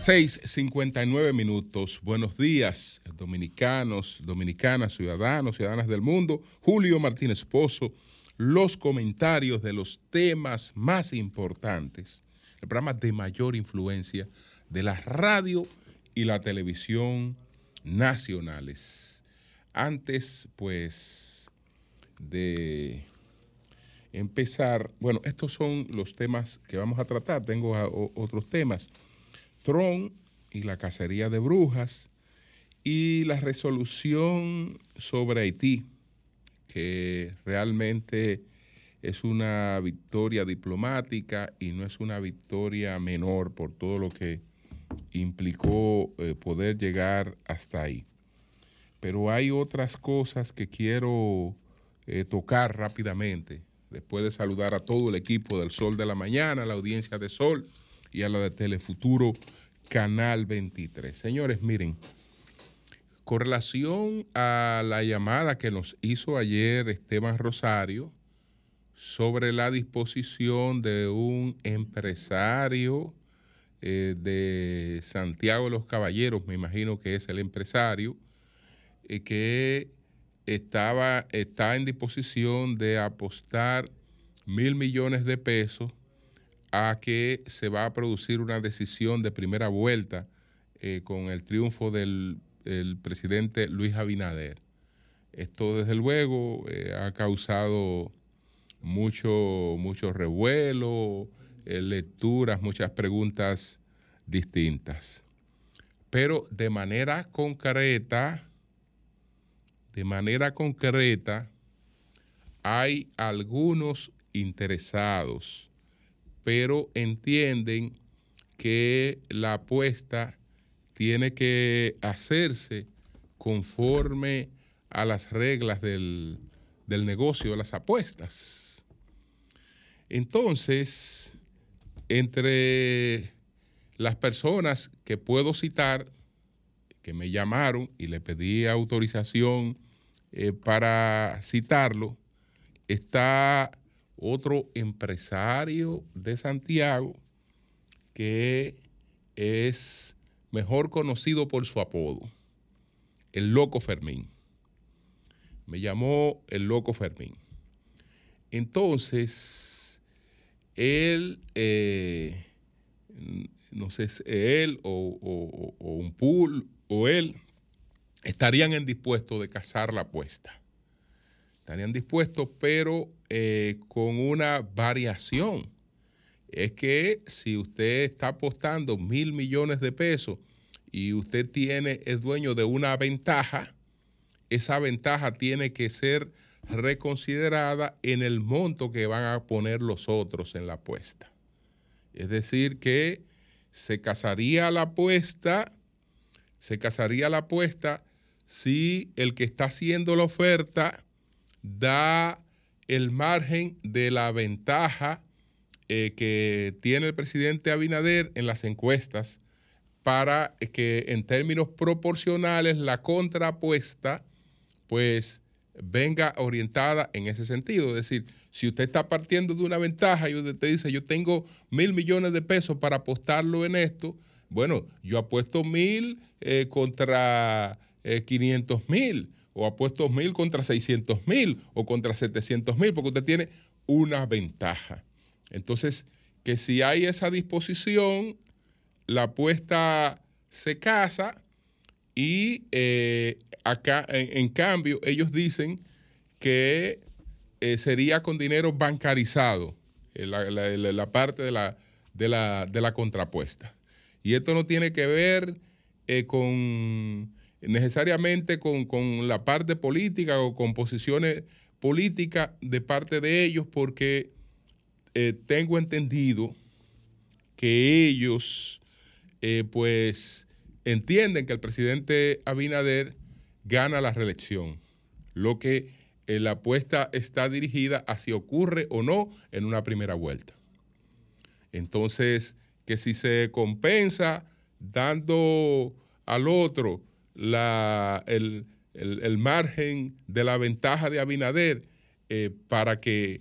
6:59. Buenos días, dominicanos, dominicanas, ciudadanos, ciudadanas del mundo. Julio Martínez Pozo, los comentarios de los temas más importantes, el programa de mayor influencia de la radio y la televisión nacionales. Antes, pues, de empezar, bueno, estos son los temas que vamos a tratar. Tengo otros temas. Trump y la cacería de brujas y la resolución sobre Haití, que realmente es una victoria diplomática y no es una victoria menor por todo lo que implicó poder llegar hasta ahí. Pero hay otras cosas que quiero tocar rápidamente, después de saludar a todo el equipo del Sol de la Mañana, a la audiencia de Sol y a la de Telefuturo Canal 23. Señores, miren, con relación a la llamada que nos hizo ayer Esteban Rosario sobre la disposición de un empresario de Santiago de los Caballeros, me imagino que es el empresario, que está en disposición de apostar 1.000 millones de pesos a que se va a producir una decisión de primera vuelta con el triunfo del presidente Luis Abinader. Esto, desde luego, ha causado mucho revuelo, lecturas, muchas preguntas distintas. Pero de manera concreta, hay algunos interesados, pero entienden que la apuesta tiene que hacerse conforme a las reglas del negocio de las apuestas. Entonces, entre las personas que puedo citar, que me llamaron y le pedí autorización para citarlo, está otro empresario de Santiago que es mejor conocido por su apodo, el Loco Fermín. Me llamó el Loco Fermín. Entonces, él, no sé si él o un pool o él estarían dispuestos de cazar la apuesta. Estarían dispuestos, pero con una variación. Es que si usted está apostando 1.000 millones de pesos y usted es dueño de una ventaja, esa ventaja tiene que ser reconsiderada en el monto que van a poner los otros en la apuesta. Es decir, que se casaría la apuesta si el que está haciendo la oferta da el margen de la ventaja que tiene el presidente Abinader en las encuestas para que en términos proporcionales la contraapuesta pues venga orientada en ese sentido. Es decir, si usted está partiendo de una ventaja y usted te dice yo tengo 1.000 millones de pesos para apostarlo en esto, bueno, yo apuesto 1.000 contra 500.000 o apuesto 1.000 contra 600.000 o contra 700.000 porque usted tiene una ventaja. Entonces, que si hay esa disposición, la apuesta se casa y acá, en cambio, ellos dicen que sería con dinero bancarizado la parte de la contrapuesta. Y esto no tiene que ver necesariamente con la parte política o con posiciones políticas de parte de ellos, porque tengo entendido que ellos pues entienden que el presidente Abinader gana la reelección, lo que la apuesta está dirigida a si ocurre o no en una primera vuelta. Entonces, que si se compensa dando al otro el margen de la ventaja de Abinader para que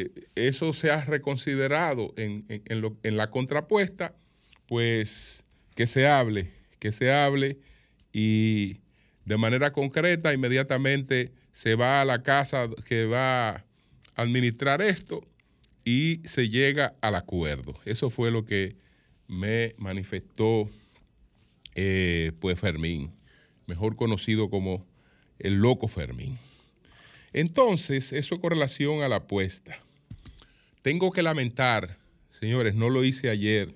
eso sea reconsiderado en la contrapuesta, pues que se hable y de manera concreta inmediatamente se va a la casa que va a administrar esto y se llega al acuerdo. Eso fue lo que me manifestó pues Fermín, mejor conocido como el loco Fermín. Entonces, eso con relación a la apuesta. Tengo que lamentar, señores, no lo hice ayer,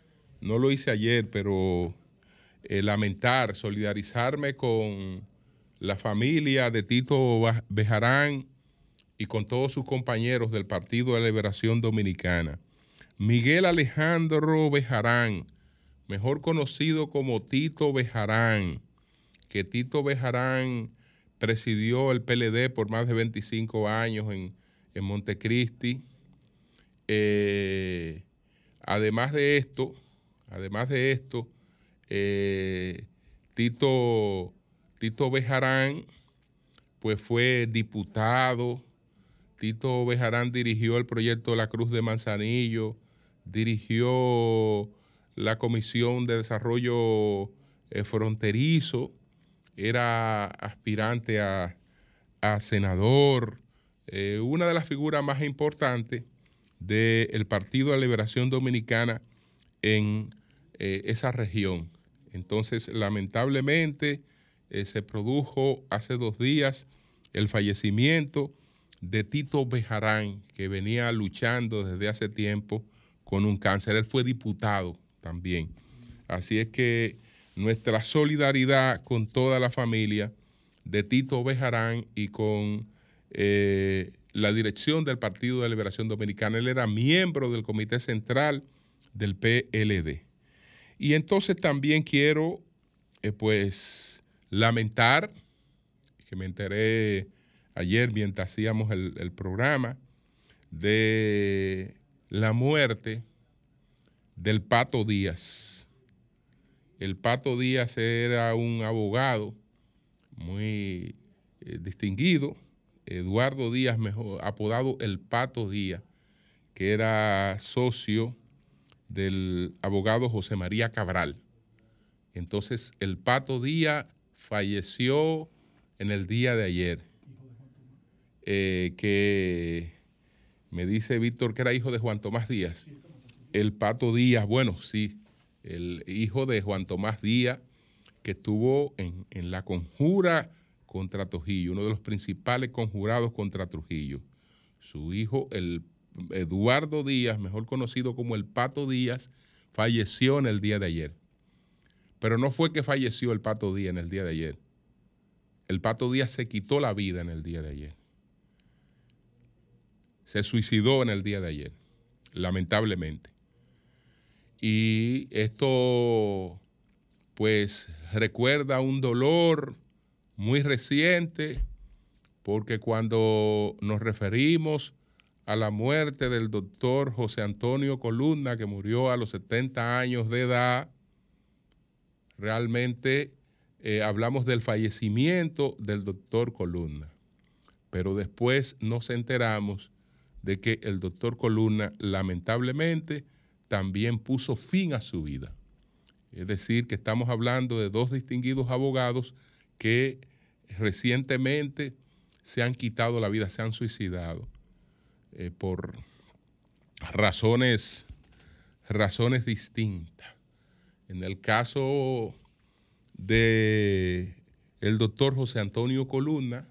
pero lamentar, solidarizarme con la familia de Tito Bejarán y con todos sus compañeros del Partido de la Liberación Dominicana. Miguel Alejandro Bejarán, mejor conocido como Tito Bejarán, que Tito Bejarán presidió el PLD por más de 25 años en Montecristi. Además de esto, Tito Bejarán pues fue diputado. Tito Bejarán dirigió el proyecto de la Cruz de Manzanillo, dirigió la Comisión de Desarrollo Fronterizo, era aspirante a senador, una de las figuras más importantes del Partido de la Liberación Dominicana en esa región. Entonces, lamentablemente, se produjo hace 2 días el fallecimiento de Tito Bejarán, que venía luchando desde hace tiempo con un cáncer. Él fue diputado también. Así es que nuestra solidaridad con toda la familia de Tito Bejarán y con la dirección del Partido de Liberación Dominicana. Él era miembro del Comité Central del PLD. Y entonces también quiero pues lamentar, que me enteré ayer mientras hacíamos el programa, de la muerte del Pato Díaz. El Pato Díaz era un abogado muy distinguido, Eduardo Díaz, mejor apodado el Pato Díaz, que era socio del abogado José María Cabral. Entonces, el Pato Díaz falleció en el día de ayer, que me dice Víctor que era hijo de Juan Tomás Díaz. El Pato Díaz, bueno, sí, el hijo de Juan Tomás Díaz, que estuvo en la conjura contra Trujillo, uno de los principales conjurados contra Trujillo. Su hijo, el Eduardo Díaz, mejor conocido como el Pato Díaz, falleció en el día de ayer. Pero no fue que falleció el Pato Díaz en el día de ayer. El Pato Díaz se quitó la vida en el día de ayer. Se suicidó en el día de ayer, lamentablemente. Y esto, pues, recuerda un dolor muy reciente, porque cuando nos referimos a la muerte del doctor José Antonio Columna, que murió a los 70 años de edad, realmente hablamos del fallecimiento del doctor Columna. Pero después nos enteramos de que el doctor Columna, lamentablemente, también puso fin a su vida. Es decir, que estamos hablando de 2 distinguidos abogados que recientemente se han quitado la vida, se han suicidado por razones distintas. En el caso de el doctor José Antonio Columna,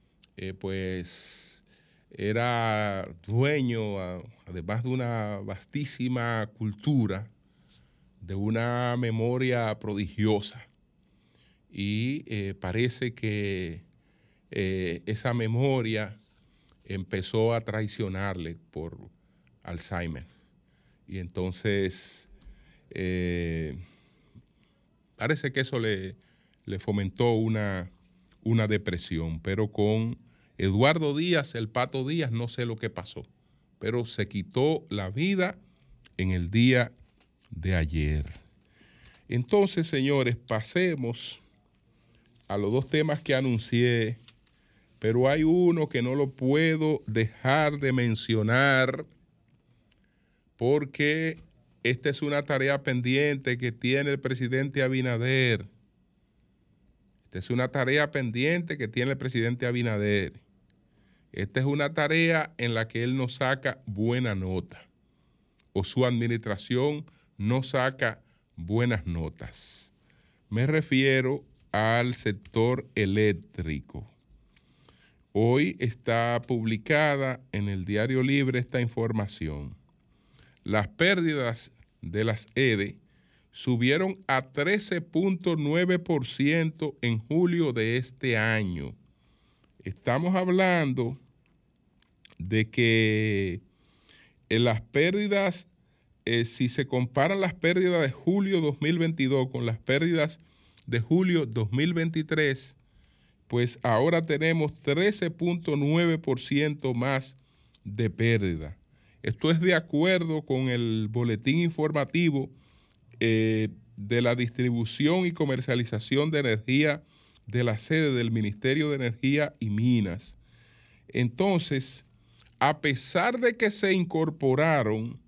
pues era dueño, además de una vastísima cultura, de una memoria prodigiosa. Y parece que esa memoria empezó a traicionarle por Alzheimer. Y entonces parece que eso le fomentó una depresión. Pero con Eduardo Díaz, el Pato Díaz, no sé lo que pasó, pero se quitó la vida en el día de ayer. Entonces, señores, pasemos a los 2 temas que anuncié, pero hay uno que no lo puedo dejar de mencionar porque esta es una tarea pendiente que tiene el presidente Abinader. Esta es una tarea pendiente que tiene el presidente Abinader. Esta es una tarea en la que él no saca buena nota, o su administración no saca buenas notas. Me refiero al sector eléctrico. Hoy está publicada en el Diario Libre esta información. Las pérdidas de las EDE subieron a 13.9% en julio de este año. Estamos hablando de que las pérdidas, si se comparan las pérdidas de julio 2022 con las pérdidas de julio 2023, pues ahora tenemos 13.9% más de pérdida. Esto es de acuerdo con el boletín informativo de la distribución y comercialización de energía de la sede del Ministerio de Energía y Minas. Entonces, a pesar de que se incorporaron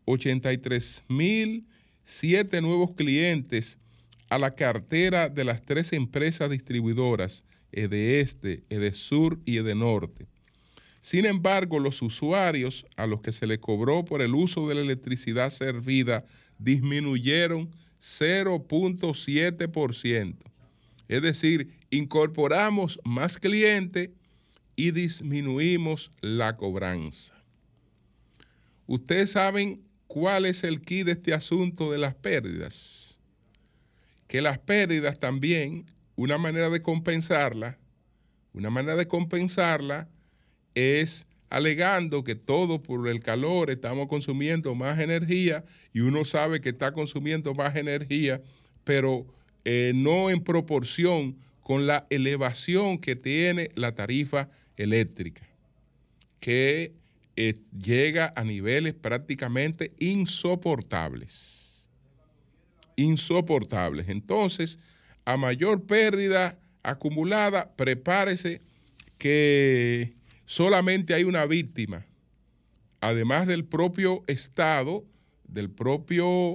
83.007 nuevos clientes a la cartera de las 3 empresas distribuidoras, EDESTE, EDESUR y EDENORTE. Sin embargo, los usuarios a los que se les cobró por el uso de la electricidad servida disminuyeron 0.7%. Es decir, incorporamos más clientes y disminuimos la cobranza. Ustedes saben cuál es el quid de este asunto de las pérdidas. Que las pérdidas también, una manera de compensarla es alegando que todo por el calor estamos consumiendo más energía y uno sabe que está consumiendo más energía, pero no en proporción con la elevación que tiene la tarifa eléctrica, que llega a niveles prácticamente insoportables. Entonces, a mayor pérdida acumulada, prepárese que solamente hay una víctima, además del propio Estado, del propio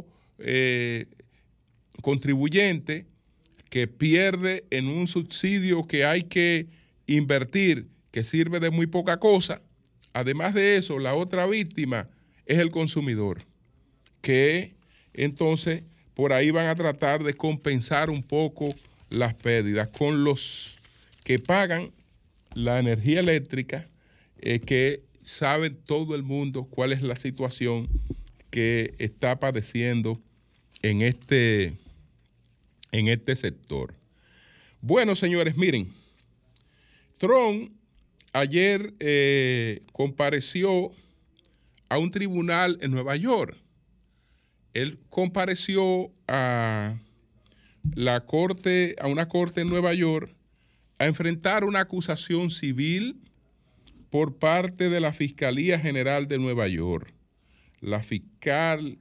contribuyente, que pierde en un subsidio que hay que invertir, que sirve de muy poca cosa. Además de eso, la otra víctima es el consumidor, que entonces por ahí van a tratar de compensar un poco las pérdidas con los que pagan la energía eléctrica, que sabe todo el mundo cuál es la situación que está padeciendo en este sector. Bueno, señores, miren, Trump ayer compareció a un tribunal en Nueva York. Él compareció a una corte en Nueva York a enfrentar una acusación civil por parte de la Fiscalía General de Nueva York. La fiscal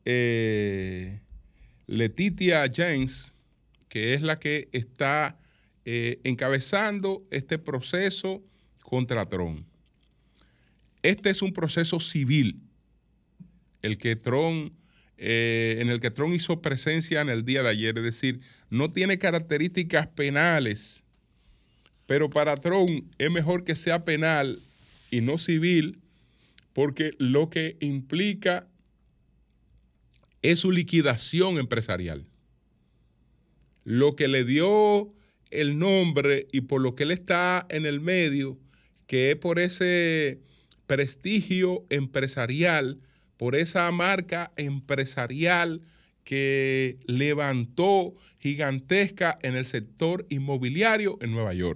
Letitia James, que es la que está encabezando este proceso contra Trump. Este es un proceso civil, en el que Trump hizo presencia en el día de ayer, es decir, no tiene características penales, pero para Trump es mejor que sea penal y no civil, porque lo que implica es su liquidación empresarial. Lo que le dio el nombre y por lo que él está en el medio, que es por ese prestigio empresarial, por esa marca empresarial que levantó gigantesca en el sector inmobiliario en Nueva York.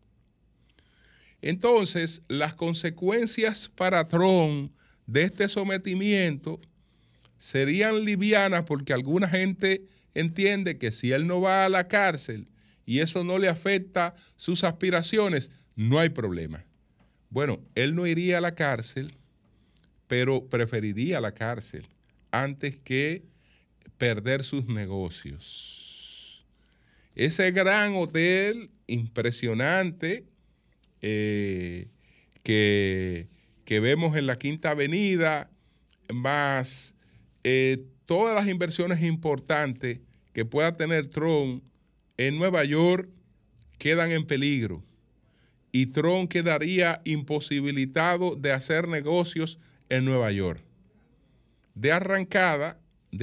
Entonces, las consecuencias para Trump de este sometimiento serían livianas, porque alguna gente entiende que si él no va a la cárcel y eso no le afecta sus aspiraciones, no hay problema. Bueno, él no iría a la cárcel, pero preferiría la cárcel antes que perder sus negocios. Ese gran hotel impresionante que vemos en la Quinta Avenida, más todas las inversiones importantes que pueda tener Trump en Nueva York quedan en peligro y Trump quedaría imposibilitado de hacer negocios en Nueva York. De arrancada,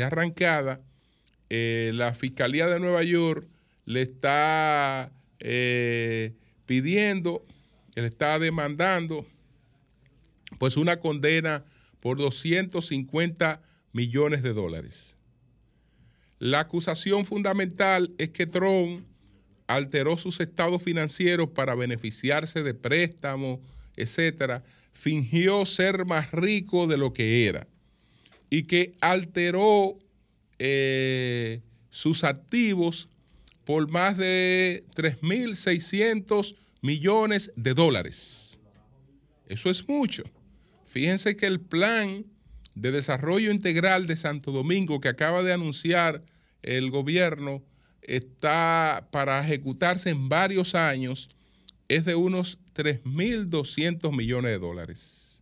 la Fiscalía de Nueva York le está pidiendo, le está demandando pues una condena por 250 millones de dólares. La acusación fundamental es que Trump alteró sus estados financieros para beneficiarse de préstamos, etcétera, fingió ser más rico de lo que era y que alteró sus activos por más de 3.600 millones de dólares. Eso es mucho. Fíjense que el plan de desarrollo integral de Santo Domingo que acaba de anunciar el gobierno está para ejecutarse en varios años, es de unos 3.200 millones de dólares.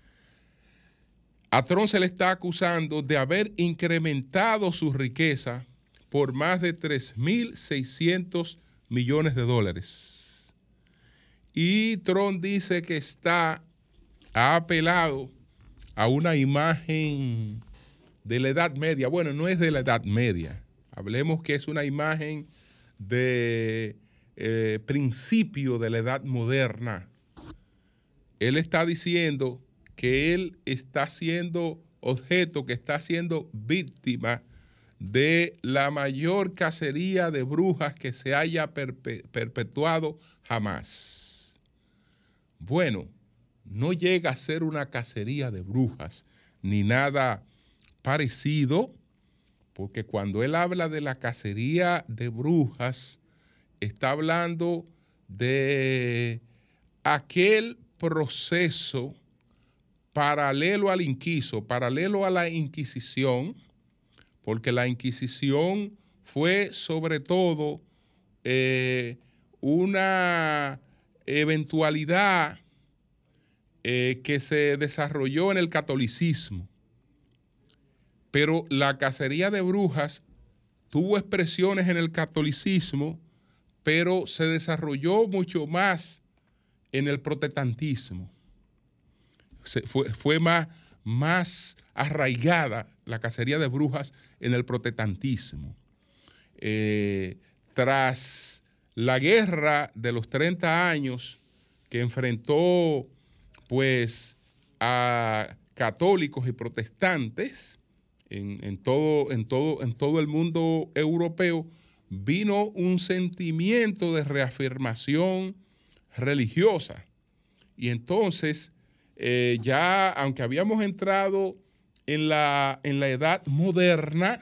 A Trump se le está acusando de haber incrementado su riqueza por más de 3.600 millones de dólares. Y Trump dice que ha apelado a una imagen de la Edad Media. Bueno, no es de la Edad Media. Hablemos que es una imagen de principio de la Edad Moderna. Él está diciendo que él está siendo objeto, que está siendo víctima de la mayor cacería de brujas que se haya perpetuado jamás. Bueno, no llega a ser una cacería de brujas ni nada parecido, porque cuando él habla de la cacería de brujas, está hablando de aquel proceso paralelo al inquiso, paralelo a la Inquisición, porque la Inquisición fue sobre todo una eventualidad que se desarrolló en el catolicismo. Pero la cacería de brujas tuvo expresiones en el catolicismo, pero se desarrolló mucho más en el protestantismo. Fue más arraigada la cacería de brujas en el protestantismo. Tras la guerra de los 30 años que enfrentó pues a católicos y protestantes en todo el mundo europeo, vino un sentimiento de reafirmación religiosa. Y entonces, ya aunque habíamos entrado en la edad moderna,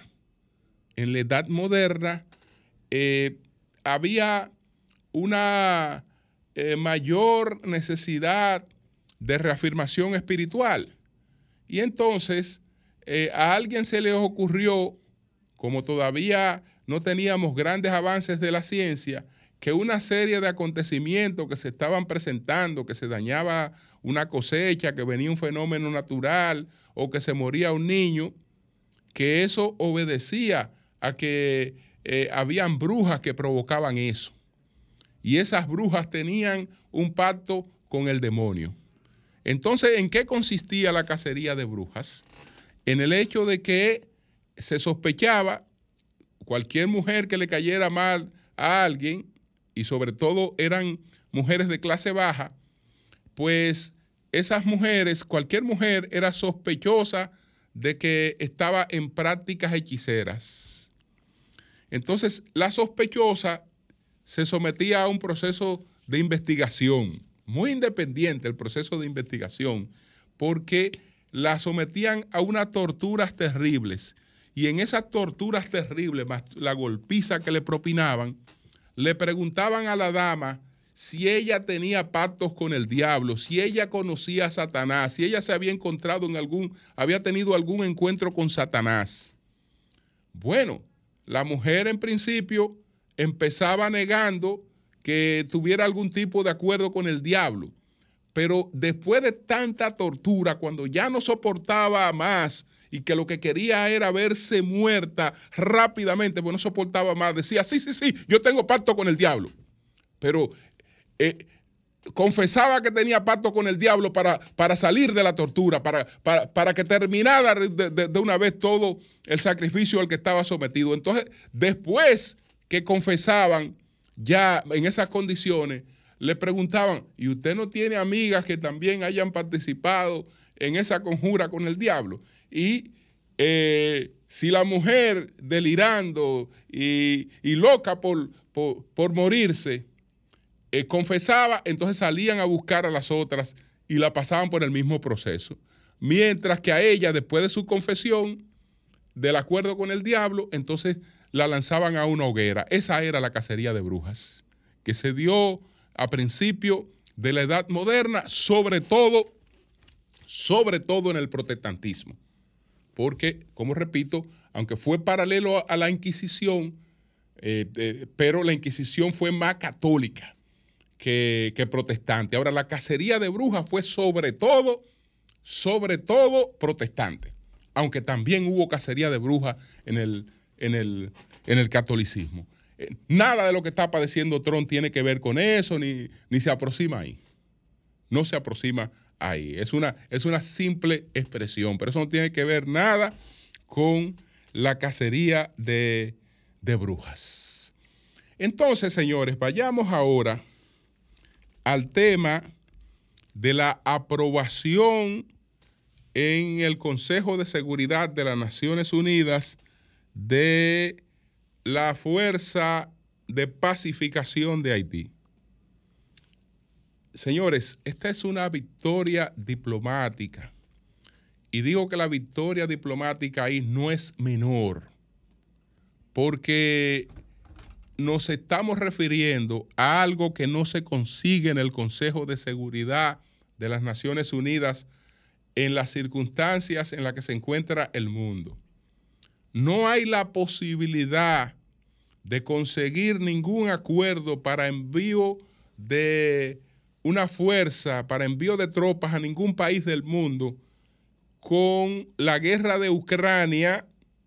había una mayor necesidad de reafirmación espiritual. Y entonces a alguien se le ocurrió, como todavía no teníamos grandes avances de la ciencia, que una serie de acontecimientos que se estaban presentando, que se dañaba una cosecha, que venía un fenómeno natural o que se moría un niño, que eso obedecía a que habían brujas que provocaban eso. Y esas brujas tenían un pacto con el demonio. Entonces, ¿en qué consistía la cacería de brujas? En el hecho de que se sospechaba cualquier mujer que le cayera mal a alguien, y sobre todo eran mujeres de clase baja, pues esas mujeres, cualquier mujer era sospechosa de que estaba en prácticas hechiceras. Entonces, la sospechosa se sometía a un proceso de investigación, muy independiente el proceso de investigación, porque la sometían a unas torturas terribles. Y en esas torturas terribles, más la golpiza que le propinaban, le preguntaban a la dama si ella tenía pactos con el diablo, si ella conocía a Satanás, si ella se había encontrado había tenido algún encuentro con Satanás. Bueno, la mujer en principio empezaba negando que tuviera algún tipo de acuerdo con el diablo, pero después de tanta tortura, cuando ya no soportaba más y que lo que quería era verse muerta rápidamente, porque no soportaba más. Decía, sí, yo tengo pacto con el diablo. Pero confesaba que tenía pacto con el diablo para salir de la tortura, para que terminara de una vez todo el sacrificio al que estaba sometido. Entonces, después que confesaban ya en esas condiciones, le preguntaban, ¿y usted no tiene amigas que también hayan participado en esa conjura con el diablo? Y si la mujer delirando y loca por morirse, confesaba, entonces salían a buscar a las otras y la pasaban por el mismo proceso. Mientras que a ella, después de su confesión del acuerdo con el diablo, entonces la lanzaban a una hoguera. Esa era la cacería de brujas, que se dio a principio de la Edad Moderna, sobre todo en el protestantismo. Porque, como repito, aunque fue paralelo a la Inquisición, pero la Inquisición fue más católica que protestante. Ahora, la cacería de brujas fue sobre todo protestante, aunque también hubo cacería de brujas en el catolicismo. Nada de lo que está padeciendo Trump tiene que ver con eso, ni se aproxima ahí. No se aproxima ahí. Es una simple expresión, pero eso no tiene que ver nada con la cacería de brujas. Entonces, señores, vayamos ahora al tema de la aprobación en el Consejo de Seguridad de las Naciones Unidas de la Fuerza de Pacificación de Haití. Señores, esta es una victoria diplomática. Y digo que la victoria diplomática ahí no es menor, porque nos estamos refiriendo a algo que no se consigue en el Consejo de Seguridad de las Naciones Unidas en las circunstancias en las que se encuentra el mundo. No hay la posibilidad de conseguir ningún acuerdo para envío de una fuerza, para envío de tropas a ningún país del mundo con la guerra de Ucrania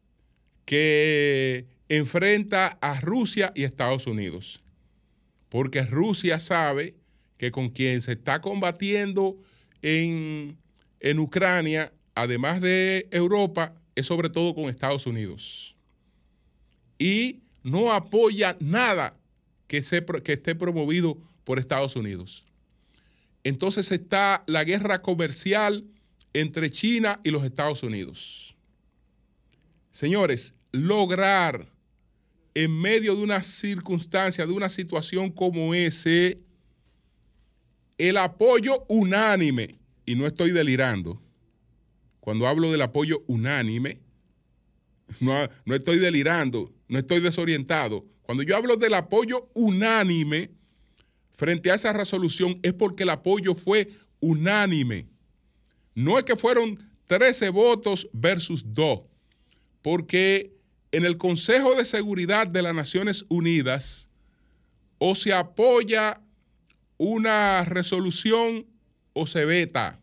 que enfrenta a Rusia y Estados Unidos. Porque Rusia sabe que con quien se está combatiendo en Ucrania, además de Europa, es sobre todo con Estados Unidos. Y no apoya nada que esté promovido por Estados Unidos. Entonces está la guerra comercial entre China y los Estados Unidos. Señores, lograr en medio de una circunstancia, de una situación como ese, el apoyo unánime, y no estoy delirando, cuando hablo del apoyo unánime, no estoy delirando, no estoy desorientado. Cuando yo hablo del apoyo unánime frente a esa resolución es porque el apoyo fue unánime. No es que fueron 13 votos versus 2, porque en el Consejo de Seguridad de las Naciones Unidas o se apoya una resolución o se veta.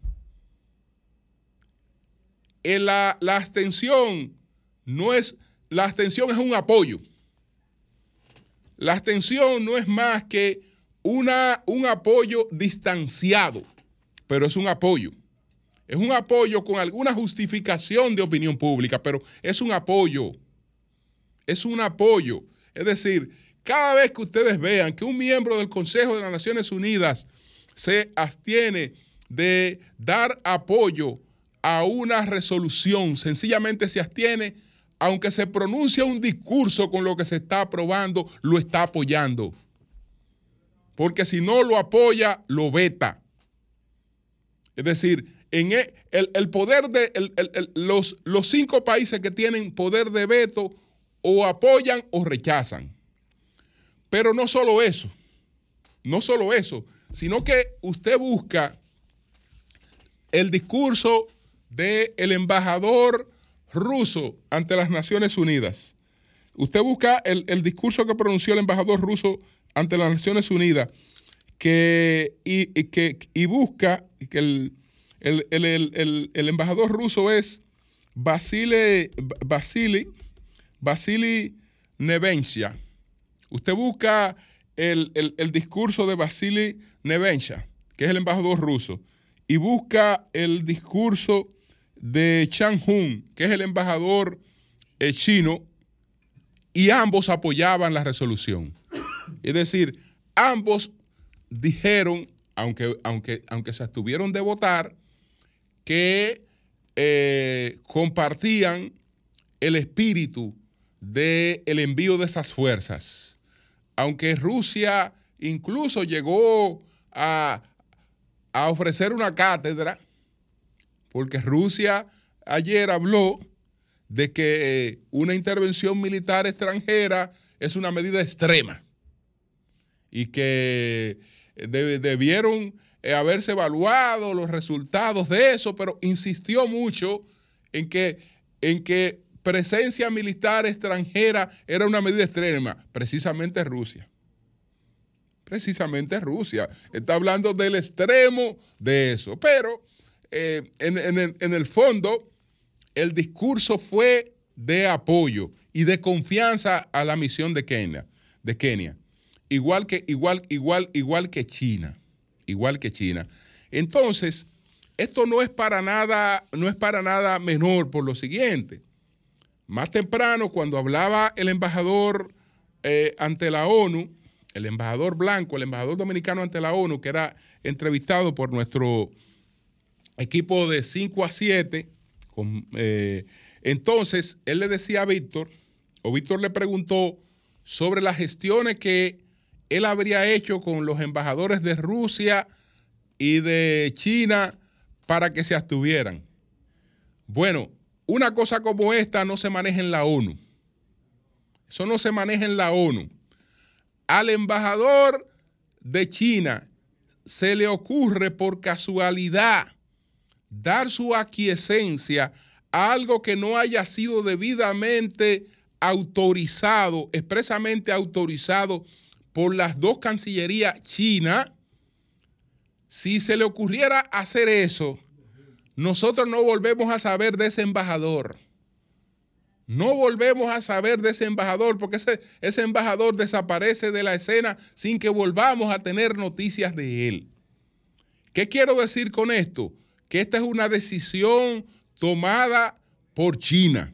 La abstención la abstención es un apoyo. La abstención no es más que un apoyo distanciado, pero es un apoyo. Es un apoyo con alguna justificación de opinión pública, pero es un apoyo. Es un apoyo. Es decir, cada vez que ustedes vean que un miembro del Consejo de las Naciones Unidas se abstiene de dar apoyo a una resolución, sencillamente se abstiene, aunque se pronuncie un discurso con lo que se está aprobando, lo está apoyando. Porque si no lo apoya, lo veta. Es decir, en el poder de los 5 países que tienen poder de veto o apoyan o rechazan. Pero no solo eso, sino que usted busca el discurso del embajador ruso ante las Naciones Unidas. Usted busca el discurso que pronunció el embajador ruso ante las Naciones Unidas y busca que el embajador ruso es Vasily Nevencia. Usted busca el discurso de Vasily Nevencia, que es el embajador ruso, y busca el discurso de Chang Hun, que es el embajador chino, y ambos apoyaban la resolución. Es decir, ambos dijeron, aunque se abstuvieron de votar, que compartían el espíritu del envío de esas fuerzas. Aunque Rusia incluso llegó a ofrecer una cátedra, porque Rusia ayer habló de que una intervención militar extranjera es una medida extrema y que debieron haberse evaluado los resultados de eso, pero insistió mucho en que presencia militar extranjera era una medida extrema. Precisamente Rusia está hablando del extremo de eso, pero en el fondo el discurso fue de apoyo y de confianza a la misión de Kenia, igual que China. Entonces, esto no es para nada menor por lo siguiente. Más temprano, cuando hablaba el embajador ante la ONU, el embajador blanco, el embajador dominicano ante la ONU, que era entrevistado por nuestro equipo de 5 a 7, entonces él le decía a Víctor, o Víctor le preguntó sobre las gestiones que él habría hecho con los embajadores de Rusia y de China para que se abstuvieran. Bueno, una cosa como esta no se maneja en la ONU. Eso no se maneja en la ONU. Al embajador de China se le ocurre por casualidad dar su aquiescencia a algo que no haya sido debidamente autorizado, expresamente autorizado por las dos cancillerías chinas. Si se le ocurriera hacer eso, nosotros no volvemos a saber de ese embajador. No volvemos a saber de ese embajador, porque ese embajador desaparece de la escena sin que volvamos a tener noticias de él. ¿Qué quiero decir con esto? Que esta es una decisión tomada por China.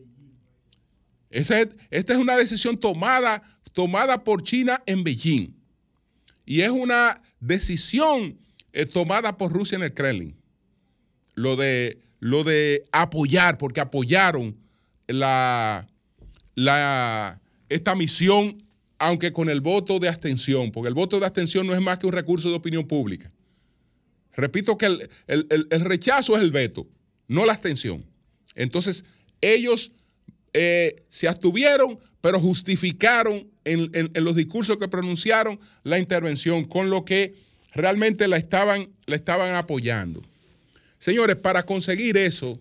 Esta es una decisión tomada por China en Beijing. Y es una decisión tomada por Rusia en el Kremlin. Lo de apoyar, porque apoyaron esta misión, aunque con el voto de abstención, porque el voto de abstención no es más que un recurso de opinión pública. Repito que el rechazo es el veto, no la abstención. Entonces, ellos se abstuvieron, pero justificaron en los discursos que pronunciaron la intervención, con lo que realmente la estaban apoyando. Señores, para conseguir eso,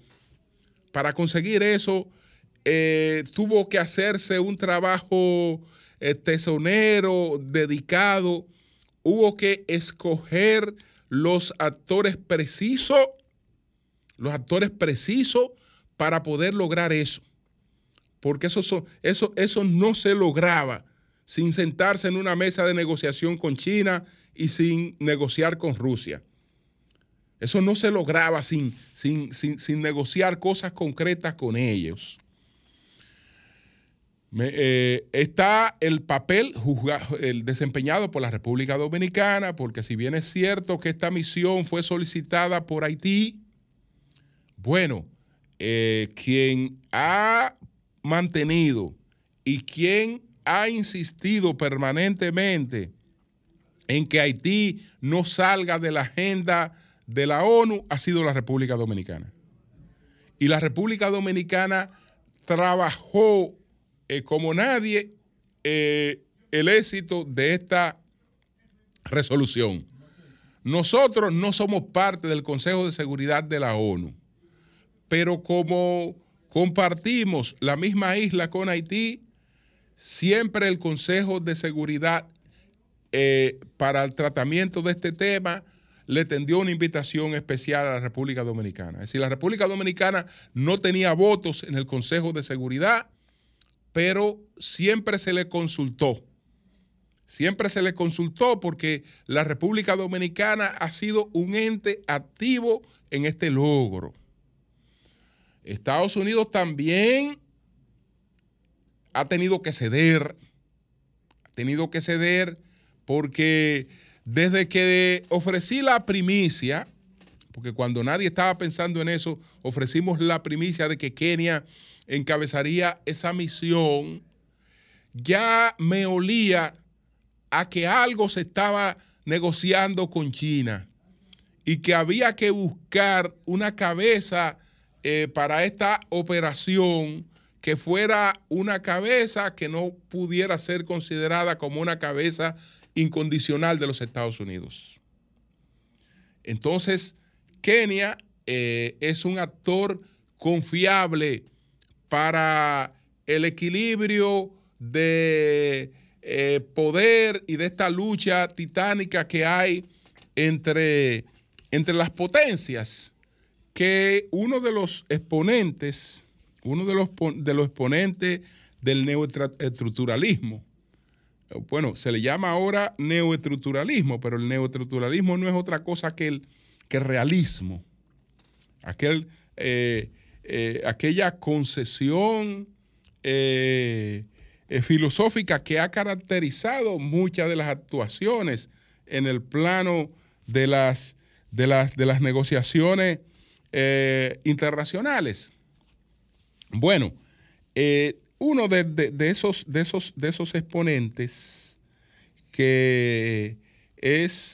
tuvo que hacerse un trabajo tesonero, dedicado. Hubo que escoger los actores precisos para poder lograr eso. Porque eso no se lograba sin sentarse en una mesa de negociación con China y sin negociar con Rusia. Eso no se lograba sin negociar cosas concretas con ellos. Está el papel desempeñado por la República Dominicana, porque si bien es cierto que esta misión fue solicitada por Haití, bueno, quien ha mantenido y quien ha insistido permanentemente en que Haití no salga de la agenda de la ONU ha sido la República Dominicana. Y la República Dominicana trabajó como nadie el éxito de esta resolución. Nosotros no somos parte del Consejo de Seguridad de la ONU, pero como compartimos la misma isla con Haití, siempre el Consejo de Seguridad para el tratamiento de este tema le tendió una invitación especial a la República Dominicana. Es decir, la República Dominicana no tenía votos en el Consejo de Seguridad, pero siempre se le consultó. Siempre se le consultó porque la República Dominicana ha sido un ente activo en este logro. Estados Unidos también ha tenido que ceder. Ha tenido que ceder porque desde que ofrecí la primicia, porque cuando nadie estaba pensando en eso, ofrecimos la primicia de que Kenia encabezaría esa misión, ya me olía a que algo se estaba negociando con China y que había que buscar una cabeza para esta operación que fuera una cabeza que no pudiera ser considerada como una cabeza incondicional de los Estados Unidos. Entonces, Kenia es un actor confiable para el equilibrio de poder y de esta lucha titánica que hay entre las potencias, que uno de los exponentes del neoestructuralismo, bueno, se le llama ahora neoestructuralismo, pero el neoestructuralismo no es otra cosa que el realismo, aquella concesión filosófica que ha caracterizado muchas de las actuaciones en el plano de las negociaciones internacionales. Bueno, uno de esos exponentes, que es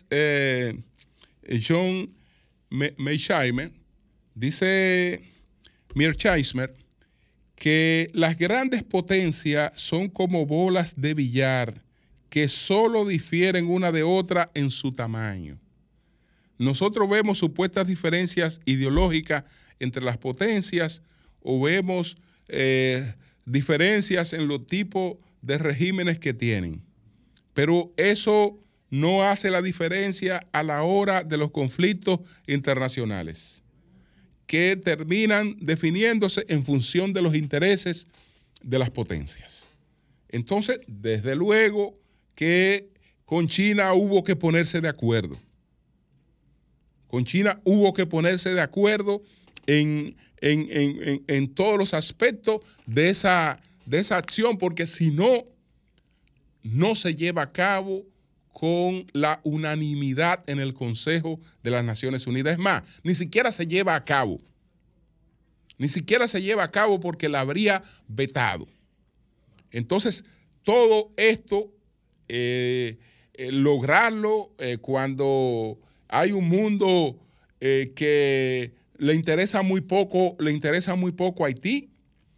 John Mearsheimer, dice Mearsheimer que las grandes potencias son como bolas de billar que solo difieren una de otra en su tamaño. Nosotros vemos supuestas diferencias ideológicas entre las potencias o vemos diferencias en los tipos de regímenes que tienen. Pero eso no hace la diferencia a la hora de los conflictos internacionales, que terminan definiéndose en función de los intereses de las potencias. Entonces, desde luego que con China hubo que ponerse de acuerdo. Con China hubo que ponerse de acuerdo en todos los aspectos de esa acción, porque si no, no se lleva a cabo con la unanimidad en el Consejo de las Naciones Unidas. Es más, ni siquiera se lleva a cabo. Ni siquiera se lleva a cabo porque la habría vetado. Entonces, todo esto, lograrlo cuando hay un mundo que le interesa muy poco a Haití.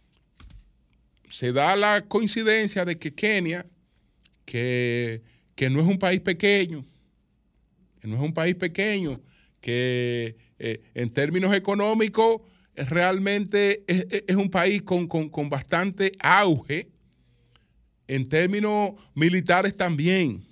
Se da la coincidencia de que Kenia, que no es un país pequeño, que en términos económicos realmente es un país con bastante auge, en términos militares también.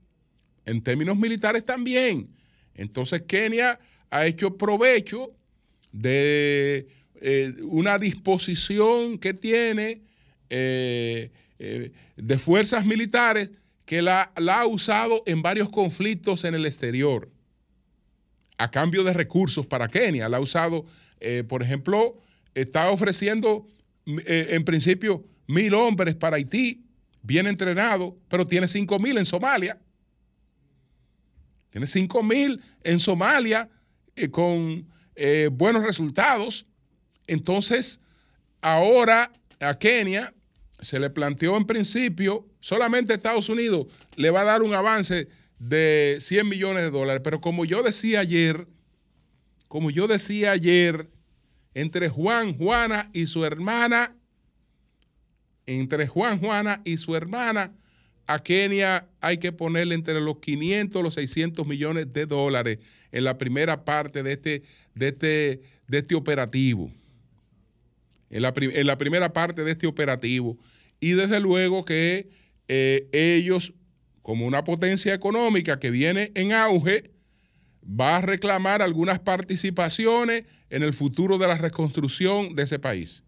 Entonces Kenia ha hecho provecho de una disposición que tiene de fuerzas militares que la ha usado en varios conflictos en el exterior, a cambio de recursos para Kenia. La ha usado, por ejemplo, está ofreciendo en principio 1,000 hombres para Haití, bien entrenados, pero tiene 5,000 en Somalia. Tiene 5,000 en Somalia con buenos resultados. Entonces, ahora a Kenia se le planteó en principio, solamente Estados Unidos le va a dar un avance de $100 millones, pero como yo decía ayer, entre Juana y su hermana, a Kenia hay que ponerle entre los 500 y los 600 millones de dólares en la primera parte de este operativo. En la primera parte de este operativo. Y desde luego que ellos, como una potencia económica que viene en auge, va a reclamar algunas participaciones en el futuro de la reconstrucción de ese país.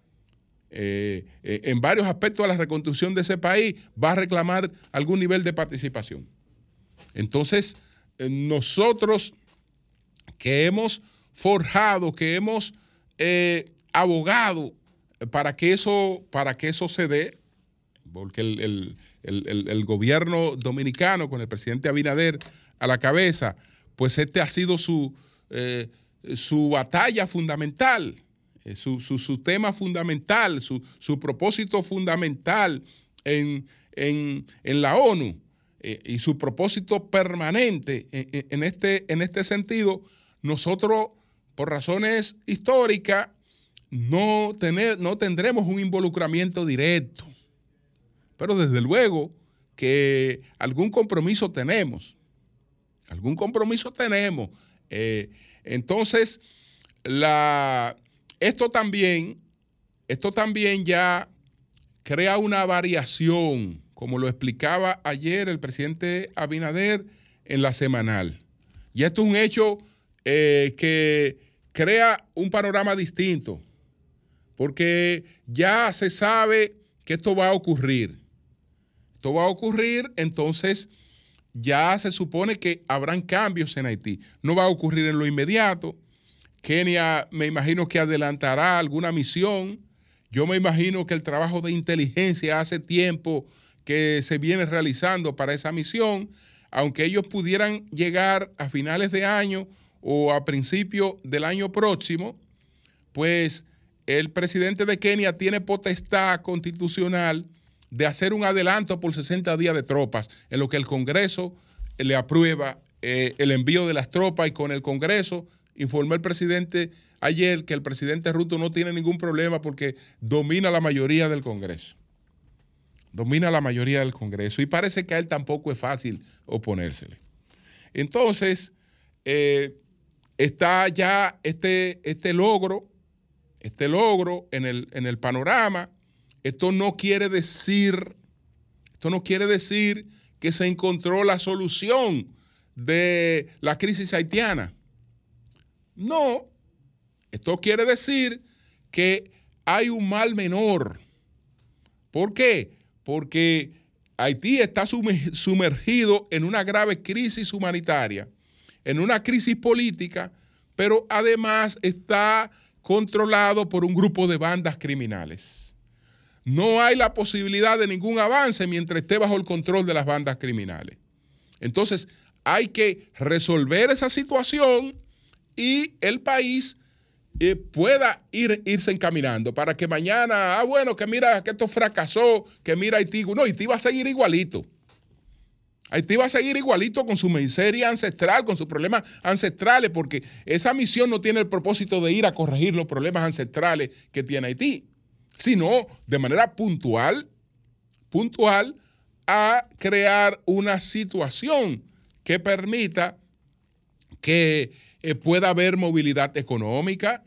En varios aspectos de la reconstrucción de ese país va a reclamar algún nivel de participación. Entonces, nosotros que hemos forjado, que hemos abogado para que eso se dé, porque el gobierno dominicano con el presidente Abinader a la cabeza, pues este ha sido su batalla fundamental, su tema fundamental, su propósito fundamental en la ONU, y su propósito permanente en este sentido. Nosotros, por razones históricas, no tendremos un involucramiento directo, pero desde luego que algún compromiso tenemos. Entonces, esto también ya crea una variación, como lo explicaba ayer el presidente Abinader en la semanal. Y esto es un hecho que crea un panorama distinto, porque ya se sabe que esto va a ocurrir. Entonces ya se supone que habrán cambios en Haití. No va a ocurrir en lo inmediato. Kenia, me imagino que adelantará alguna misión. Yo me imagino que el trabajo de inteligencia hace tiempo que se viene realizando para esa misión, aunque ellos pudieran llegar a finales de año o a principios del año próximo, pues el presidente de Kenia tiene potestad constitucional de hacer un adelanto por 60 días de tropas, en lo que el Congreso le aprueba el envío de las tropas, y con el Congreso informó el presidente ayer que el presidente Ruto no tiene ningún problema porque domina la mayoría del Congreso. Y parece que a él tampoco es fácil oponérsele. Entonces, está ya este logro en el panorama. Esto no quiere decir que se encontró la solución de la crisis haitiana. No, esto quiere decir que hay un mal menor. ¿Por qué? Porque Haití está sumergido en una grave crisis humanitaria, en una crisis política, pero además está controlado por un grupo de bandas criminales. No hay la posibilidad de ningún avance mientras esté bajo el control de las bandas criminales. Entonces, hay que resolver esa situación y el país pueda irse encaminando para que mañana, que mira que esto fracasó, que mira Haití. No, Haití va a seguir igualito. Haití va a seguir igualito con su miseria ancestral, con sus problemas ancestrales, porque esa misión no tiene el propósito de ir a corregir los problemas ancestrales que tiene Haití, sino de manera puntual a crear una situación que permita que pueda haber movilidad económica,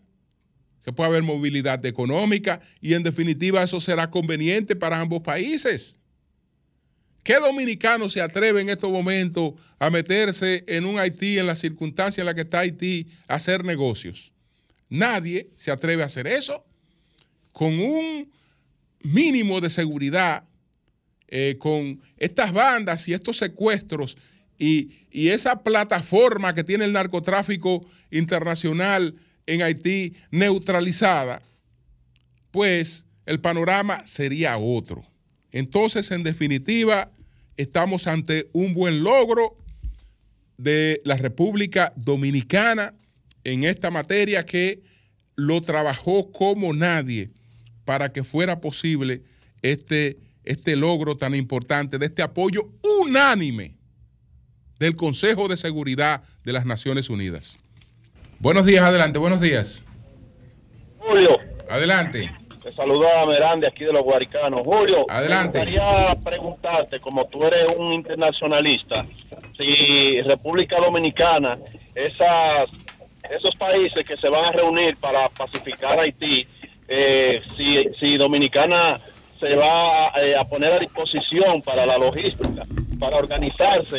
y en definitiva eso será conveniente para ambos países. ¿Qué dominicano se atreve en estos momentos a meterse en un Haití, en las circunstancias en las que está Haití, a hacer negocios? Nadie se atreve a hacer eso. Con un mínimo de seguridad, con estas bandas y estos secuestros y esa plataforma que tiene el narcotráfico internacional en Haití neutralizada, pues el panorama sería otro. Entonces, en definitiva, estamos ante un buen logro de la República Dominicana en esta materia, que lo trabajó como nadie para que fuera posible este logro tan importante de este apoyo unánime del Consejo de Seguridad de las Naciones Unidas. Buenos días, adelante, buenos días. Julio. Adelante. Te saludo a Merán aquí de los Guaricanos. Julio, adelante. Me gustaría preguntarte, como tú eres un internacionalista, si República Dominicana, esos países que se van a reunir para pacificar Haití, si Dominicana se va a poner a disposición para la logística, para organizarse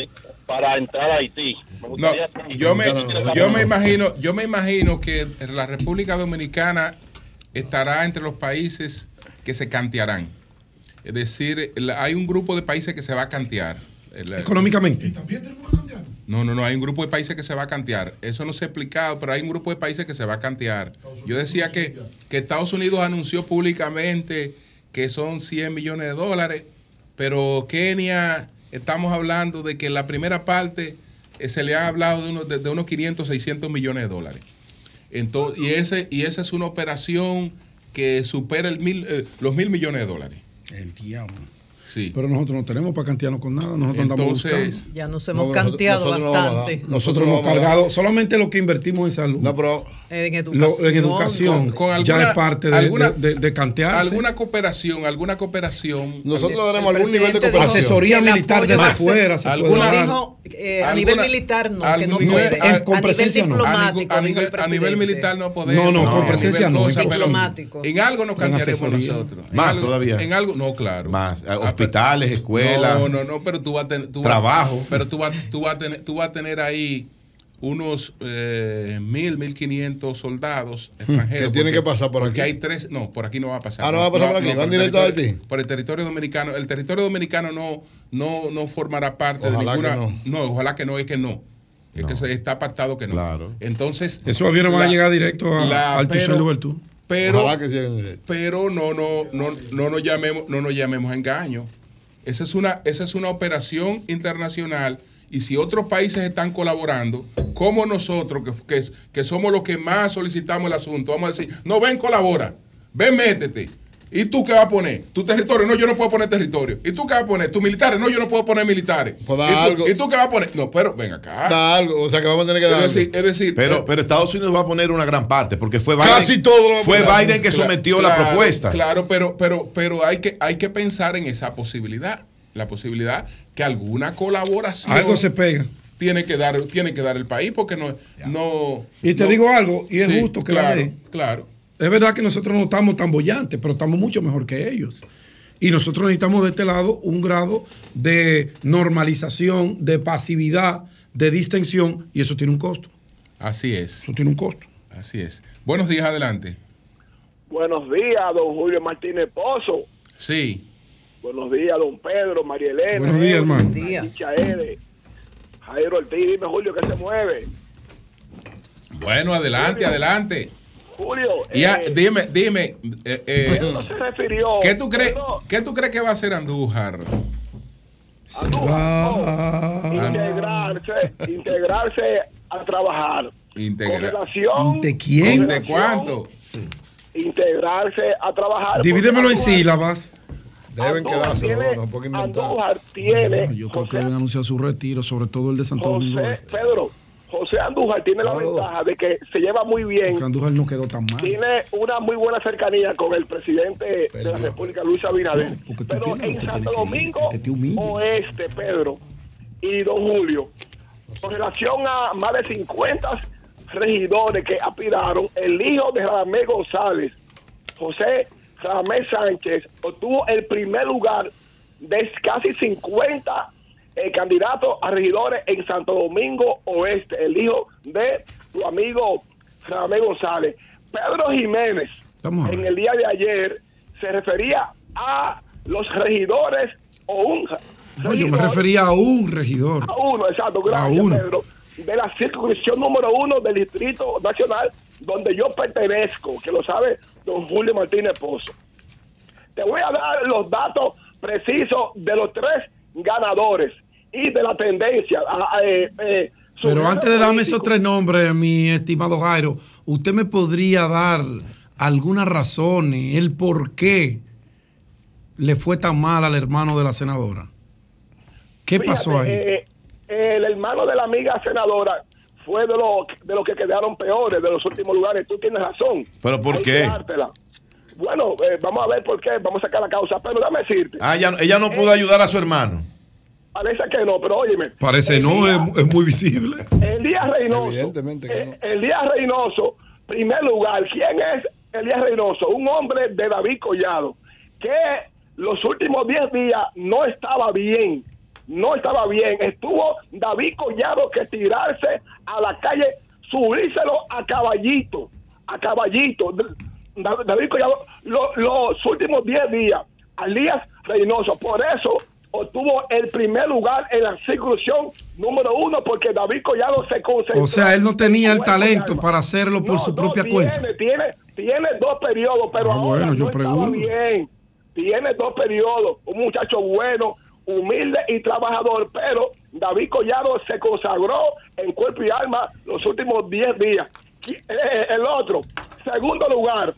para entrar a Haití. No, yo me imagino que la República Dominicana estará entre los países que se cantearán. Es decir, hay un grupo de países que se va a cantear. Económicamente. ¿También tenemos que cantear? No, hay un grupo de países que se va a cantear. Eso no se ha explicado, pero hay un grupo de países que se va a cantear. Yo decía que Estados Unidos anunció públicamente que son 100 millones de dólares, pero Kenia, estamos hablando de que en la primera parte se le ha hablado de unos 500, 600 millones de dólares. Entonces, y esa es una operación que supera los 1.000 millones de dólares. El diablo. Sí. Pero nosotros no tenemos para cantearnos con nada. Nosotros andamos buscando. Ya nos hemos canteado bastante. Nosotros hemos cargado solamente lo que invertimos en salud. No, pero en educación. Ya es parte de cantearse. Alguna cooperación. Nosotros daremos algún nivel de cooperación. Asesoría militar desde afuera. Dijo, a nivel militar no, que no puede. Con presencia a nivel diplomático. A nivel militar no podemos. No, con presencia no. Diplomático. En algo nos cantearemos nosotros. Más todavía. En algo, no, claro. Más. Hospitales, escuelas. No, pero tú vas a tener. Trabajo. Pero tú vas a tener ahí unos 1.500 soldados extranjeros. Que tienen que pasar por aquí. Porque hay 3. No, por aquí no va a pasar. No va a pasar por aquí. Van directo a Haití. Por el territorio dominicano. El territorio dominicano no formará parte de ninguna. No, ojalá que no, es que no. Es que se está pactado que no. Claro. Entonces. Esos aviones van a llegar directo al Tucson Louverture. Pero no nos llamemos a engaño. Esa es una operación internacional, y si otros países están colaborando, como nosotros, que somos los que más solicitamos el asunto, vamos a decir, no, ven, colabora, ven, métete. ¿Y tú qué vas a poner? ¿Tu territorio? No, yo no puedo poner territorio. ¿Y tú qué vas a poner? ¿Tus militares? No, yo no puedo poner militares. ¿Y tú qué vas a poner? No, pero ven acá. Da algo, o sea que vamos a tener que dar algo. Es decir, pero Estados Unidos va a poner una gran parte, porque fue Biden. Casi todo lo va a fue poner. Biden que sometió la propuesta. Claro, pero hay que pensar en esa posibilidad. La posibilidad que alguna colaboración. Algo se pega. Tiene que dar el país, porque no. Y te digo algo, y es justo que la ley. Claro. Es verdad que nosotros no estamos tan bollantes, pero estamos mucho mejor que ellos. Y nosotros necesitamos de este lado un grado de normalización, de pasividad, de distensión, y eso tiene un costo. Así es. Eso tiene un costo. Así es. Buenos días, adelante. Buenos días, don Julio Martínez Pozo. Sí. Buenos días, don Pedro, María Elena. Buenos días, hermano. Buenos días. Jairo Ortiz, dime, Julio, ¿qué se mueve? Bueno, adelante, Julio. Adelante. Julio, Dime, no se refirió. ¿qué tú crees que va a hacer Andújar? Integrarse a trabajar. Con relación, ¿De quién? ¿De cuánto? Integrarse a trabajar. Divídemelo en sílabas. Deben quedarse un poco inventados. Andújar tiene. Yo creo que deben anunciar su retiro, sobre todo el de Santo Domingo Este. José Andújar tiene la ventaja de que se lleva muy bien. Porque Andújar no quedó tan mal. Tiene una muy buena cercanía con el presidente de la República, Luis Abinader. Pero en Santo Domingo Oeste, Pedro y don Julio, con relación a más de 50 regidores que aspiraron, el hijo de Radamés González, José Radamés Sánchez, obtuvo el primer lugar de casi 50 candidatos a regidores en Santo Domingo Oeste, el hijo de tu amigo Radamés González. Pedro Jiménez, en el día de ayer, se refería a los regidores o un regidor. Yo me refería a un regidor. A uno, exacto, gracias, Pedro. De la circunscripción número 1 del Distrito Nacional, donde yo pertenezco, que lo sabe don Julio Martínez Pozo. Te voy a dar los datos precisos de los 3 ganadores y de la tendencia. Pero antes de darme esos 3 nombres, mi estimado Jairo, ¿usted me podría dar algunas razones, el por qué le fue tan mal al hermano de la senadora? ¿Qué pasó ahí? El hermano de la amiga senadora fue de los que quedaron peores, de los últimos lugares. Tú tienes razón. ¿Pero por qué? Bueno, vamos a ver por qué. Vamos a sacar la causa. Pero déjame decirte. Ella no pudo ayudar a su hermano. Parece que no, pero óyeme. Parece no, es muy visible. Elías Reynoso. Evidentemente que no. Elías Reynoso, primer lugar. ¿Quién es Elías Reynoso? Un hombre de David Collado, que los últimos 10 días no estaba bien no estaba bien. Estuvo David Collado que tirarse a la calle, subírselo a caballito. David Collado, los últimos 10 días, Elías Reynoso, por eso obtuvo el primer lugar en la circunscripción número 1, porque David Collado se concentró. O sea, él no tenía el talento para hacerlo por su propia cuenta. Tiene 2 periodos, pero ahora yo pregunto. Bien. Tiene 2 periodos, un muchacho bueno, humilde y trabajador, pero David Collado se consagró en cuerpo y alma los últimos 10 días. El otro, segundo lugar,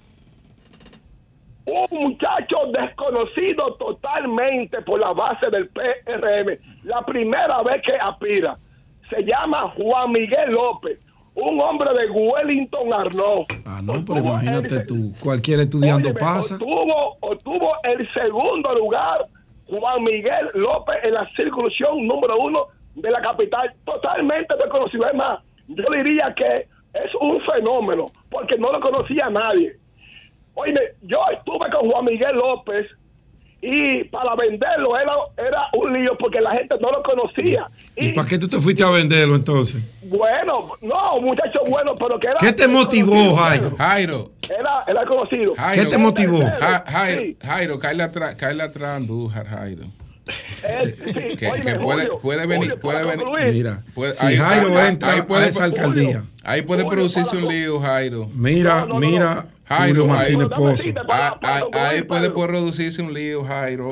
un muchacho desconocido totalmente por la base del PRM, la primera vez que aspira, se llama Juan Miguel López, un hombre de Wellington Arnaud. No, pero imagínate tú, cualquier estudiante pasa. Obtuvo el segundo lugar Juan Miguel López en la circunscripción número 1 de la capital, totalmente desconocido. Es más, yo diría que es un fenómeno, porque no lo conocía nadie. Oye, yo estuve con Juan Miguel López y para venderlo era un lío porque la gente no lo conocía. ¿Y para qué tú te fuiste a venderlo entonces? Bueno, no, muchacho bueno, pero que era... ¿Qué te motivó, Jairo? Era conocido. ¿Qué te motivó? Jairo, cae atrás Andújar, Jairo. Puede venir. Mira, si Jairo entra a esa alcaldía, ahí puede producirse un lío, Jairo. Mira, Jairo Martínez Pozo. Ahí puede producirse un lío, Jairo.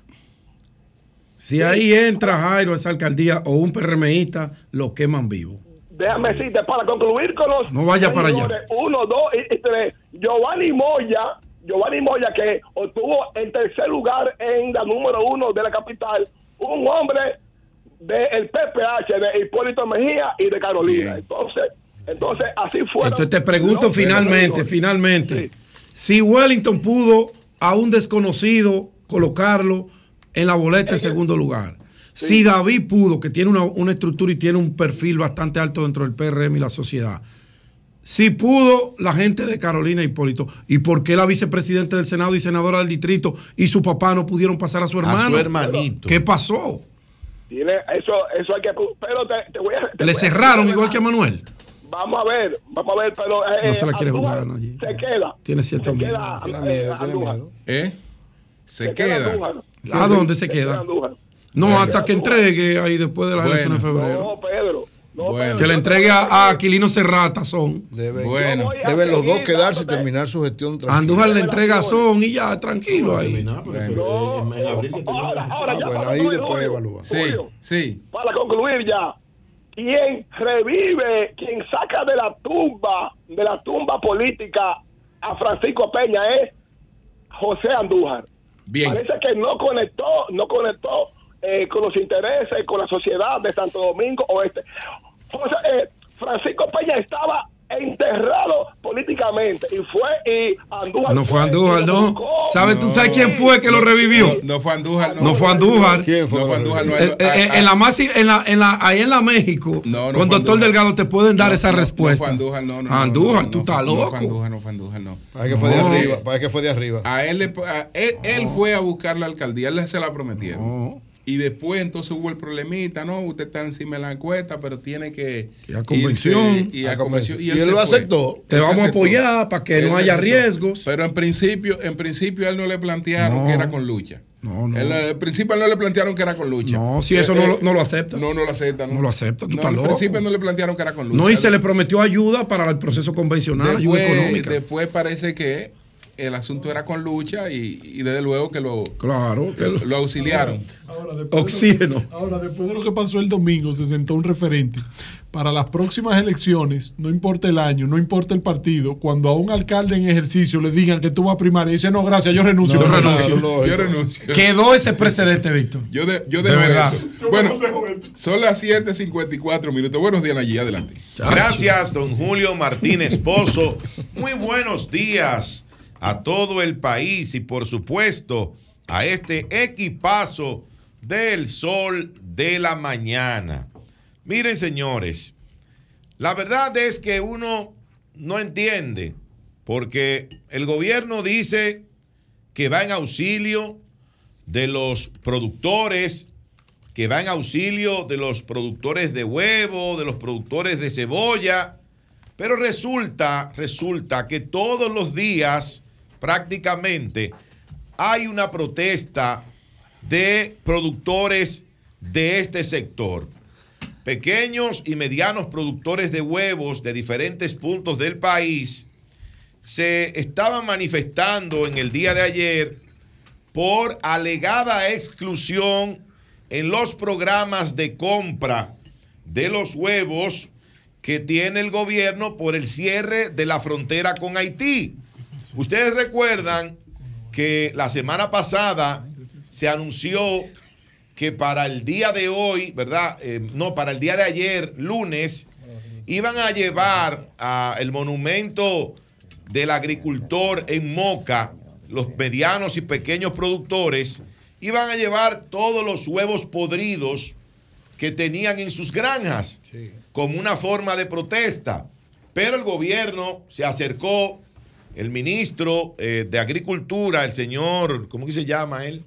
Si ahí entra Jairo a esa alcaldía o un PRMista, lo queman vivo. Déjame decirte, para concluir con los... No vaya para allá. 1, 2 y 3. Giovanni Moya, que obtuvo el tercer lugar en la número 1 de la capital, un hombre del PPH, de Hipólito Mejía y de Carolina. Entonces así fue. Entonces te pregunto finalmente, sí, si Wellington pudo a un desconocido colocarlo en la boleta en segundo lugar, sí. Si David pudo, que tiene una estructura y tiene un perfil bastante alto dentro del PRM y la sociedad, si pudo la gente de Carolina e Hipólito, ¿y por qué la vicepresidenta del Senado y senadora del distrito y su papá no pudieron pasar a su hermano? A su hermanito. ¿Qué pasó? Eso hay que... Pero te voy a... ¿Le cerraron igual que a Manuel? Vamos a ver, pero... no se la quiere jugar, ¿no? Se queda. Tiene cierto miedo. Se queda. ¿A dónde se queda? No, hasta que entregue ahí después de las elecciones de febrero. No, Pedro. Que le entregue a Aquilino Serrata Son. Deben los dos quedarse y terminar su gestión tranquila. Andújar le entrega Son y ya, tranquilo ahí. Ahora ahí después evalúa. Sí. Para concluir ya, quien revive, quien saca de la tumba política a Francisco Peña es José Andújar. Bien. Parece que no conectó con los intereses, con la sociedad de Santo Domingo Oeste. Francisco Peña estaba enterrado políticamente y Andújar. No fue Andújar, no. ¿Sabes tú sabes quién fue que lo revivió? No fue Andújar, no fue Andújar. ¿Quién fue? No fue Andújar, no. Ahí en la México, con Doctor Delgado te pueden dar esa respuesta. No fue Andújar, no. Andújar, tú estás loco. No fue Andújar, no. Parece que fue de arriba. A él fue a buscar la alcaldía, él se la prometieron. Y después entonces hubo el problemita, ¿no? Usted está encima de la encuesta, pero tiene que ir a convención. Y él lo aceptó. Te vamos a apoyar para que no haya riesgos. Pero en principio a él no le plantearon que era con lucha. No. En principio no le plantearon que era con lucha. No, si eso no lo acepta. No lo acepta. No lo acepta, tú estás loco. En principio no le plantearon que era con lucha. No, y se le prometió ayuda para el proceso convencional, ayuda económica. Después parece que el asunto era con lucha y desde luego que lo auxiliaron. Oxígeno. Ahora, después de lo que pasó el domingo, se sentó un referente. Para las próximas elecciones, no importa el año, no importa el partido, cuando a un alcalde en ejercicio le digan que tú vas a primaria, dice, no, gracias, yo renuncio. Yo renuncio. Quedó ese precedente, Víctor. Yo de verdad. Bueno, son las 7:54. Buenos días, allí, adelante. Gracias, don Julio Martínez Pozo. Muy buenos días a todo el país y, por supuesto, a este equipazo del Sol de la Mañana. Miren, señores, la verdad es que uno no entiende, porque el gobierno dice que va en auxilio de los productores que va en auxilio de los productores de huevo, de los productores de cebolla, pero resulta que todos los días prácticamente hay una protesta de productores de este sector. Pequeños y medianos productores de huevos de diferentes puntos del país se estaban manifestando en el día de ayer por alegada exclusión en los programas de compra de los huevos que tiene el gobierno por el cierre de la frontera con Haití. Ustedes recuerdan que la semana pasada se anunció que para el día de hoy, ¿verdad? Para el día de ayer, lunes, iban a llevar el monumento del agricultor en Moca, los medianos y pequeños productores, iban a llevar todos los huevos podridos que tenían en sus granjas, como una forma de protesta. Pero el gobierno se acercó, el ministro de Agricultura, el señor, ¿cómo que se llama él?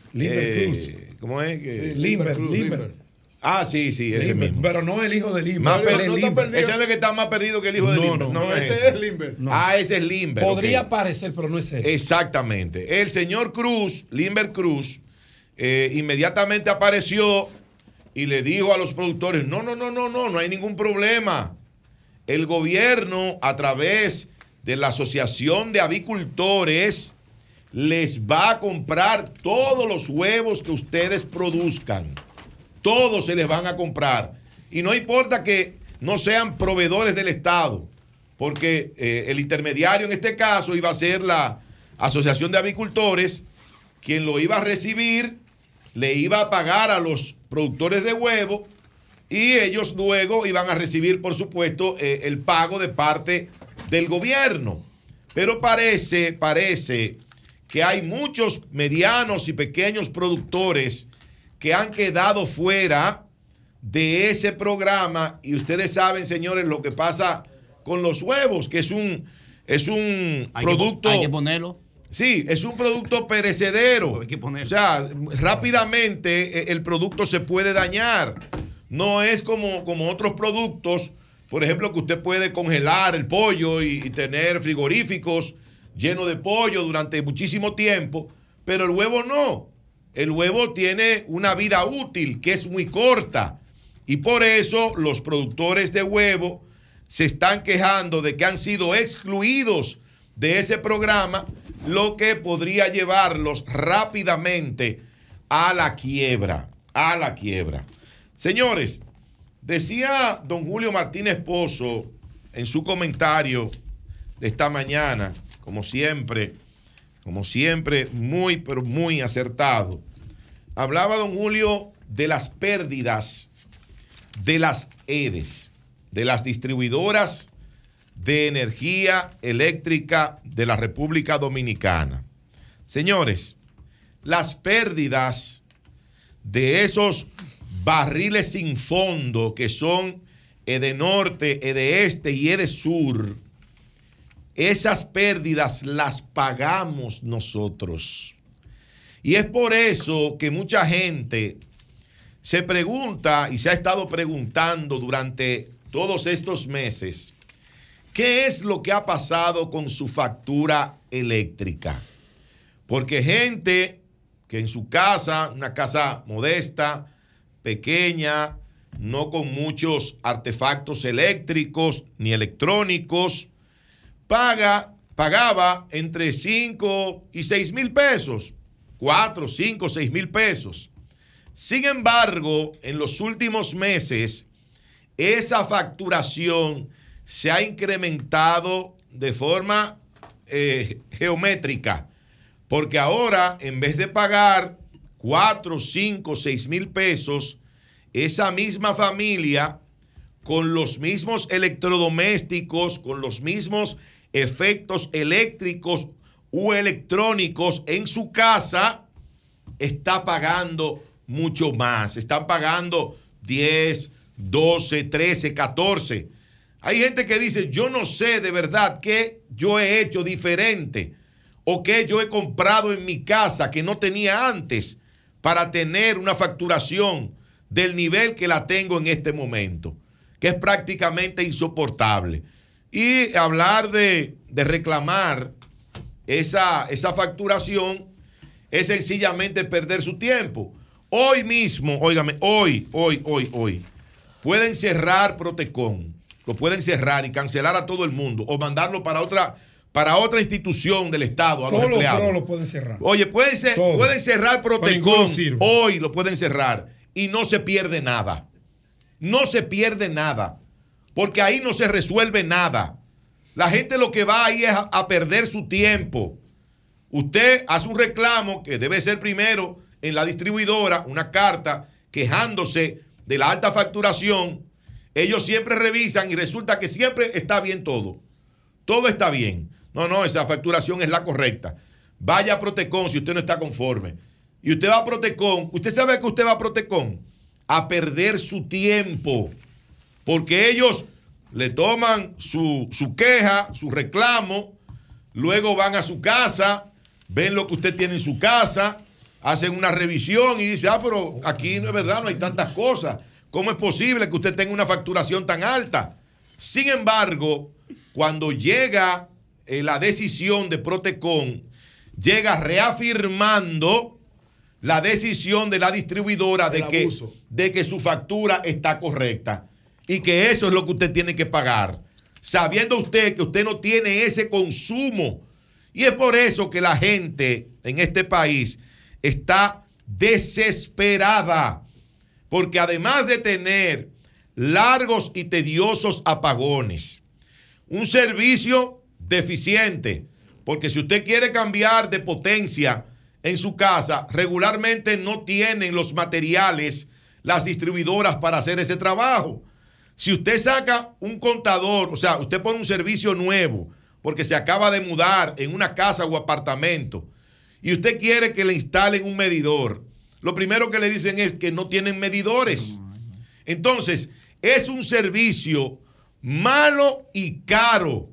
¿Cómo es? Limber. Ah, sí, ese mismo. Pero no el hijo de Limber. Ese es el que está más perdido que el hijo de Limber. No, ese es Limber. Ese es Limber. Podría parecer, pero no es él. Exactamente. El señor Cruz, Limber Cruz, inmediatamente apareció y le dijo a los productores, no hay ningún problema. El gobierno, a través de la Asociación de Avicultores, les va a comprar todos los huevos que ustedes produzcan. Todos se les van a comprar. Y no importa que no sean proveedores del Estado, porque el intermediario en este caso iba a ser la Asociación de Avicultores, quien lo iba a recibir, le iba a pagar a los productores de huevo y ellos luego iban a recibir, por supuesto, el pago de parte del gobierno. Pero parece que hay muchos medianos y pequeños productores que han quedado fuera de ese programa, y ustedes saben, señores, lo que pasa con los huevos, que es un producto. Hay que ponerlo. Sí, es un producto perecedero. Hay que ponerlo. O sea, rápidamente el producto se puede dañar. No es como otros productos, por ejemplo, que usted puede congelar el pollo y tener frigoríficos llenos de pollo durante muchísimo tiempo, pero el huevo no. El huevo tiene una vida útil que es muy corta, y por eso los productores de huevo se están quejando de que han sido excluidos de ese programa, lo que podría llevarlos rápidamente a la quiebra. Señores, decía don Julio Martínez Pozo en su comentario de esta mañana, como siempre, muy, pero muy acertado. Hablaba don Julio de las pérdidas de las EDES, de las distribuidoras de energía eléctrica de la República Dominicana. Señores, las pérdidas de esos barriles sin fondo que son EDENorte, EDEESTE y EDESUR, esas pérdidas las pagamos nosotros. Y es por eso que mucha gente se pregunta y se ha estado preguntando durante todos estos meses, ¿qué es lo que ha pasado con su factura eléctrica? Porque gente que en su casa, una casa modesta, pequeña, no con muchos artefactos eléctricos ni electrónicos, pagaba entre 5 y 6 mil pesos, 4, 5, 6 mil pesos. Sin embargo, en los últimos meses, esa facturación se ha incrementado de forma geométrica, porque ahora, en vez de pagar 4, 5, 6 mil pesos, esa misma familia, con los mismos electrodomésticos, con los mismos efectos eléctricos u electrónicos en su casa, está pagando mucho más. Están pagando 10, 12, 13, 14. Hay gente que dice, yo no sé de verdad qué yo he hecho diferente o qué yo he comprado en mi casa que no tenía antes para tener una facturación del nivel que la tengo en este momento, que es prácticamente insoportable. Y hablar de reclamar esa facturación es sencillamente perder su tiempo. Hoy mismo, óigame, hoy, pueden cerrar Protecon, lo pueden cerrar y cancelar a todo el mundo o mandarlo para otra institución del Estado, a los empleados. Todos lo pueden cerrar. Oye, pueden cerrar Protecon, hoy lo pueden cerrar y no se pierde nada. No se pierde nada, porque ahí no se resuelve nada. La gente lo que va ahí es a perder su tiempo. Usted hace un reclamo que debe ser primero en la distribuidora, una carta quejándose de la alta facturación. Ellos siempre revisan y resulta que siempre está bien todo. Todo está bien. No, esa facturación es la correcta. Vaya a Protecon si usted no está conforme. Y usted va a Protecon. ¿Usted sabe que usted va a Protecon? A perder su tiempo. Porque ellos le toman su queja, su reclamo, luego van a su casa, ven lo que usted tiene en su casa, hacen una revisión y dicen, pero aquí no es verdad, no hay tantas cosas. ¿Cómo es posible que usted tenga una facturación tan alta? Sin embargo, cuando llega la decisión de Protecon, llega reafirmando la decisión de la distribuidora de que su factura está correcta y que eso es lo que usted tiene que pagar, sabiendo usted que usted no tiene ese consumo. Y es por eso que la gente en este país está desesperada, porque además de tener largos y tediosos apagones, un servicio deficiente, porque si usted quiere cambiar de potencia en su casa, regularmente no tienen los materiales las distribuidoras para hacer ese trabajo. Si usted saca un contador, o sea, usted pone un servicio nuevo porque se acaba de mudar en una casa o apartamento y usted quiere que le instalen un medidor, lo primero que le dicen es que no tienen medidores. Entonces, es un servicio malo y caro.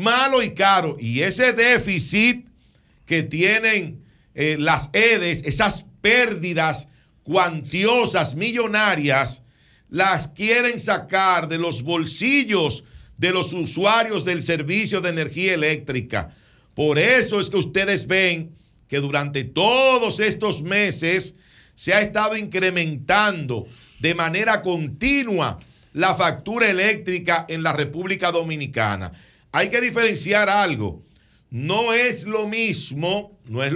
Y ese déficit que tienen las EDES, esas pérdidas cuantiosas, millonarias, las quieren sacar de los bolsillos de los usuarios del servicio de energía eléctrica. Por eso es que ustedes ven que durante todos estos meses se ha estado incrementando de manera continua la factura eléctrica en la República Dominicana. Hay que diferenciar algo. No es lo mismo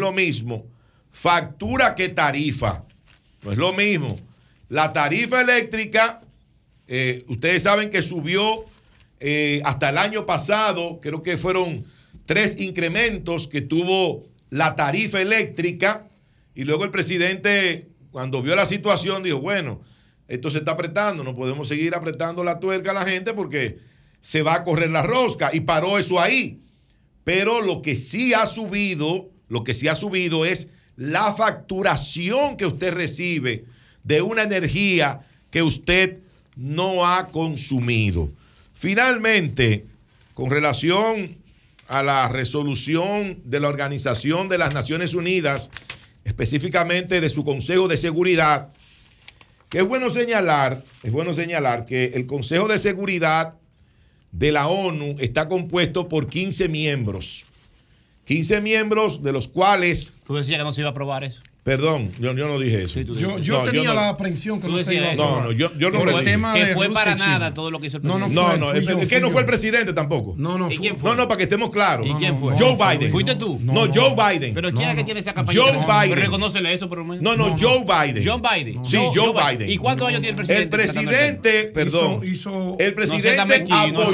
factura que tarifa. No es lo mismo. La tarifa eléctrica, ustedes saben que subió hasta el año pasado, creo que fueron 3 incrementos que tuvo la tarifa eléctrica, y luego el presidente, cuando vio la situación, dijo, bueno, esto se está apretando, no podemos seguir apretando la tuerca a la gente porque se va a correr la rosca, y paró eso ahí. Pero lo que sí ha subido es la facturación que usted recibe de una energía que usted no ha consumido. Finalmente, con relación a la resolución de la Organización de las Naciones Unidas, específicamente de su Consejo de Seguridad, que es bueno señalar que el Consejo de Seguridad de la ONU está compuesto por 15 miembros. 15 miembros de los cuales... Tú decías que no se iba a aprobar eso. Perdón, yo no dije eso. Sí, yo tenía la aprensión que no se iba a aprobar. yo no lo dije. Que fue para nada todo lo que hizo el presidente. Es que no fue el presidente tampoco. ¿Y quién fue? No, para que estemos claros. ¿Y quién fue? Joe Biden. ¿Fuiste tú? No, Joe Biden. ¿Pero quién es que tiene esa campaña? Joe Biden. Reconócele eso por lo menos. No, Joe Biden. John Biden. Sí, Joe Biden. ¿Y cuántos años tiene el presidente? El presidente, perdón. El presidente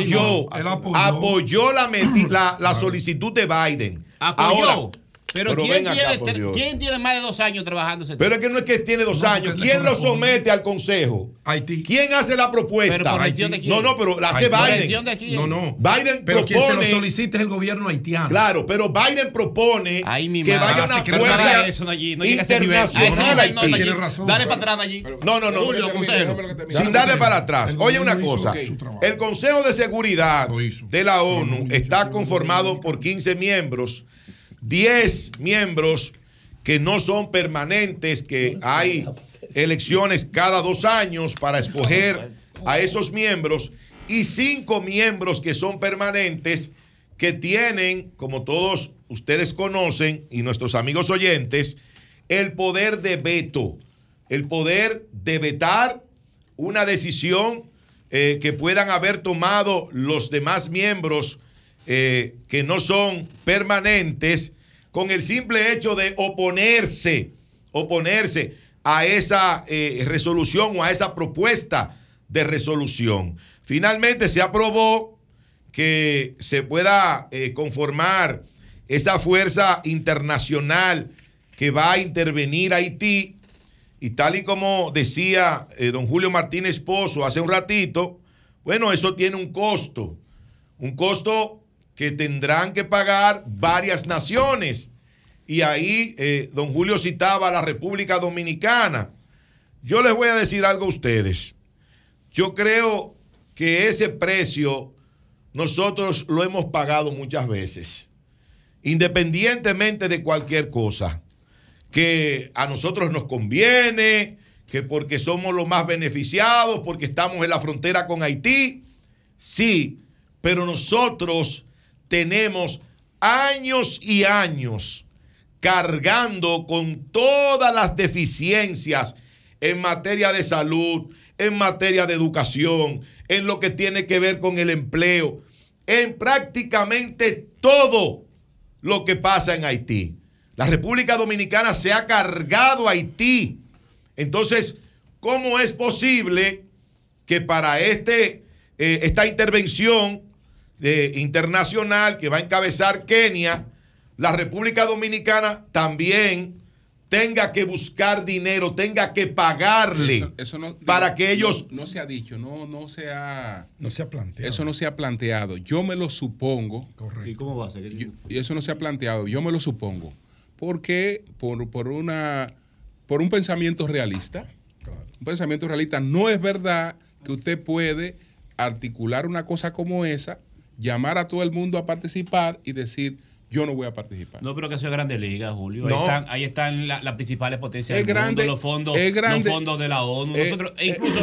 apoyó la solicitud de Biden. Apoyó. Pero ¿quién tiene más de 2 años trabajando ese tema? Pero es que no es que tiene 2 años. ¿Quién lo somete al Consejo? Haití. ¿Quién hace la propuesta? ¿Pero por gestión de quién? No, pero la hace Biden. ¿De quién? No. Biden pero propone... quien se lo solicita es el gobierno haitiano. Claro, pero Biden propone que vaya una fuerza internacional a Haití. Tiene razón. Dale para atrás allí. No. Julio, sin darle para atrás. Oye una cosa. El Consejo de Seguridad de la ONU está conformado por 15 miembros. 10 miembros que no son permanentes, que hay elecciones cada 2 años para escoger a esos miembros, y 5 miembros que son permanentes, que tienen, como todos ustedes conocen y nuestros amigos oyentes, el poder de veto, el poder de vetar una decisión que puedan haber tomado los demás miembros que no son permanentes, con el simple hecho de oponerse a esa resolución o a esa propuesta de resolución. Finalmente se aprobó que se pueda conformar esa fuerza internacional que va a intervenir a Haití, y tal y como decía don Julio Martínez Pozo hace un ratito, bueno, eso tiene un costo que tendrán que pagar varias naciones, y ahí don Julio citaba a la República Dominicana. Yo les voy a decir algo a ustedes. Yo creo que ese precio nosotros lo hemos pagado muchas veces, independientemente de cualquier cosa, que a nosotros nos conviene, que porque somos los más beneficiados, porque estamos en la frontera con Haití. Sí, pero nosotros tenemos años y años cargando con todas las deficiencias en materia de salud, en materia de educación, en lo que tiene que ver con el empleo, en prácticamente todo lo que pasa en Haití. La República Dominicana se ha cargado a Haití. Entonces, ¿cómo es posible que para esta intervención internacional que va a encabezar Kenia, la República Dominicana también tenga que buscar dinero, tenga que pagarle eso no, para que ellos... No se ha dicho, no se ha planteado. Eso no se ha planteado. Yo me lo supongo. Correcto. ¿Y cómo va a ser? Y eso no se ha planteado. Yo me lo supongo. Porque por un pensamiento realista. Claro. Un pensamiento realista. No es verdad que usted puede articular una cosa como esa, llamar a todo el mundo a participar y decir... Yo no voy a participar. No, pero que eso es Grande Liga, Julio. No. Ahí están las principales potencias del mundo, los fondos de la ONU. Nosotros, incluso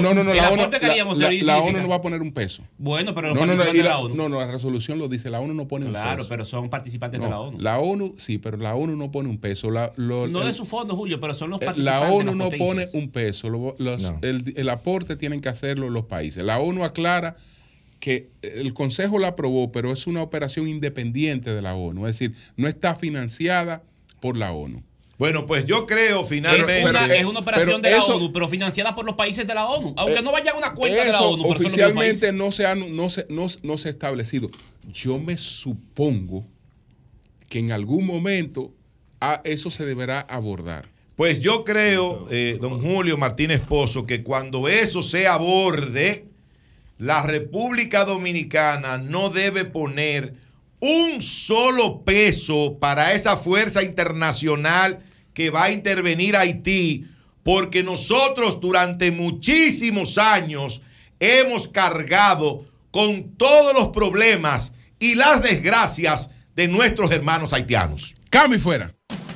la ONU no va a poner un peso. Bueno, pero los participantes de la ONU. No, la resolución lo dice, la ONU no pone un peso. Claro, pero son participantes de la ONU. La ONU, sí, pero la ONU no pone un peso. No de su fondo, Julio, pero son los participantes. La ONU no pone un peso. El aporte tienen que hacerlo los países. La ONU aclara que el Consejo la aprobó, pero es una operación independiente de la ONU, es decir, no está financiada por la ONU. Bueno, pues yo creo finalmente... Es una operación de la ONU, pero financiada por los países de la ONU, aunque no vaya a una cuenta de la ONU. Pero oficialmente no se ha establecido. Yo me supongo que en algún momento eso se deberá abordar. Pues yo creo, don Julio Martínez Pozo, que cuando eso se aborde... La República Dominicana no debe poner un solo peso para esa fuerza internacional que va a intervenir a Haití, porque nosotros durante muchísimos años hemos cargado con todos los problemas y las desgracias de nuestros hermanos haitianos. Cambio y fuera.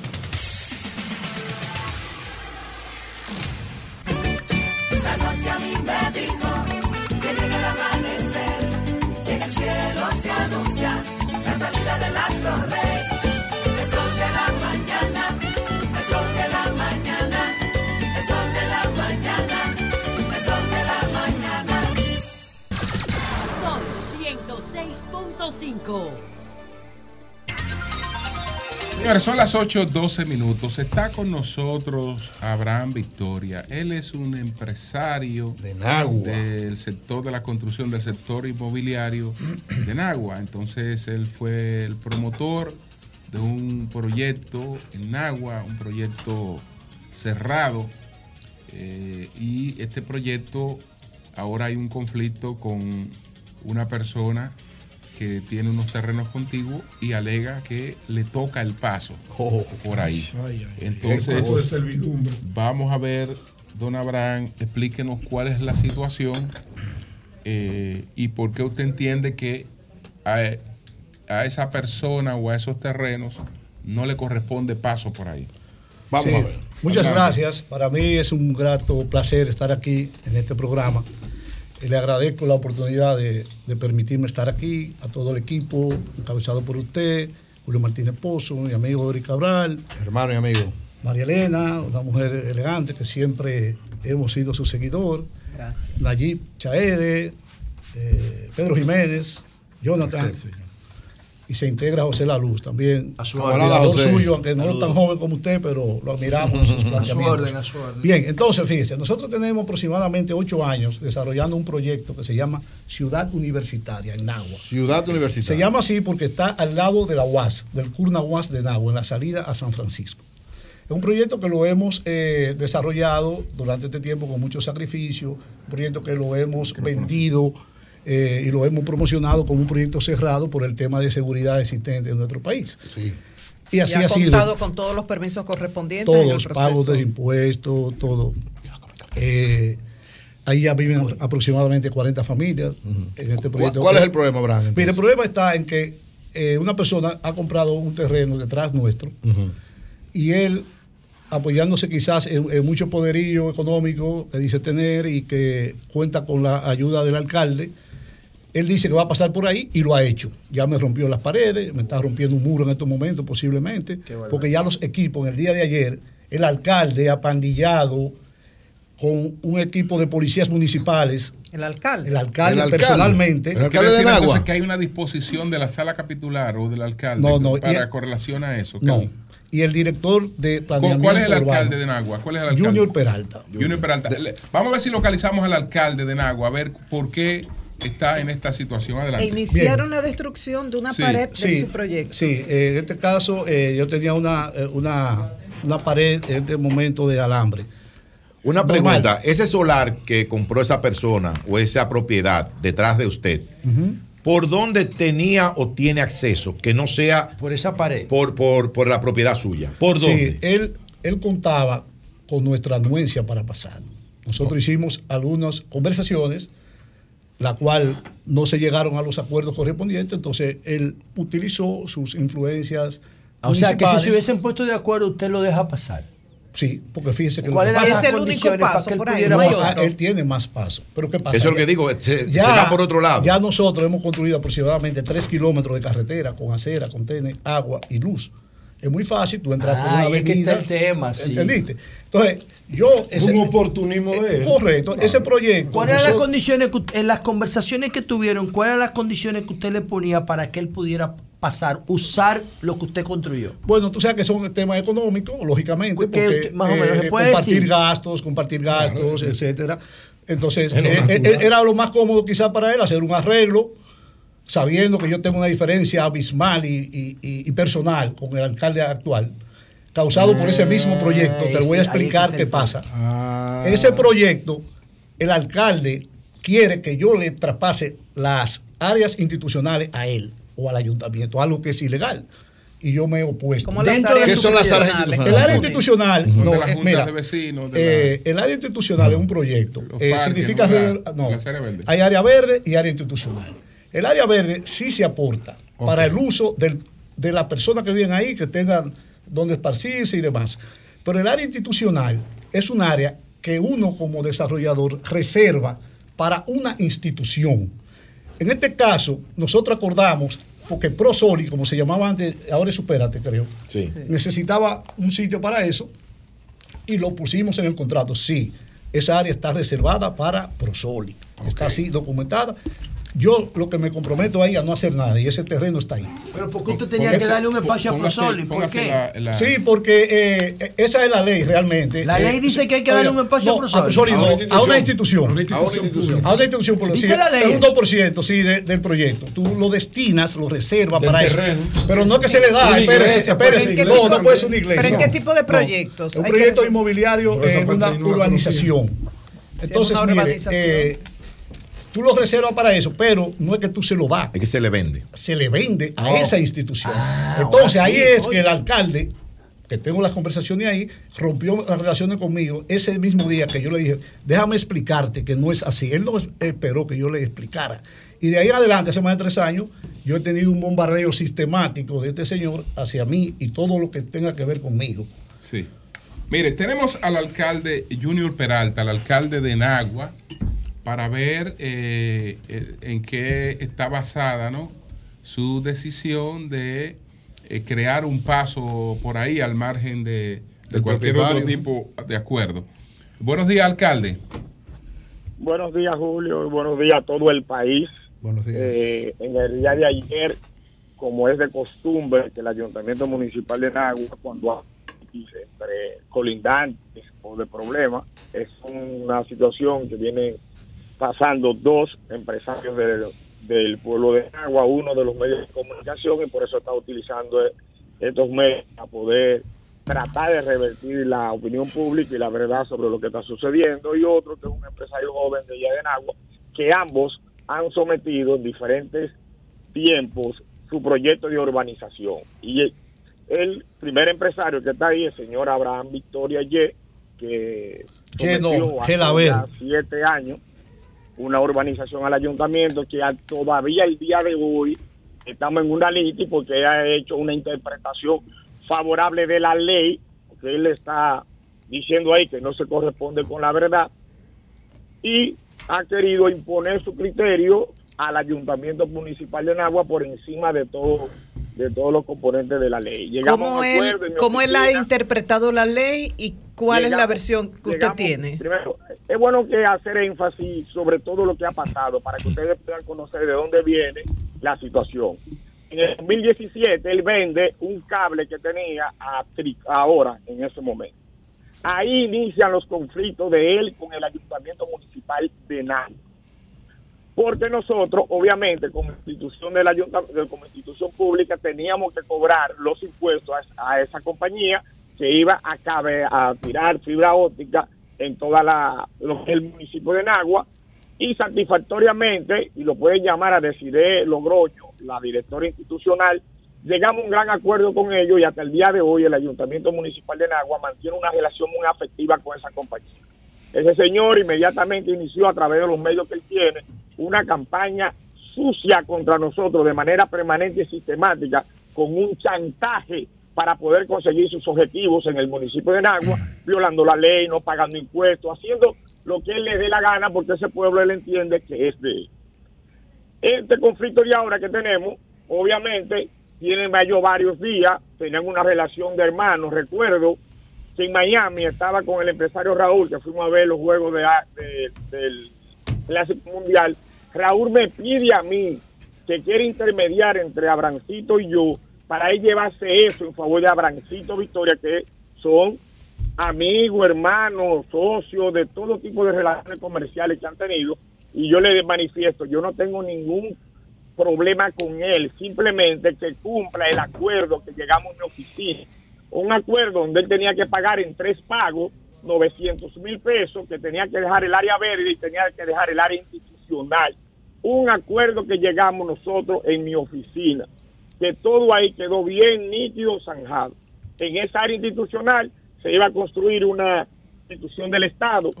Señores, son las 8:12 minutos. Está con nosotros Abraham Victoria. Él es un empresario de Nagua, del sector de la construcción, del sector inmobiliario de Nagua. Entonces, él fue el promotor de un proyecto en Nagua, un proyecto cerrado. Y este proyecto, ahora hay un conflicto con una persona que tiene unos terrenos contiguos y alega que le toca el paso por ahí. Entonces, vamos a ver, don Abraham, explíquenos cuál es la situación y por qué usted entiende que a esa persona o a esos terrenos no le corresponde paso por ahí. Vamos a ver. Muchas gracias. Para mí es un grato placer estar aquí en este programa. Le agradezco la oportunidad de permitirme estar aquí, a todo el equipo, encabezado por usted, Julio Martínez Pozo, mi amigo Eric Cabral. Hermano y amigo. María Elena, una mujer elegante que siempre hemos sido su seguidor. Gracias. Nayib Chaede, Pedro Jiménez, Jonathan. Y se integra José La Luz también. A su admirador suyo, aunque no es tan joven como usted, pero lo admiramos en sus planteamientos. A su orden. Bien, entonces fíjese, nosotros tenemos aproximadamente 8 años desarrollando un proyecto que se llama Ciudad Universitaria en Nagua. Ciudad Universitaria. Se llama así porque está al lado de la UAS, del CURNA UAS de Nagua, en la salida a San Francisco. Es un proyecto que lo hemos desarrollado durante este tiempo con mucho sacrificio, un proyecto que lo hemos vendido y lo hemos promocionado como un proyecto cerrado por el tema de seguridad existente en nuestro país. Sí. Y así ha sido. Contado con todos los permisos correspondientes. Todos, pagos de impuestos, todo. Ahí ya viven aproximadamente 40 familias en este proyecto. ¿Cuál es el problema, Brian? Mire, el problema está en que una persona ha comprado un terreno detrás nuestro y él, apoyándose quizás en mucho poderío económico que dice tener y que cuenta con la ayuda del alcalde, él dice que va a pasar por ahí y lo ha hecho. Ya me rompió las paredes, me está rompiendo un muro en estos momentos posiblemente, porque ya los equipos, en el día de ayer, el alcalde apandillado con un equipo de policías municipales. El alcalde. El alcalde personalmente. ¿El alcalde de Nagua? Entonces que hay una disposición de la sala capitular o del alcalde para correlación a eso. No. Y el director de planeamiento ¿Cuál es el urbano? alcalde de Nagua? ¿Cuál es el alcalde? Junior Peralta. Junior Peralta. Vamos a ver si localizamos al alcalde de Nagua, a ver por qué está en esta situación. Adelante. Iniciaron la destrucción de una pared de su proyecto. Sí, en este caso yo tenía una pared en este momento de alambre. Una pregunta, ese solar que compró esa persona o esa propiedad detrás de usted, ¿por dónde tenía o tiene acceso? Que no sea por esa pared. Por la propiedad suya. ¿Por dónde? Sí, él contaba con nuestra anuencia para pasar. Nosotros hicimos algunas conversaciones, la cual no se llegaron a los acuerdos correspondientes, entonces él utilizó sus influencias. O sea, que si se hubiesen puesto de acuerdo, usted lo deja pasar. Sí, porque fíjese que ¿cuál era las condiciones para que él pudiera pasar? Él tiene más pasos. Pero ¿qué pasa? Eso es lo que digo, se va por otro lado. Ya nosotros hemos construido aproximadamente 3 kilómetros de carretera con acera, con tenes, agua y luz. Es muy fácil, tú entras por una avenida. Es que está el tema, sí. ¿Entendiste? Entonces, un oportunismo de él. Correcto, ese proyecto. ¿Cuáles eran las condiciones en las conversaciones que tuvieron? ¿Cuáles eran las condiciones que usted le ponía para que él pudiera pasar, usar lo que usted construyó? Bueno, tú sabes que son temas económicos, lógicamente, porque más o menos se puede compartir gastos, etcétera. Entonces, era lo más cómodo quizás para él hacer un arreglo, sabiendo que yo tengo una diferencia abismal y personal con el alcalde actual, causado por ese mismo proyecto. Te lo voy a explicar qué pasa. Ese proyecto, el alcalde quiere que yo le traspase las áreas institucionales a él o al ayuntamiento, algo que es ilegal. Y yo me he opuesto. ¿Qué son las áreas institucionales? El área institucional, el área institucional es un proyecto. Significa hay área verde y área institucional. El área verde sí se aporta para el uso de las personas que viven ahí, que tengan donde esparcirse y demás. Pero el área institucional es un área que uno como desarrollador reserva para una institución. En este caso, nosotros acordamos, porque ProSoli, como se llamaba antes, ahora es Supérate, creo, necesitaba un sitio para eso y lo pusimos en el contrato. Sí, esa área está reservada para ProSoli. Está así documentada. Yo lo que me comprometo ahí a no hacer nada y ese terreno está ahí. Pero ¿por qué usted tenía que darle un espacio a ProSoli? ¿Por qué? Sí, porque esa es la ley realmente. La ley dice que hay que darle un espacio a ProSoli. A ProSoli no, a una institución. A una institución, por dice la ley. Un 2% sí, del proyecto. Tú lo destinas, lo reservas para eso. Pero no que se le da, espérese. No puede ser una iglesia. ¿Pero en qué tipo de proyectos? Un proyecto inmobiliario en una urbanización. Entonces, mire, tú lo reservas para eso, pero no es que tú se lo das. Es que se le vende. Se le vende a esa institución. Entonces ahí es que el alcalde, que tengo las conversaciones ahí, rompió las relaciones conmigo ese mismo día que yo le dije, déjame explicarte que no es así. Él no esperó que yo le explicara. Y de ahí en adelante, hace más de 3 años, yo he tenido un bombardeo sistemático de este señor hacia mí y todo lo que tenga que ver conmigo. Sí. Mire, tenemos al alcalde Junior Peralta, al alcalde de Nagua, para ver en qué está basada, ¿no?, su decisión de crear un paso por ahí al margen de cualquier otro tipo de acuerdo. Buenos días, alcalde. Buenos días, Julio, y buenos días a todo el país. Buenos días. En el día de ayer, como es de costumbre, que el Ayuntamiento Municipal de Nagua, cuando hay entre colindantes o de problemas, es una situación que viene pasando dos empresarios del pueblo de Nagua, uno de los medios de comunicación, y por eso está utilizando estos medios para poder tratar de revertir la opinión pública y la verdad sobre lo que está sucediendo, y otro que es un empresario joven de allá de Nagua, que ambos han sometido en diferentes tiempos su proyecto de urbanización. Y el primer empresario que está ahí, el señor Abraham Victoria Ye, que sometió hace ya 7 años una urbanización al ayuntamiento, que todavía el día de hoy estamos en una litis porque ha hecho una interpretación favorable de la ley, porque él está diciendo ahí que no se corresponde con la verdad, y ha querido imponer su criterio al Ayuntamiento Municipal de Nagua por encima de todos los componentes de la ley. ¿Cómo él ha interpretado la ley y cuál es la versión que usted tiene? Primero, es bueno que hacer énfasis sobre todo lo que ha pasado para que ustedes puedan conocer de dónde viene la situación. En el 2017 él vende un cable que tenía ahora en ese momento. Ahí inician los conflictos de él con el Ayuntamiento Municipal de Nagua. Porque nosotros, obviamente, como institución del ayuntamiento, como institución pública, teníamos que cobrar los impuestos a esa compañía que iba a tirar fibra óptica en toda lo que es el municipio de Nagua, y satisfactoriamente, y lo pueden llamar a Desiree Logroño, la directora institucional, llegamos a un gran acuerdo con ellos, y hasta el día de hoy el Ayuntamiento Municipal de Nagua mantiene una relación muy afectiva con esa compañía. Ese señor inmediatamente inició, a través de los medios que él tiene, una campaña sucia contra nosotros de manera permanente y sistemática, con un chantaje para poder conseguir sus objetivos en el municipio de Nagua, violando la ley, no pagando impuestos, haciendo lo que él le dé la gana, porque ese pueblo él entiende que es de él. Este conflicto de ahora que tenemos, obviamente, tienen varios días, tenían una relación de hermanos. Recuerdo que en Miami estaba con el empresario Raúl, que fuimos a ver los juegos del Clásico Mundial. Raúl me pide a mí que quiere intermediar entre Abrancito y yo para él llevarse eso en favor de Abrancito Victoria, que son amigos, hermanos, socios de todo tipo de relaciones comerciales que han tenido, y yo le manifiesto, yo no tengo ningún problema con él, simplemente que cumpla el acuerdo que llegamos en mi oficina, un acuerdo donde él tenía que pagar en 3 pagos 900,000 pesos, que tenía que dejar el área verde y tenía que dejar el área institucional, un acuerdo que llegamos nosotros en mi oficina, que todo ahí quedó bien nítido, zanjado. En esa área institucional se iba a construir una institución del Estado,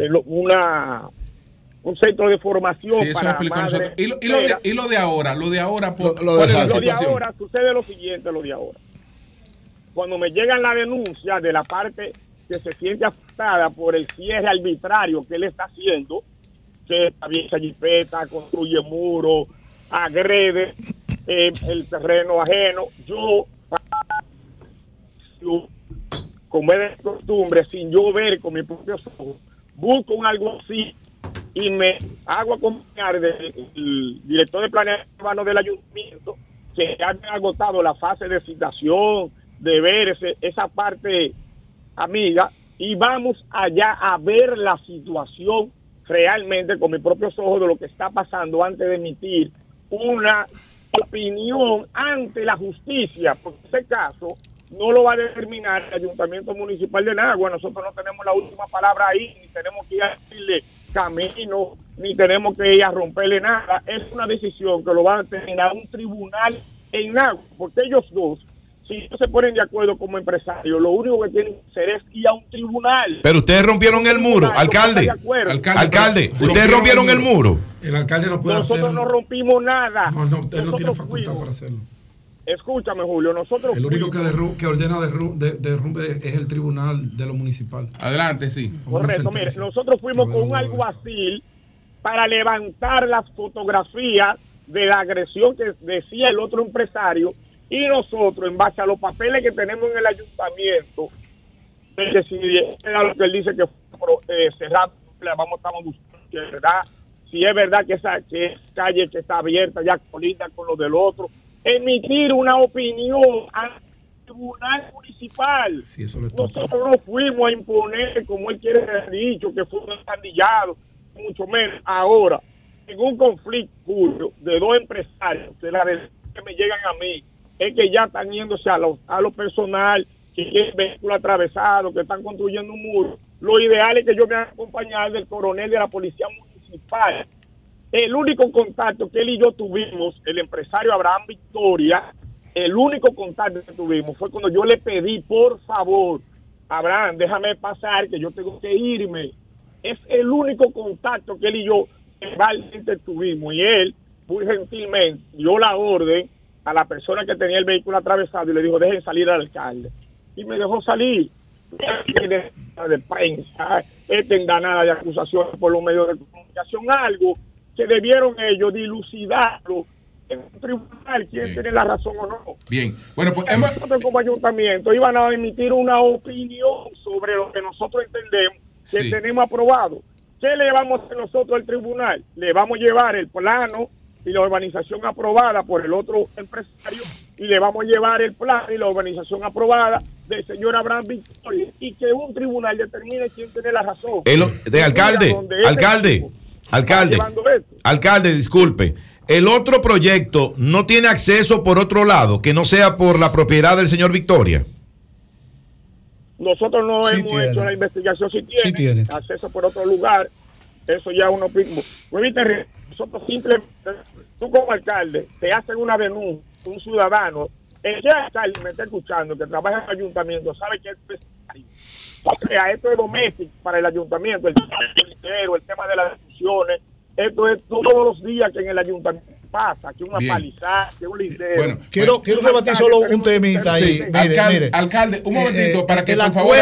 un centro de formación para madres. ¿Y lo de ahora? Lo de ahora, sucede lo siguiente, Cuando me llegan la denuncia de la parte que se siente afectada por el cierre arbitrario que él está haciendo, que atraviesa jipeta, construye muros, agrede el terreno ajeno, yo, como es de costumbre, sin yo ver con mis propios ojos, busco un alguacil y me hago acompañar del director de planeamiento urbano del ayuntamiento, que han agotado la fase de citación, de ver esa parte amiga, y vamos allá a ver la situación realmente con mis propios ojos de lo que está pasando antes de emitir una opinión ante la justicia, porque ese caso no lo va a determinar el Ayuntamiento Municipal de Nagua. Nosotros no tenemos la última palabra ahí, ni tenemos que ir a decirle camino, ni tenemos que ir a romperle nada. Es una decisión que lo va a determinar un tribunal en Nagua, porque ellos dos, si no se ponen de acuerdo como empresarios, lo único que tienen que hacer es ir a un tribunal. Pero ustedes rompieron el muro, alcalde, ustedes rompieron el muro. El alcalde no puede hacerlo. Nosotros no rompimos nada. No, él no tiene facultad para hacerlo. escúchame, Julio, nosotros el único que ordena derrumbe es el tribunal de lo municipal. Adelante, sí. Correcto, mire, nosotros fuimos con un alguacil para levantar las fotografías de la agresión que decía el otro empresario, y nosotros, en base a los papeles que tenemos en el ayuntamiento, era lo que él dice que fue cerrado, estamos buscando que es verdad, si es verdad que esa calle que está abierta ya colinda con lo del otro, emitir una opinión al tribunal municipal. Sí, eso le toca. Nosotros no fuimos a imponer, como él quiere haber dicho, que fue un escandillado, mucho menos. Ahora, en un conflicto, Julio, de dos empresarios, de la vez que me llegan a mí, es que ya están yéndose a lo personal, que hay vehículos atravesados, que están construyendo un muro. Lo ideal es que yo me haga acompañar del coronel de la policía municipal. El único contacto que él y yo tuvimos, el empresario Abraham Victoria, el único contacto que tuvimos fue cuando yo le pedí, por favor, Abraham, déjame pasar, que yo tengo que irme. Es el único contacto que él y yo realmente tuvimos. Y él, muy gentilmente, dio la orden a la persona que tenía el vehículo atravesado y le dijo, dejen salir al alcalde. Y me dejó salir. De prensa, nada de acusaciones por los medios de comunicación, algo que debieron ellos dilucidarlo en un tribunal, quién tiene la razón o no. Bien, bueno, pues nosotros como ayuntamiento iban a emitir una opinión sobre lo que nosotros entendemos que tenemos aprobado. ¿Qué le vamos a hacer nosotros al tribunal? Le vamos a llevar el plano y la urbanización aprobada por el otro empresario, y le vamos a llevar el plano y la urbanización aprobada del señor Abraham Victoria, y que un tribunal determine quién tiene la razón. Alcalde, disculpe. El otro proyecto no tiene acceso por otro lado, que no sea por la propiedad del señor Victoria. Nosotros no hemos hecho la investigación, si tiene acceso por otro lugar. Eso ya uno mismo. Nosotros simplemente, tú como alcalde, te hacen una denuncia, un ciudadano, el alcalde me está escuchando, que trabaja en el ayuntamiento, sabe que es necesario. O sea, esto es doméstico para el ayuntamiento, el tema de las discusiones, esto es todos los días que en el ayuntamiento pasa, que una palizada, que un lindero. Bueno, quiero rebatir solo un temita ahí. Alcalde, un momentito, para que por favor,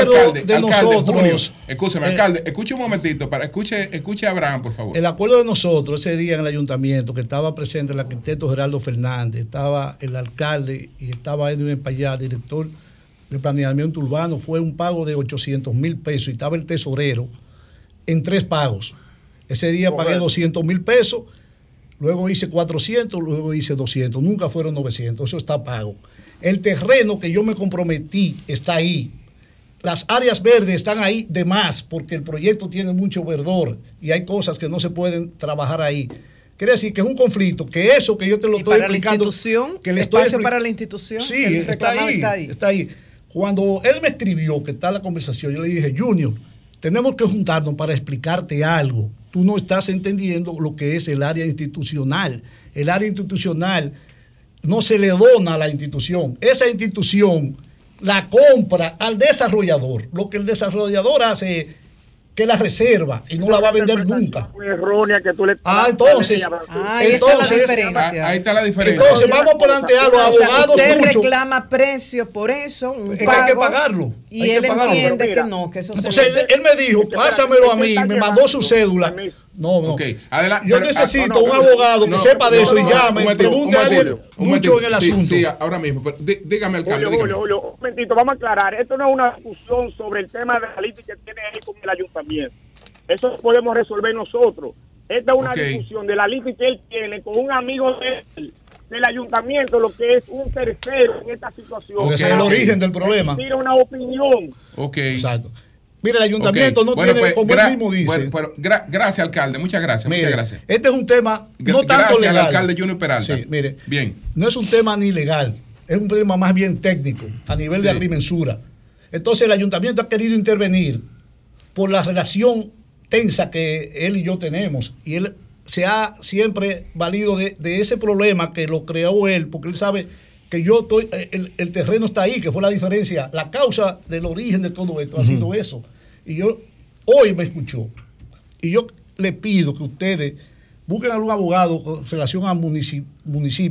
alcalde, escuche un momentito, escuche a Abraham, por favor. El acuerdo de nosotros ese día en el ayuntamiento, que estaba presente el arquitecto Gerardo Fernández, estaba el alcalde y estaba Edwin Payá, director de planeamiento urbano, fue un pago de 800,000 pesos y estaba el tesorero en 3 pagos. Ese día pagué 200,000 pesos. Luego hice 400, luego hice 200. Nunca fueron 900. Eso está pago. El terreno que yo me comprometí está ahí. Las áreas verdes están ahí de más porque el proyecto tiene mucho verdor y hay cosas que no se pueden trabajar ahí. Quiere decir que es un conflicto, que eso que yo te lo estoy explicando. ¿La institución? Que le ¿Espacio para la institución? Sí, está ahí. Cuando él me escribió, que está la conversación, yo le dije, Junior, tenemos que juntarnos para explicarte algo. Tú no estás entendiendo lo que es el área institucional. El área institucional no se le dona a la institución. Esa institución la compra al desarrollador. Lo que el desarrollador hace es que la reserva y no la va a vender nunca. Errónea que tú le entonces ahí está la diferencia. Ahí está la diferencia. Entonces vamos a plantear los abogados. Usted reclama precio por eso, un pago, hay que pagarlo. Y él entiende que no, que eso se entonces él me dijo, pásamelo a mí, me mandó su cédula. No. Okay. Yo necesito un abogado que sepa de eso y llame, pregunte a alguien mucho en el asunto. Sí, ahora mismo. Pero dígame, alcalde. Julio, un momentito, vamos a aclarar. Esto no es una discusión sobre el tema de la ley que tiene él con el ayuntamiento. Eso podemos resolver nosotros. Esta es una discusión de la ley que él tiene con un amigo de él, del ayuntamiento, lo que es un tercero en esta situación. Porque ese es el origen del problema. Tiene una opinión. Exacto. Mira, el ayuntamiento no tiene, pues, como él mismo dice. Gracias, alcalde. Muchas gracias. Mire, muchas gracias. Este es un tema no tanto gracias legal. Al alcalde Junior Peralta. Sí, mire, bien. No es un tema ni legal, es un tema más bien técnico, a nivel de agrimensura. Entonces el ayuntamiento ha querido intervenir por la relación tensa que él y yo tenemos. Y él se ha siempre valido de ese problema que lo creó él, porque él sabe que yo estoy, el terreno está ahí, que fue la diferencia, la causa del origen de todo esto ha sido eso. Y yo, hoy me escuchó, y yo le pido que ustedes busquen a algún abogado con relación al municipio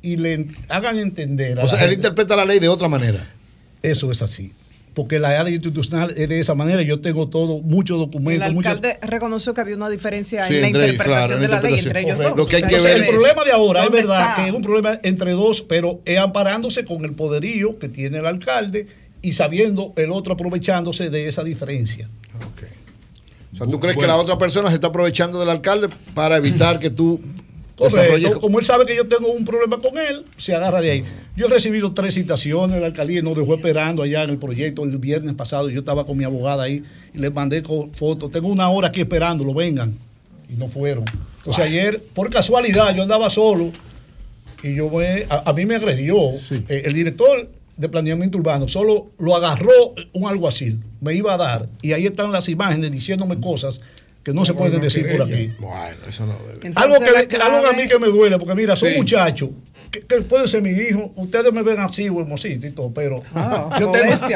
y le hagan entender. O sea, él interpreta la ley de otra manera. Eso es así. Porque la área institucional es de esa manera. Yo tengo muchos documentos. El alcalde reconoció que había una diferencia en la interpretación de la ley entre ellos dos. Lo que hay que ver. El problema de ahora es verdad que es un problema entre dos, pero es amparándose con el poderío que tiene el alcalde y sabiendo el otro aprovechándose de esa diferencia. Okay. O sea, ¿tú crees que la otra persona se está aprovechando del alcalde para evitar que tú... Correcto. Como él sabe que yo tengo un problema con él, se agarra de ahí. Yo he recibido 3 citaciones, la alcaldía nos dejó esperando allá en el proyecto el viernes pasado. Yo estaba con mi abogada ahí y les mandé fotos. Tengo 1 hora aquí esperándolo, vengan. Y no fueron. Entonces ayer, por casualidad, yo andaba solo y a mí me agredió. Sí. El director de planeamiento urbano solo lo agarró un alguacil, me iba a dar. Y ahí están las imágenes diciéndome cosas que no se pueden decir por aquí. Bueno, eso no debe. Algo a mí que me duele, porque mira, son muchachos que pueden ser mi hijo. Ustedes me ven así, hermosito y todo, pero yo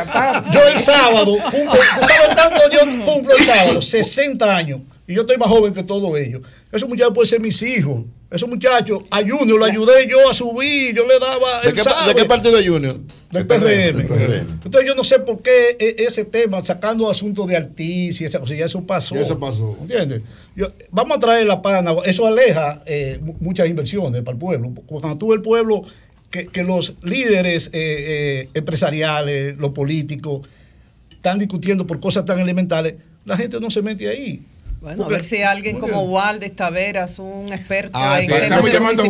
el sábado, ¿tú sabes tanto yo cumplo el sábado? 60 años. Y yo estoy más joven que todos ellos. Esos muchachos pueden ser mis hijos. Esos muchachos, a Junior lo ayudé yo a subir, yo le daba... ¿De qué partido de Junior? Del PRM. Entonces yo no sé por qué ese tema, sacando asuntos de Altiz y esa cosa, ya eso pasó. ¿Entiendes? Vamos a traer la pana, eso aleja muchas inversiones para el pueblo. Cuando tú ves el pueblo, que los líderes empresariales, los políticos, están discutiendo por cosas tan elementales, la gente no se mete ahí. Bueno, a ver si alguien como Waldes Taveras, un experto en estamos llamando a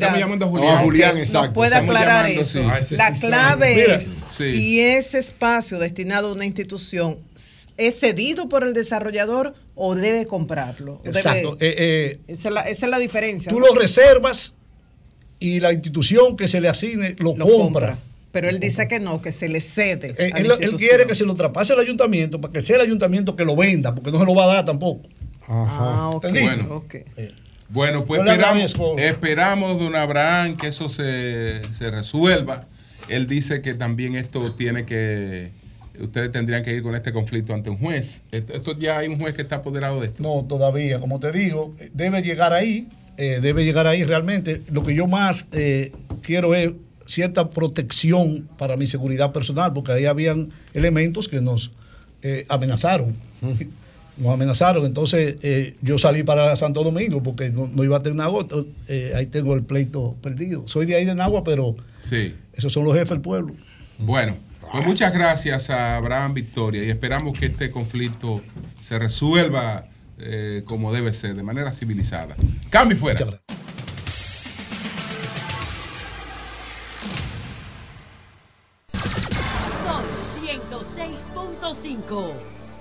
Julián, exacto. Nos puede aclarar eso. La clave es si ese espacio destinado a una institución es cedido por el desarrollador o debe comprarlo. Exacto. Esa es la diferencia. Tú lo reservas y la institución que se le asigne lo compra. Pero él dice que no, que se le cede. Él quiere que se lo traspase al ayuntamiento para que sea el ayuntamiento que lo venda, porque no se lo va a dar tampoco. Ajá. Bueno, pues esperamos, don Abraham, que eso se resuelva. Él dice que también esto tiene que... Ustedes tendrían que ir con este conflicto ante un juez. ¿Esto ya hay un juez que está apoderado de esto? No, todavía. Como te digo, debe llegar ahí realmente. Lo que yo más quiero es cierta protección para mi seguridad personal, porque ahí habían elementos que nos amenazaron. Nos amenazaron, entonces yo salí para Santo Domingo porque no iba a tener agua. Ahí tengo el pleito perdido. Soy de ahí de Nagua, pero esos son los jefes del pueblo. Bueno, pues muchas gracias a Abraham Victoria y esperamos que este conflicto se resuelva como debe ser, de manera civilizada. Cambio fuera. Son 106.5.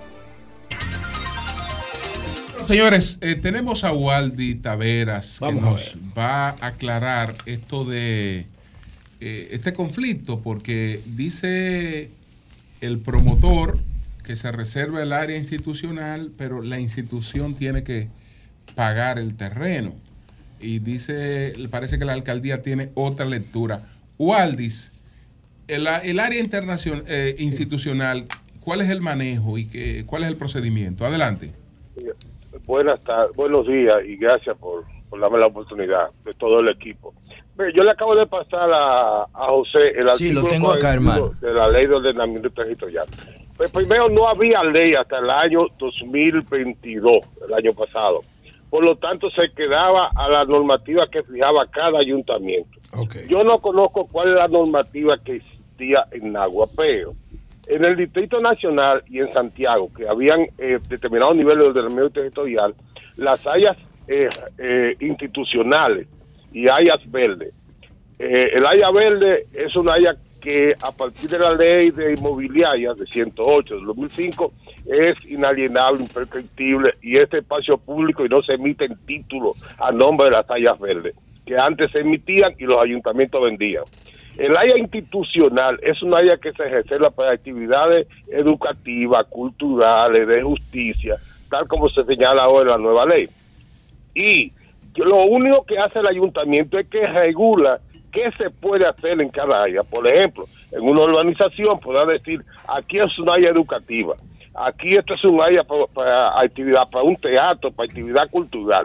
Señores, tenemos a Waldy Taveras que nos va a aclarar esto de este conflicto, porque dice el promotor que se reserva el área institucional, pero la institución tiene que pagar el terreno. Y parece que la alcaldía tiene otra lectura. Waldis, el área institucional, ¿cuál es el manejo y cuál es el procedimiento? Adelante. Buenas tardes, buenos días y gracias por darme la oportunidad de todo el equipo. Yo le acabo de pasar a José el artículo lo tengo acá, hermano, de la ley de ordenamiento territorial. Pues primero, no había ley hasta el año 2022, el año pasado. Por lo tanto, se quedaba a la normativa que fijaba cada ayuntamiento. Yo no conozco cuál es la normativa que existía en Nagua, pero en el Distrito Nacional y en Santiago, que habían determinado niveles de ordenamiento territorial, las áreas institucionales y áreas verdes. El área verde es una área que a partir de la ley de inmobiliaria de 108 del 2005 es inalienable, imprescriptible y este espacio público y no se emiten títulos a nombre de las áreas verdes, que antes se emitían y los ayuntamientos vendían. El área institucional es un área que se reserva para actividades educativas, culturales, de justicia, tal como se señala ahora en la nueva ley. Y lo único que hace el ayuntamiento es que regula qué se puede hacer en cada área. Por ejemplo, en una urbanización podrá decir, aquí es un área educativa, aquí esto es un área para actividad, para un teatro, para actividad cultural.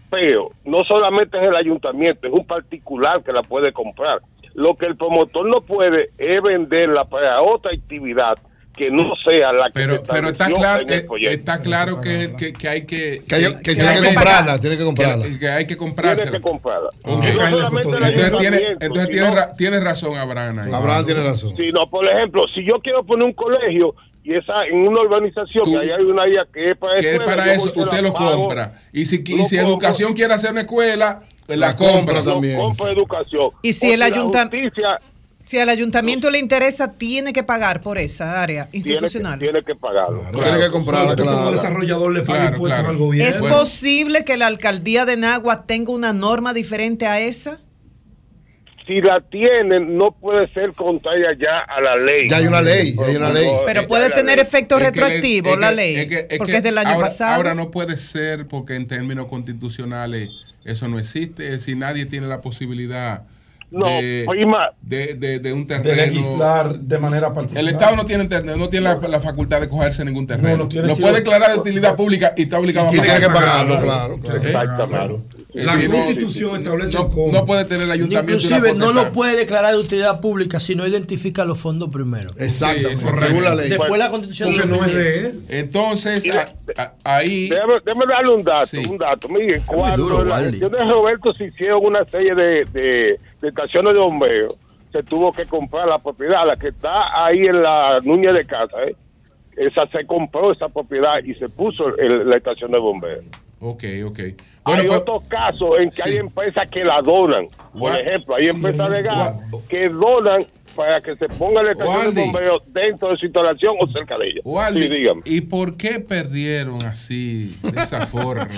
pero no solamente es el ayuntamiento, es un particular que la puede comprar. Lo que el promotor no puede es venderla para otra actividad que no sea la que pero está claro que hay que tiene que comprarla, que hay que comprársela. Tiene que comprarla. Entonces tiene razón Abraham. Abraham tiene razón. Sí, no, por ejemplo, si yo quiero poner un colegio y en una urbanización que ahí hay una área que es para escuela, para eso usted lo compra. Y si educación quiere hacer una escuela, la compra también. Compra educación. Y si el ayuntamiento le interesa, tiene que pagar por esa área institucional. Tiene que pagarlo. Tiene que comprarla. Como desarrollador le paga impuestos al gobierno. ¿Es posible que la alcaldía de Nagua tenga una norma diferente a esa? Si la tienen, no puede ser contraria ya a la ley. Ya hay una ley, Pero puede tener efecto retroactivo la ley, porque es del año pasado. Ahora no puede ser, porque en términos constitucionales eso no existe. Es decir, nadie tiene la posibilidad de un terreno. De legislar de manera particular. El Estado no tiene la facultad de cogerse ningún terreno. Lo puede declarar de utilidad pública y está obligado a pagarlo. Tiene que pagarlo, claro. Exactamente. La Constitución establece no puede tener el ayuntamiento. Inclusive no lo puede declarar de utilidad pública si no identifica los fondos primero. Exacto, regula la ley. Después la Constitución no es de él. Entonces, ahí... Déjame darle un dato. Miren, cuando en la gestión de Roberto se hicieron una serie de estaciones de bombeo, se tuvo que comprar la propiedad, la que está ahí en la Núñez de Casa, esa se compró esa propiedad y se puso la estación de bombeo. Ok. Hay otros casos en que hay empresas que la donan. Por ejemplo, hay empresas de gas que donan para que se ponga la estación de bombeo dentro de su instalación o cerca de ella. Sí, dígame. ¿Y por qué perdieron así, de esa forma?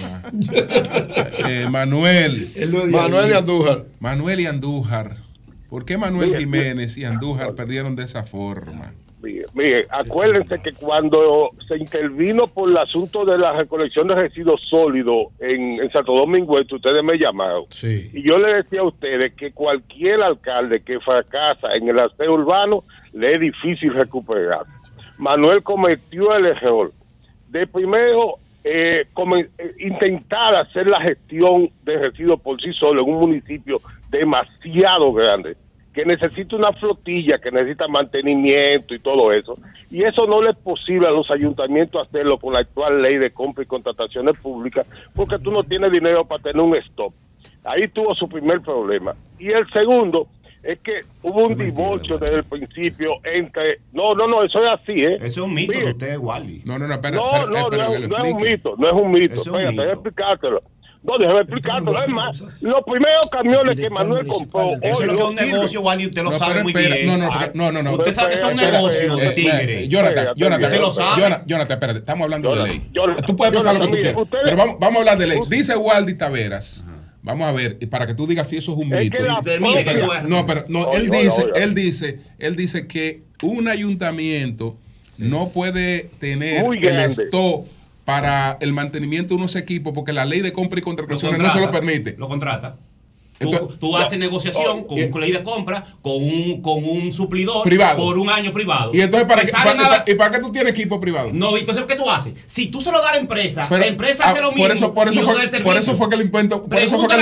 Manuel y Andújar. ¿Por qué Manuel Jiménez y Andújar perdieron de esa forma? Mire, acuérdense que cuando se intervino por el asunto de la recolección de residuos sólidos en Santo Domingo Este, ustedes me llamaron. Sí. Y yo le decía a ustedes que cualquier alcalde que fracasa en el aseo urbano le es difícil recuperar. Manuel cometió el error de primero intentar hacer la gestión de residuos por sí solo en un municipio demasiado grande, que necesita una flotilla, que necesita mantenimiento y todo eso. Y eso no le es posible a los ayuntamientos hacerlo con la actual ley de compra y contrataciones públicas, porque tú no tienes dinero para tener un stop. Ahí tuvo su primer problema. Y el segundo es que hubo un divorcio desde el principio entre... No, eso es así, Eso es un mito de usted, Wally. No es un mito. Espérate, déjame explicártelo. No, déjame explicártelo. Es más, los primeros camiones que Manuel compró... Eso es lo que es un negocio, Wally, usted lo sabe muy bien. No. Usted sabe que es un negocio de tigre. Jonathan, espérate, estamos hablando de ley. Tú puedes pensar lo que tú quieras, pero vamos a hablar de ley. Dice Waldy Taveras... Vamos a ver, para que tú digas si eso es un mito. Él dice que un ayuntamiento no puede tener el stock para el mantenimiento de unos equipos porque la ley de compra y contrataciones no se lo permite. Lo contrata. Tú haces negociación con ley de compra con un suplidor privado por un año privado. Y entonces, ¿para qué tú tienes equipo privado? No, entonces, ¿qué tú haces? Si tú se lo das a la empresa, la empresa hace lo mismo. Por eso fue que el invento. Por eso fue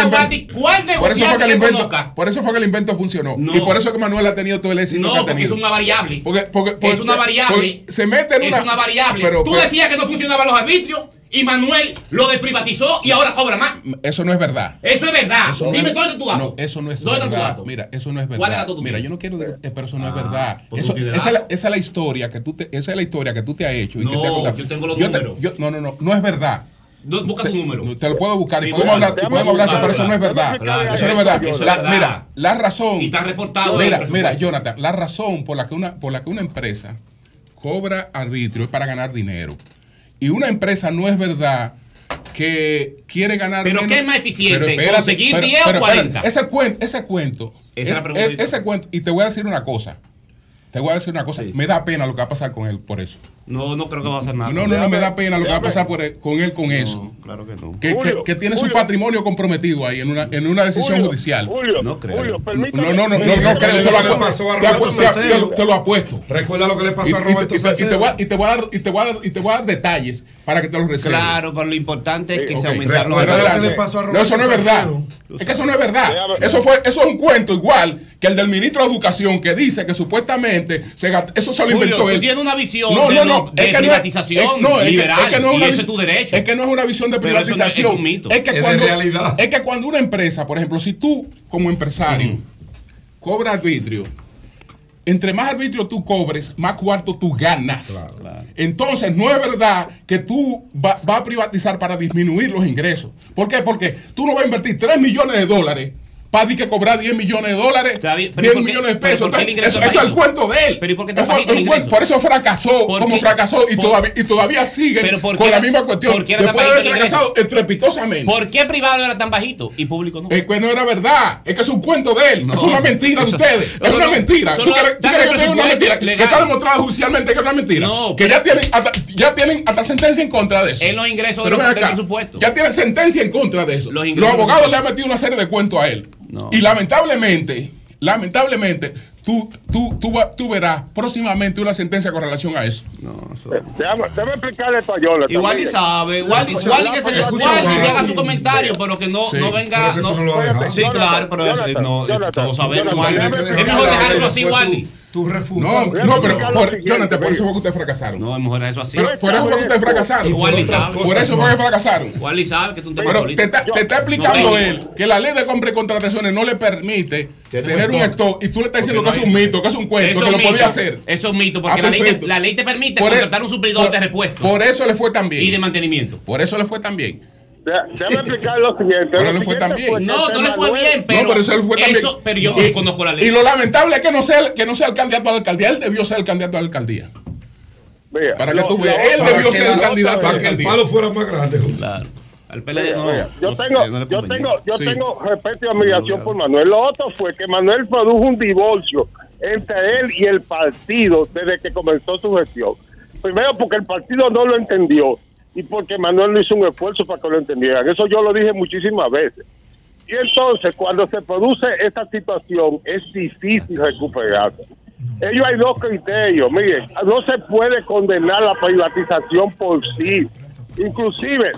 que el invento funcionó. No. Y por eso que Manuel ha tenido todo el éxito que ha tenido. Porque es una variable. Porque es una variable. Se mete en una. Es una variable. Tú decías que no funcionaban los arbitrios. Y Manuel lo desprivatizó y ahora cobra más. Eso no es verdad. Eso es verdad. Dime dónde está tu dato. No, eso no es verdad. Mira, eso no es verdad. ¿Cuál es tu Mira, yo no quiero, pero eso no es verdad. Esa es la historia que tú te has hecho. No, yo tengo los números. No es verdad. Busca tu número. Te lo puedo buscar y podemos hablar, pero eso no es verdad. Eso no es verdad. Mira, la razón. Y está reportado. Mira, Jonathan, la razón por la que una empresa cobra arbitrio es para ganar dinero. Y una empresa no es verdad que quiere ganar dinero. ¿Pero qué es más eficiente? ¿Conseguir 10 o 40? Ese cuento. Y te voy a decir una cosa. Sí. Me da pena lo que va a pasar con él por eso. No creo que va a hacer nada. No me da pena lo que va a pasar con eso. Claro que no. Que tiene su patrimonio comprometido ahí en una decisión judicial. No creo. No creo. Te lo apuesto. Recuerda lo que le pasó a Roberto Salcedo. Y te voy a dar detalles para que te los reserves. Claro, pero lo importante es que se aumentaron los derechos. No, eso no es verdad. Es que eso no es verdad. Eso es un cuento igual que el del ministro de Educación, que dice que supuestamente eso se lo inventó él. Tú tienes una visión de privatización liberal, y ese es tu derecho. Es que no es una visión de privatización. Es un mito. Es que cuando una empresa, por ejemplo, si tú como empresario cobras arbitrio, entre más arbitrio tú cobres, más cuarto tú ganas. Claro. Entonces, no es verdad que tú vas a privatizar para disminuir los ingresos. ¿Por qué? Porque tú no vas a invertir $3 millones para que cobrar $10 millones, 10 millones de pesos. Eso es el cuento de él. ¿Pero y por qué está bajito el ingreso? Por eso fracasó, fracasó y todavía sigue con la misma cuestión. Después de haber fracasado estrepitosamente. ¿Por qué privado era tan bajito y público no? Es que no era verdad. Es que es un cuento de él. Es una mentira de ustedes. Es una mentira. ¿Tú crees que es una mentira? Que está demostrado judicialmente que es una mentira. Que ya tienen hasta sentencia en contra de eso. En los ingresos del presupuesto. Ya tienen sentencia en contra de eso. Los abogados le han metido una serie de cuentos a él. No. Y lamentablemente, tú verás próximamente una sentencia con relación a eso. Déjame explicarle esto a Jonathan. Igual y sabe, igual que haga su comentario, pero que no venga. Sí, claro, pero todos sabemos. Es mejor dejarlo así, Wally. Tú refutas. No, pero Jonathan, por eso fue que ustedes fracasaron. No, es mejor eso así. Por eso fue que ustedes fracasaron. Por eso fue que fracasaron. Wally sabe que tú te está explicando él que la ley de compra y contrataciones no le permite tener un stock y tú le estás diciendo que es un mito, que es un cuento, que lo podía hacer. Eso es un mito, porque la ley te permite contratar un suplidor de repuesto. Por eso le fue tan bien. Y de mantenimiento. Por eso le fue tan bien. Déjame explicar lo siguiente. Pero le fue tan bien. No le fue bien, pero eso le fue tan bien. Pero yo conozco la ley. Y lo lamentable es que no sea el candidato a la alcaldía. Él debió ser el candidato a la alcaldía. Para que tú veas, él debió ser el candidato a la alcaldía. Que el palo fuera más grande. Claro. Al PLD no. Yo tengo respeto y admiración por Manuel. Lo otro fue que Manuel produjo un divorcio entre él y el partido desde que comenzó su gestión. Primero porque el partido no lo entendió y porque Manuel no hizo un esfuerzo para que lo entendieran. Eso yo lo dije muchísimas veces. Y entonces, cuando se produce esta situación, es difícil recuperarse. Ellos hay dos criterios. Miren, no se puede condenar la privatización por sí. Inclusive,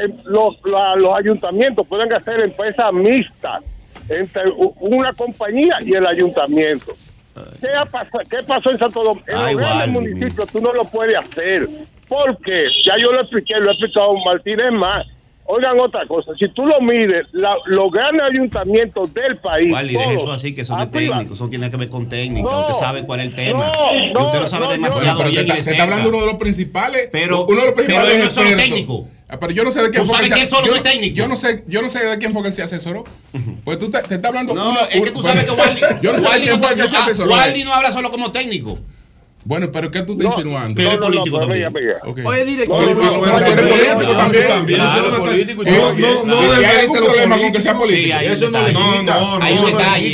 los ayuntamientos pueden hacer empresas mixtas entre una compañía y el ayuntamiento. ¿Qué pasó en Santo Domingo? En los grandes municipios tú no lo puedes hacer. Porque ya yo lo he explicado Martínez más. Oigan otra cosa, si tú lo mides, los grandes ayuntamientos del país. Wally, deje eso así, que son de técnicos, son tiene que ver con técnicos. Usted sabe cuál es el tema. Usted lo sabe demasiado bien. Se está hablando de uno de los principales. Pero uno de los principales ellos son técnicos. Pero yo no sé de quién fue que es técnico. Yo no sé de quién fue que se asesoró. Pues tú te estás hablando. No, es que tú sabes que Wally. Yo no sé de quién fue que se asesoró. Wally no habla solo como técnico. Bueno, pero ¿qué tú estás insinuando? Pero es político también. Oye, director. Político también. Claro, político. No hay algún problema con que sea político. Eso no le quita. Hay un detalle.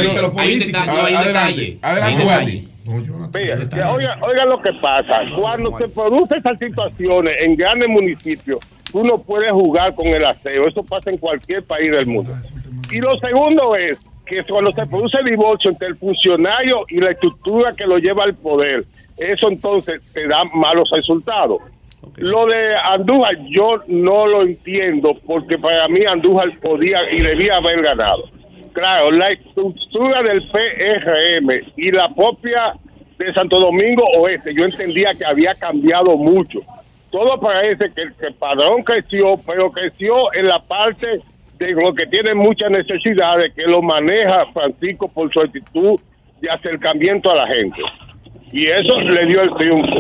Adelante, Wally. Oigan lo que pasa. Cuando se producen esas situaciones en grandes municipios, tú no puedes jugar con el aseo. Eso pasa en cualquier país del mundo. Y lo segundo es que cuando se produce el divorcio entre el funcionario y la estructura que lo lleva al poder, eso entonces te da malos resultados. Lo de Andújar yo no lo entiendo, porque para mí Andújar podía y debía haber ganado. Claro, la estructura del PRM y la propia de Santo Domingo Oeste, yo entendía que había cambiado mucho. Todo parece que el padrón creció, pero creció en la parte de lo que tiene muchas necesidades, que lo maneja Francisco por su actitud de acercamiento a la gente. Y eso le dio el triunfo.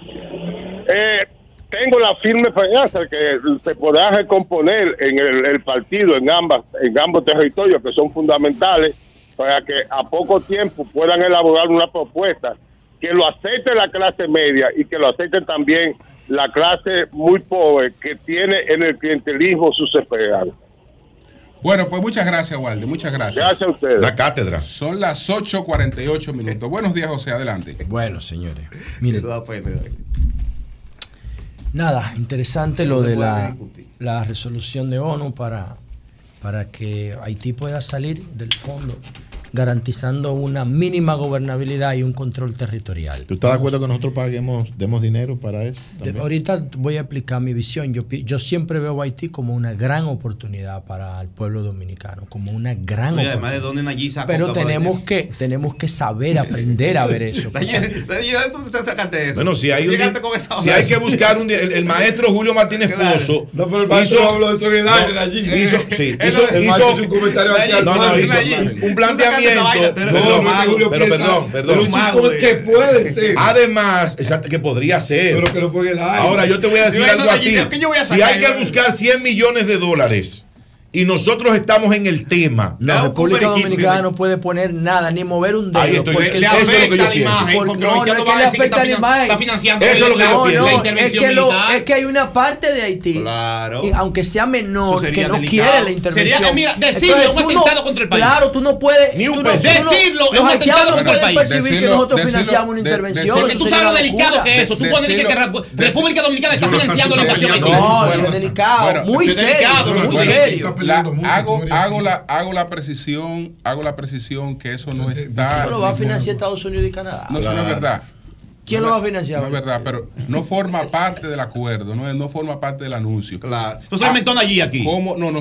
Tengo la firme esperanza que se podrá recomponer en el partido en ambos territorios que son fundamentales para que a poco tiempo puedan elaborar una propuesta que lo acepte la clase media y que lo acepte también la clase muy pobre que tiene en el clientelismo sus esperanzas. Bueno, pues muchas gracias, Walde. Muchas gracias. Gracias a ustedes. La cátedra. Son las 8:48 minutos. Buenos días, José. Adelante. Bueno, señores. Miren. Nada, interesante lo de la resolución de ONU para que Haití pueda salir del fondo, garantizando una mínima gobernabilidad y un control territorial. ¿Tú estás de acuerdo que nosotros demos dinero para eso? Ahorita voy a explicar mi visión. Yo siempre veo a Haití como una gran oportunidad para el pueblo dominicano, como una gran oportunidad. Además de donde Nayib sacó. Pero tenemos que saber, aprender a ver eso. ¿Tú sacaste eso? Bueno, si hay que buscar el maestro Julio Martínez Pozo. No, pero el maestro habló de soledad de Nayib. Hizo un comentario hacia un planteamiento. Perdón. Que puede ser. Además, que podría ser. Pero que no fue en el aire. Ahora yo te voy a decir algo a ti. Si hay que buscar $100 millones y nosotros estamos en el tema. La República Dominicana no puede poner nada, ni mover un dedo. Porque le afecta la imagen. Porque no es que le afecta la imagen. Está financiando eso es lo que yo pienso. la intervención militar. Es que hay una parte de Haití, y aunque sea menor, que no quiere la intervención. Sería, decirlo es un atentado contra el país. Claro, tú no puedes. Decirlo es un atentado contra el país. Percibir que nosotros financiamos una intervención. Porque tú sabes lo delicado que es eso. Tú puedes decir que República Dominicana está financiando la invasión haití. No, es delicado. Muy serio. Hago la precisión que eso no está. ¿Cómo lo va a financiar Estados Unidos y Canadá? No, eso no es verdad. ¿Quién lo va a financiar? No es verdad, pero no forma parte del acuerdo, no forma parte del anuncio. Claro. Entonces inventó allí aquí. ¿Cómo? No.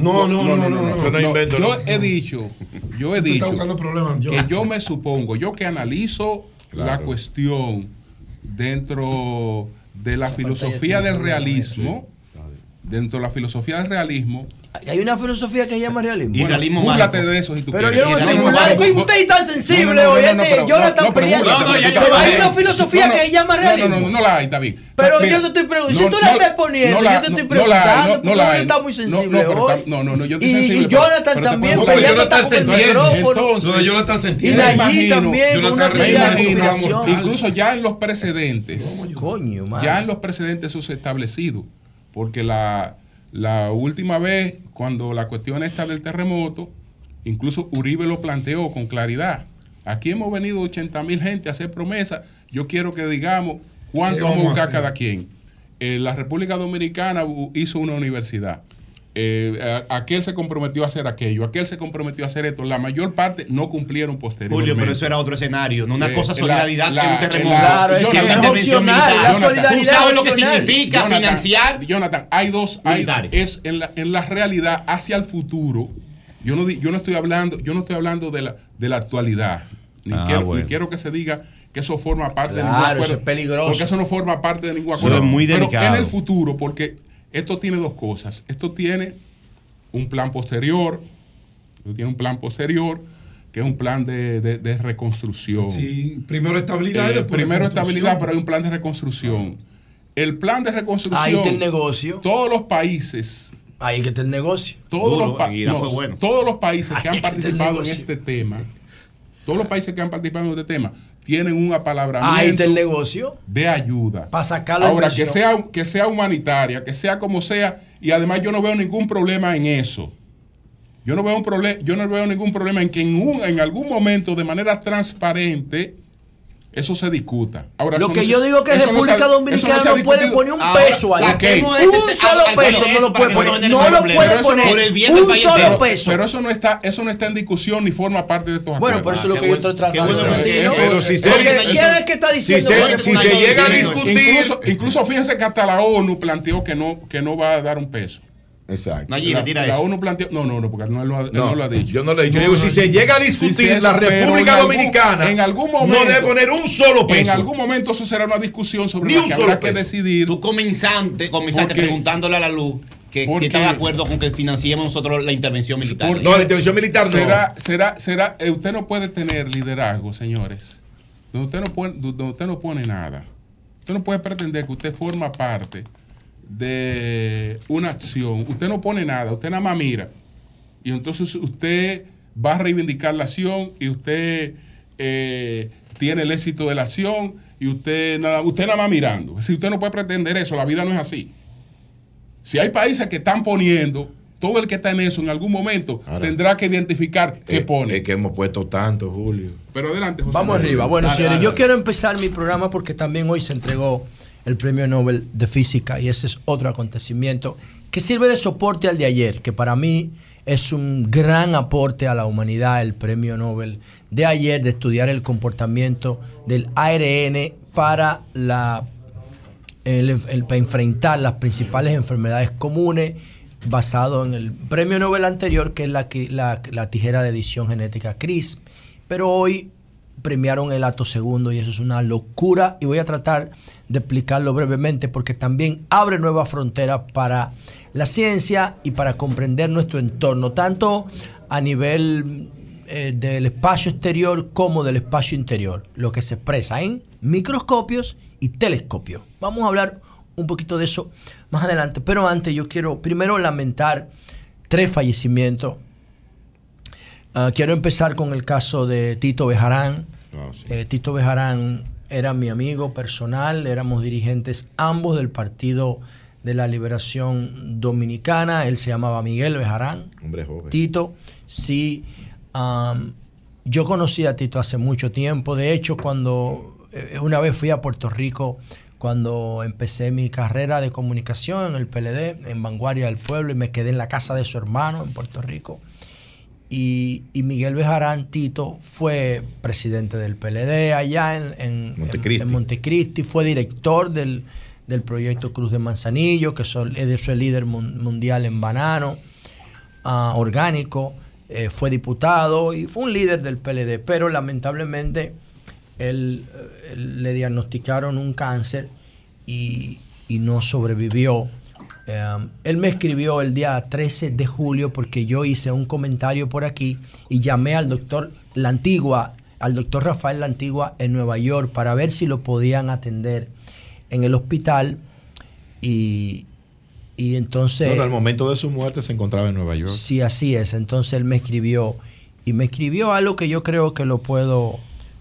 Yo he dicho que yo me supongo, yo que analizo la cuestión dentro de la filosofía del realismo. Dentro de la filosofía del realismo. Hay una filosofía que se llama realismo. Y realismo búrlate de eso si tú pero quieres. Yo no estoy burlando. Usted es tan sensible hoy. Jonathan Prieta. Pero hay una filosofía que se llama realismo. No la hay, David. Pero yo te estoy preguntando. Si tú la estás poniendo, yo te estoy preguntando. No la hay. Está muy sensible hoy. No, yo estoy sensible. Y Jonathan también peleando con el micrófono. Y Nayib también con una pelea de comunicación. Incluso ya en los precedentes. Ya en los precedentes eso se ha establecido. Porque la última vez, cuando la cuestión esta del terremoto, incluso Uribe lo planteó con claridad. Aquí hemos venido 80,000 gente a hacer promesas. Yo quiero que digamos cuánto vamos a buscar cada quien. La República Dominicana hizo una universidad. Aquel se comprometió a hacer aquello, aquel se comprometió a hacer esto. La mayor parte no cumplieron posteriormente. Julio, pero eso era otro escenario, no una cosa solidaridad que un terremoto. Claro, es opcional. ¿Tú sabes lo que significa financiar? Jonathan, hay dos. En la realidad hacia el futuro. Yo no estoy hablando de la actualidad. Ni quiero que se diga que eso forma parte de ningún acuerdo. Eso es peligroso. Porque eso no forma parte de ningún acuerdo. Eso es muy delicado. Pero en el futuro, porque esto tiene dos cosas. Esto tiene un plan posterior. Que es un plan de reconstrucción. Sí, primero estabilidad. Primero estabilidad, pero hay un plan de reconstrucción. El plan de reconstrucción. Ahí está el negocio. Todos los países. Ahí que está el negocio. Todos los países que han participado en este tema. Todos los países que han participado en este tema tienen un apalabramiento el negocio de ayuda. Para sacarlo. Ahora, que sea humanitaria, que sea como sea, y además yo no veo ningún problema en eso. Yo no veo ningún problema en que en algún momento, de manera transparente, eso se discuta. Ahora, lo que yo digo que República Dominicana no puede poner un peso ahí. Un solo peso no lo puede poner. No lo puede poner. Un solo peso. Pero eso no está en discusión ni forma parte de estos acuerdos. Bueno, por eso es lo que yo estoy tratando de decir. Pero si ¿quién es que está diciendo? Si se llega a discutir. Incluso fíjense que hasta la ONU planteó que no va a dar un peso. Exacto. La ONU planteó. No, porque no lo ha dicho. Yo no lo he dicho. Yo digo, si se llega a discutir la República Dominicana, en algún momento, no debe poner un solo peso. En algún momento eso será una discusión sobre lo que habrá que decidir. Tú comenzaste preguntándole a la luz que si está de acuerdo con que financiemos nosotros la intervención militar. No, la intervención militar será usted no puede tener liderazgo, señores. Donde usted no pone nada. Usted no puede pretender que usted forma parte de una acción. Usted no pone nada, usted nada más mira. Y entonces usted va a reivindicar la acción y usted tiene el éxito de la acción y usted nada más mirando. Es decir, usted no puede pretender eso, la vida no es así. Si hay países que están poniendo todo el que está en eso en algún momento tendrá que identificar qué pone. Es que hemos puesto tanto, Julio. Pero adelante, José. Vamos arriba. Bueno, señores, yo quiero empezar mi programa porque también hoy se entregó el Premio Nobel de Física y ese es otro acontecimiento que sirve de soporte al de ayer, que para mí es un gran aporte a la humanidad, el Premio Nobel de ayer de estudiar el comportamiento del ARN para para enfrentar las principales enfermedades comunes, basado en el premio Nobel anterior, que es la tijera de edición genética CRISP. Pero hoy premiaron el acto segundo y eso es una locura y voy a tratar de explicarlo brevemente porque también abre nuevas fronteras para la ciencia y para comprender nuestro entorno, tanto a nivel del espacio exterior como del espacio interior, lo que se expresa en microscopios y telescopios. Vamos a hablar un poquito de eso más adelante, pero antes yo quiero primero lamentar 3 fallecimientos. Quiero empezar con el caso de Tito Bejarán. Tito Bejarán era mi amigo personal, éramos dirigentes ambos del Partido de la Liberación Dominicana. Él se llamaba Miguel Bejarán. Hombre joven. Tito, sí. Yo conocí a Tito hace mucho tiempo. De hecho, cuando una vez fui a Puerto Rico, cuando empecé mi carrera de comunicación en el PLD, en Vanguardia del Pueblo, y me quedé en la casa de su hermano en Puerto Rico. Y Miguel Bejarán, Tito, fue presidente del PLD allá en Montecristi, fue director del proyecto Cruz de Manzanillo, que es el líder mundial en banano orgánico, fue diputado y fue un líder del PLD, pero lamentablemente él le diagnosticaron un cáncer y no sobrevivió. Él me escribió el día 13 de julio porque yo hice un comentario por aquí y llamé al doctor Rafael La Antigua en Nueva York para ver si lo podían atender en el hospital y entonces... Bueno, al momento de su muerte se encontraba en Nueva York. Sí, así es. Entonces él me escribió algo que yo creo que lo puedo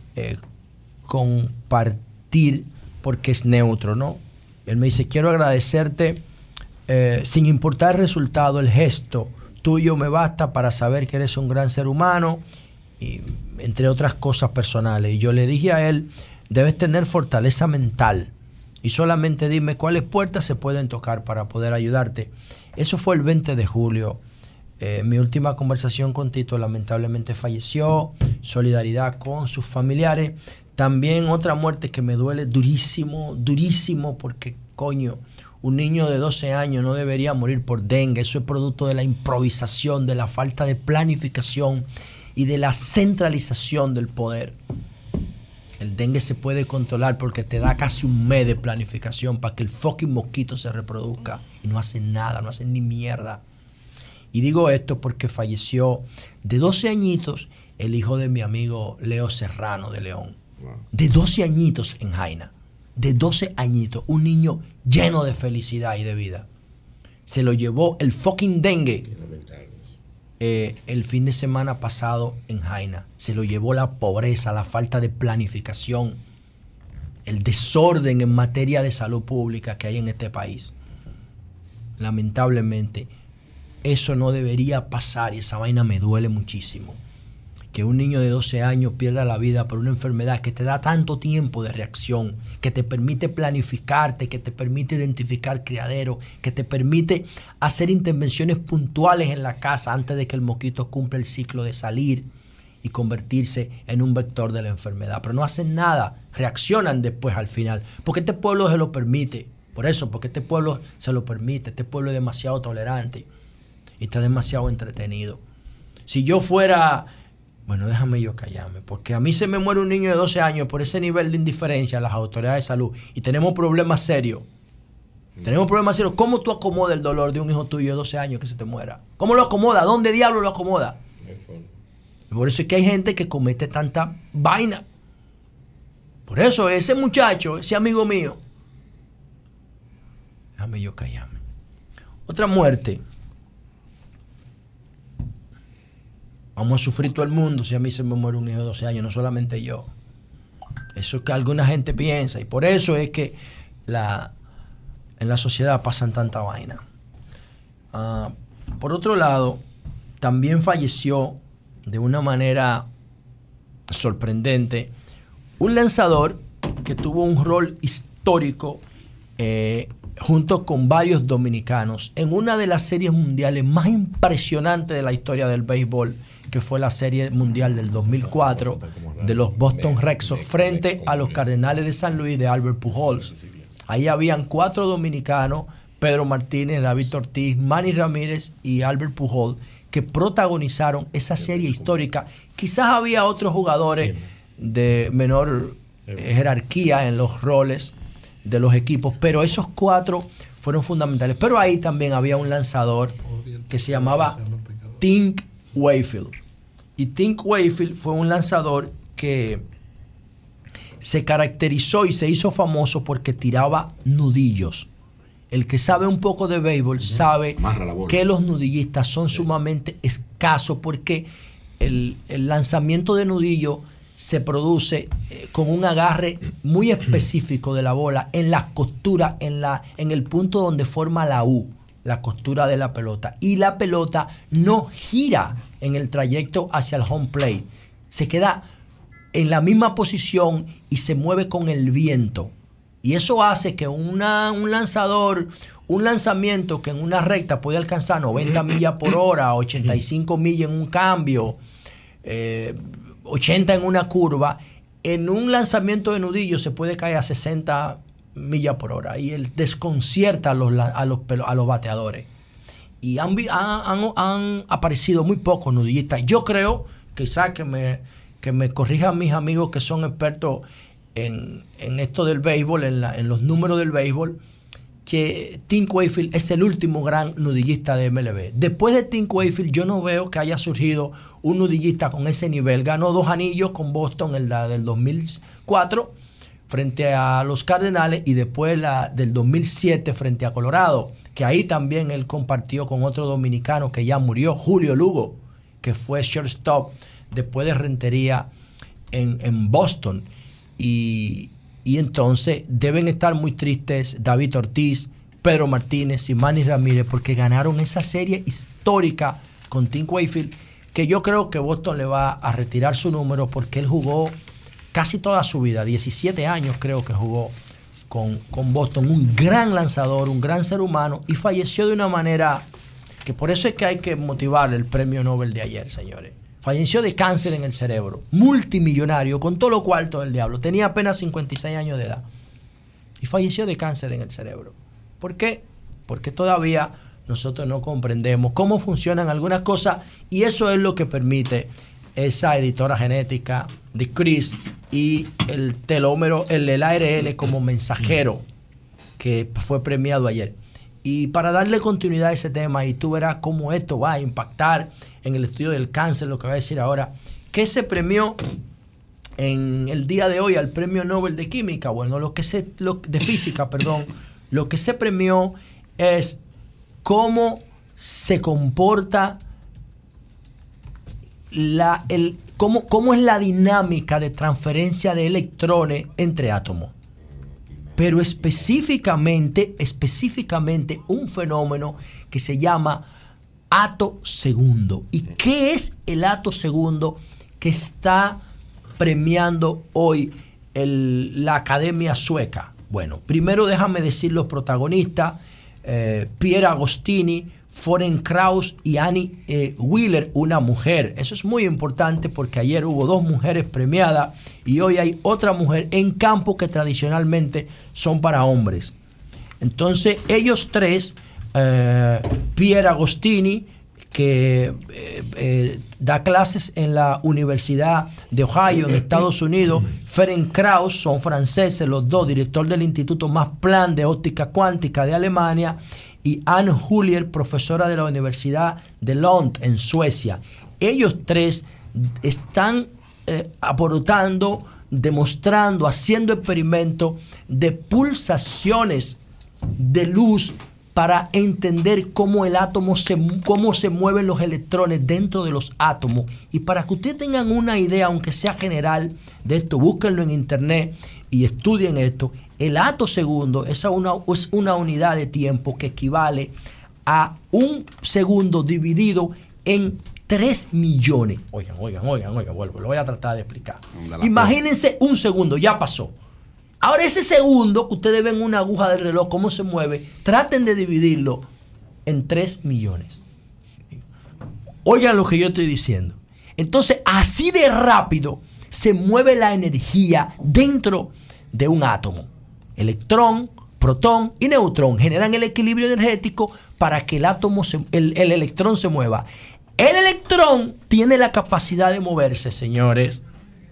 compartir porque es neutro, ¿no? Él me dice, quiero agradecerte sin importar el resultado, el gesto tuyo me basta para saber que eres un gran ser humano, y entre otras cosas personales. Y yo le dije a él, debes tener fortaleza mental y solamente dime cuáles puertas se pueden tocar para poder ayudarte. Eso fue el 20 de julio. Mi última conversación con Tito lamentablemente falleció. Solidaridad con sus familiares. También otra muerte que me duele durísimo, porque coño, un niño de 12 años no debería morir por dengue. Eso es producto de la improvisación, de la falta de planificación y de la centralización del poder. El dengue se puede controlar porque te da casi un mes de planificación para que el fucking mosquito se reproduzca y no hacen nada, no hacen ni mierda. Y digo esto porque falleció de 12 añitos el hijo de mi amigo Leo Serrano de León. De 12 añitos en Jaina. De 12 añitos, un niño lleno de felicidad y de vida. Se lo llevó el fucking dengue el fin de semana pasado en Jaina. Se lo llevó la pobreza, la falta de planificación, el desorden en materia de salud pública que hay en este país. Lamentablemente, eso no debería pasar y esa vaina me duele muchísimo. Que un niño de 12 años pierda la vida por una enfermedad que te da tanto tiempo de reacción, que te permite planificarte, que te permite identificar criaderos, que te permite hacer intervenciones puntuales en la casa antes de que el mosquito cumpla el ciclo de salir y convertirse en un vector de la enfermedad. Pero no hacen nada, reaccionan después al final, porque este pueblo se lo permite. Por eso, porque este pueblo se lo permite, este pueblo es demasiado tolerante y está demasiado entretenido. Si yo fuera... Bueno, déjame yo callarme, porque a mí se me muere un niño de 12 años por ese nivel de indiferencia a las autoridades de salud y tenemos problemas serios. Tenemos problemas serios. ¿Cómo tú acomodas el dolor de un hijo tuyo de 12 años que se te muera? ¿Cómo lo acomoda? ¿Dónde diablo lo acomoda? Por eso es que hay gente que comete tanta vaina. Por eso ese muchacho, ese amigo mío, déjame yo callarme. Otra muerte. Vamos a sufrir todo el mundo si a mí se me muere un hijo de 12 años, no solamente yo. Eso es que alguna gente piensa y por eso es que en la sociedad pasan tanta vaina. Por otro lado, también falleció de una manera sorprendente un lanzador que tuvo un rol histórico junto con varios dominicanos en una de las series mundiales más impresionantes de la historia del béisbol, que fue la Serie Mundial del 2004 de los Boston Red Sox frente a los Cardenales de San Luis de Albert Pujols. Ahí habían 4 dominicanos, Pedro Martínez, David Ortiz, Manny Ramírez y Albert Pujols, que protagonizaron esa serie histórica. Quizás había otros jugadores de menor jerarquía en los roles de los equipos, pero esos 4 fueron fundamentales. Pero ahí también había un lanzador que se llamaba Tink Wakefield. Y Tink Wakefield fue un lanzador que se caracterizó y se hizo famoso porque tiraba nudillos. El que sabe un poco de béisbol sabe que los nudillistas son sumamente escasos porque el lanzamiento de nudillo se produce con un agarre muy específico de la bola en las costuras, en el punto donde forma la U, la costura de la pelota. Y la pelota no gira en el trayecto hacia el home plate. Se queda en la misma posición y se mueve con el viento. Y eso hace que un lanzamiento que en una recta puede alcanzar 90 millas por hora, 85 millas en un cambio, 80 en una curva, en un lanzamiento de nudillo se puede caer a 60 millas por hora y él desconcierta a los bateadores. Y han aparecido muy pocos nudillistas. Yo creo, quizás que me corrijan mis amigos que son expertos en esto del béisbol, en los números del béisbol, que Tink Wakefield es el último gran nudillista de MLB. Después de Tink Wakefield, yo no veo que haya surgido un nudillista con ese nivel. Ganó 2 anillos con Boston, en la del 2004 frente a los Cardenales y después la del 2007 frente a Colorado, que ahí también él compartió con otro dominicano que ya murió, Julio Lugo, que fue shortstop después de Rentería en Boston. Y entonces deben estar muy tristes David Ortiz, Pedro Martínez y Manny Ramírez porque ganaron esa serie histórica con Tink Wakefield, que yo creo que Boston le va a retirar su número porque él jugó casi toda su vida, 17 años creo que jugó con Boston, un gran lanzador, un gran ser humano, y falleció de una manera que por eso es que hay que motivar el premio Nobel de ayer, señores. Falleció de cáncer en el cerebro, multimillonario, con todo lo cuarto del diablo. Tenía apenas 56 años de edad. Y falleció de cáncer en el cerebro. ¿Por qué? Porque todavía nosotros no comprendemos cómo funcionan algunas cosas y eso es lo que permite esa editora genética de Chris y el telómero, el ARN como mensajero que fue premiado ayer. Y para darle continuidad a ese tema, y tú verás cómo esto va a impactar en el estudio del cáncer, lo que voy a decir ahora, ¿qué se premió en el día de hoy al premio Nobel de Química? Bueno, de física, perdón. Lo que se premió es cómo se comporta cómo es la dinámica de transferencia de electrones entre átomos. Pero específicamente un fenómeno que se llama ato segundo. ¿Y qué es el ato segundo que está premiando hoy la Academia Sueca? Bueno, primero déjame decir los protagonistas, Pierre Agostini, Foren Kraus y Annie Wheeler, una mujer. Eso es muy importante porque ayer hubo 2 mujeres premiadas y hoy hay otra mujer en campos que tradicionalmente son para hombres. Entonces ellos 3, Pierre Agostini, que da clases en la Universidad de Ohio en Estados Unidos, Ferenc Krauss, son franceses los 2, director del Instituto Max Planck de Óptica Cuántica de Alemania, y Anne Huller, profesora de la Universidad de Lund en Suecia. Ellos 3 están aportando, demostrando, haciendo experimentos de pulsaciones de luz para entender cómo el átomo cómo se mueven los electrones dentro de los átomos. Y para que ustedes tengan una idea, aunque sea general, de esto, búsquenlo en internet y estudien esto. El ato segundo es una unidad de tiempo que equivale a un segundo dividido en 3 millones. Oigan, vuelvo, lo voy a tratar de explicar. Imagínense un segundo, ya pasó. Ahora ese segundo, ustedes ven una aguja del reloj, cómo se mueve, traten de dividirlo en 3 millones. Oigan lo que yo estoy diciendo. Entonces, así de rápido se mueve la energía dentro de un átomo. Electrón, protón y neutrón generan el equilibrio energético para que el electrón se mueva. El electrón tiene la capacidad de moverse, señores,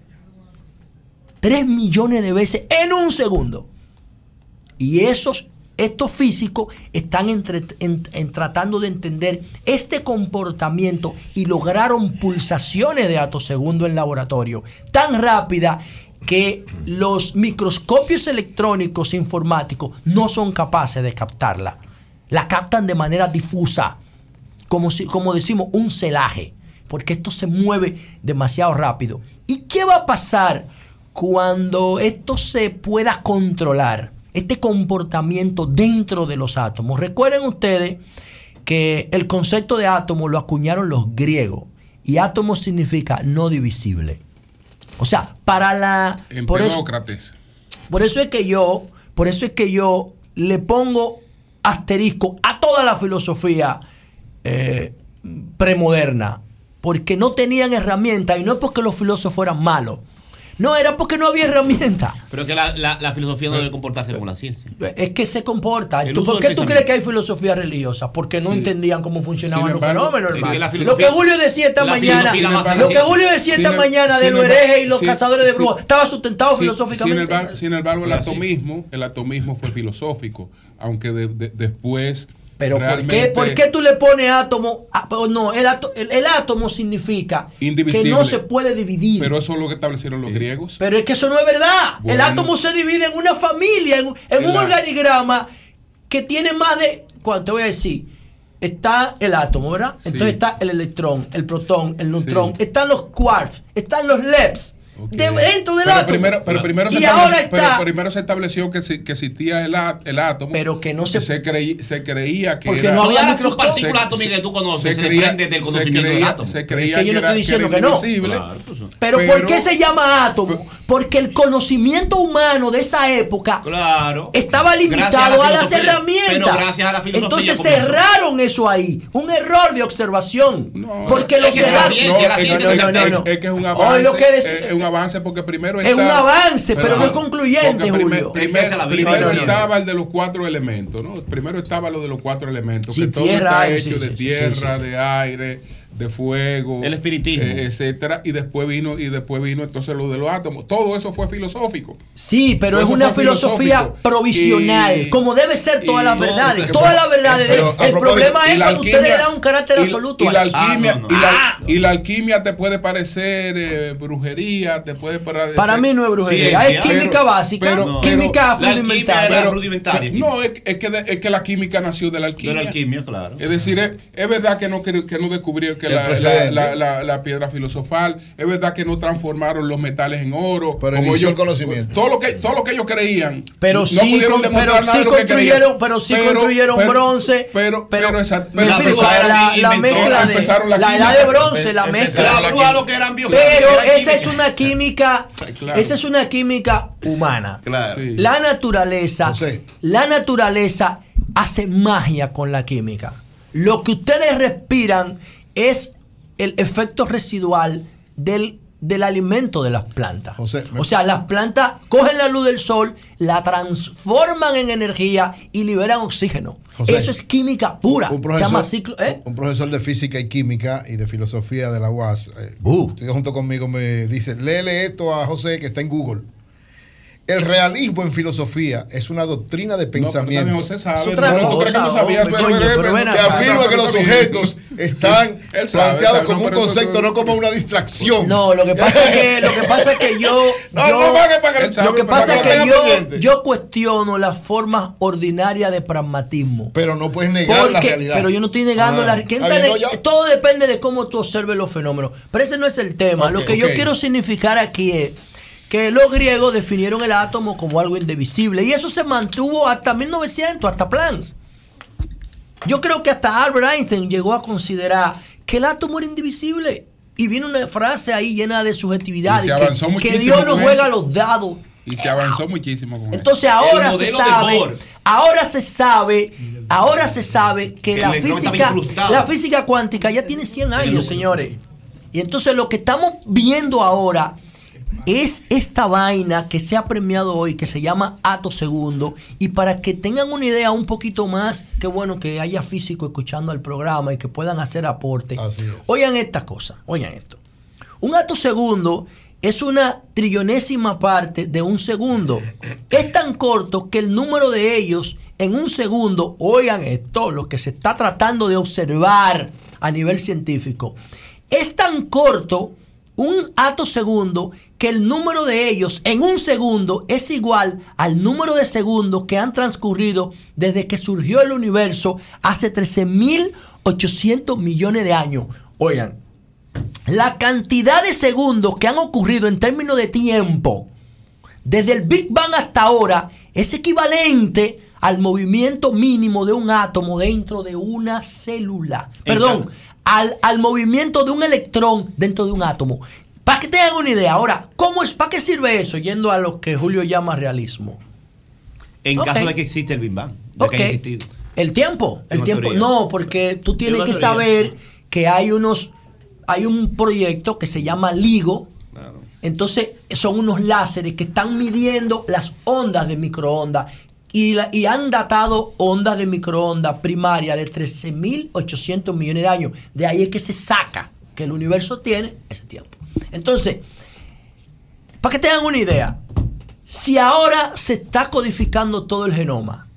3 millones de veces en un segundo. Y estos físicos están tratando de entender este comportamiento y lograron pulsaciones de atosegundo en laboratorio tan rápida que los microscopios electrónicos informáticos no son capaces de captarla. La captan de manera difusa, como decimos, un celaje, porque esto se mueve demasiado rápido. ¿Y qué va a pasar cuando esto se pueda controlar? Este comportamiento dentro de los átomos. Recuerden ustedes que el concepto de átomo lo acuñaron los griegos y átomo significa no divisible. O sea, por eso es que yo le pongo asterisco a toda la filosofía premoderna, porque no tenían herramientas, y no es porque los filósofos eran malos. No, era porque no había herramientas. Pero que la filosofía no debe comportarse como la ciencia. Es que se comporta. ¿Por qué tú crees que hay filosofía religiosa? Porque no entendían cómo funcionaban los fenómenos, hermano. Lo que Julio decía esta mañana, de los herejes y los cazadores de brujas, estaba sustentado filosóficamente. Sin embargo, el atomismo fue filosófico, aunque después... Pero ¿por qué tú le pones átomo? No, el átomo significa indivisible, que no se puede dividir. Pero eso es lo que establecieron los griegos. Pero es que eso no es verdad. Bueno, el átomo se divide en una familia, en un organigrama que tiene más de... Te voy a decir, está el átomo, ¿verdad? Sí. Entonces está el electrón, el protón, el neutrón, están los quarks, están los lepes. Okay. Dentro del átomo. Primero se estableció que existía el átomo. Pero que no se creía que porque era, no había sus partículas atómicas que tú conoces, se desprende del conocimiento del átomo. Se creía que yo no estoy diciendo que no. Claro, pero ¿por qué se llama átomo? Porque el conocimiento humano de esa época estaba limitado a las herramientas. Pero gracias a la filosofía. Entonces cerraron eso ahí. Un error de observación. Porque lo cerraron. Es que es un avance. Es un avance porque primero está... Es un avance, pero no es concluyente, Julio. Primero estaba el de los 4 elementos, ¿no? Primero estaba lo de los 4 elementos, sí, que todo está hecho de tierra, de aire, de fuego, el espiritismo, etcétera, y después vino entonces lo de los átomos. Todo eso fue filosófico. Sí, pero es una filosofía provisional, como debe ser todas las verdades. Todas las verdades. El problema es cuando usted le da un carácter absoluto. Y la alquimia te puede parecer brujería, te puede parecer... Para mí no es brujería, es química básica, química rudimentaria. No, es que la química nació de la alquimia. De la alquimia, claro. Es decir, es verdad que no descubrieron que la piedra filosofal, es verdad que no transformaron los metales en oro, pero inició el conocimiento. Todo lo que ellos creían, pero no pudieron demostrar nada de lo que creían. Pero sí construyeron bronce. Pero la mezcla de la edad de bronce, la mezcla. Pero esa es una química, esa es una química humana. La naturaleza hace magia con la química. Lo que ustedes respiran es el efecto residual del alimento de las plantas. O sea, las plantas cogen la luz del sol, la transforman en energía y liberan oxígeno. Eso es química pura. Se llama ciclo. Un profesor de física y química y de filosofía de la UAS, junto conmigo, me dice: léele esto a José, que está en Google. El realismo en filosofía es una doctrina de pensamiento. No, José sabe. Que afirma que los sujetos están planteados como un concepto, no como una distracción. No, lo que pasa es que yo cuestiono las formas ordinarias de pragmatismo. Pero no puedes negar la realidad. Pero yo no estoy negando la realidad. Todo depende de cómo tú observes los fenómenos. Pero ese no es el tema. Lo que yo quiero significar aquí es que los griegos definieron el átomo como algo indivisible, y eso se mantuvo hasta 1900, hasta Planck. Yo creo que hasta Albert Einstein llegó a considerar que el átomo era indivisible. Y viene una frase ahí llena de subjetividad. Que Dios no juega los dados. Y se avanzó muchísimo con Entonces eso. ahora se sabe que la física cuántica ya tiene 100 años, señores. Y entonces lo que estamos viendo ahora es esta vaina que se ha premiado hoy, que se llama Attosegundo. Y para que tengan una idea un poquito más, qué bueno que haya físicos escuchando el programa y que puedan hacer aporte. Oigan esta cosa, oigan esto. Un attosegundo es una trillonésima parte de un segundo. Es tan corto que el número de ellos en un segundo, oigan esto, lo que se está tratando de observar a nivel científico, es tan corto un attosegundo que el número de ellos en un segundo es igual al número de segundos que han transcurrido desde que surgió el universo hace 13.800 millones de años. Oigan, la cantidad de segundos que han ocurrido en términos de tiempo desde el Big Bang hasta ahora es equivalente al movimiento mínimo de un átomo dentro de una célula. Perdón, al movimiento de un electrón dentro de un átomo. Para que tengan una idea. Ahora, ¿para qué sirve eso? Yendo a lo que Julio llama realismo. En caso de que existe el Big Bang. De que haya existido. El tiempo. No, porque tú tienes que saber que hay un proyecto que se llama LIGO. Claro. Entonces, son unos láseres que están midiendo las ondas de microondas. Y han datado ondas de microondas primaria de 13.800 millones de años. De ahí es que se saca que el universo tiene ese tiempo. Entonces, para que tengan una idea, si ahora se está codificando todo el genoma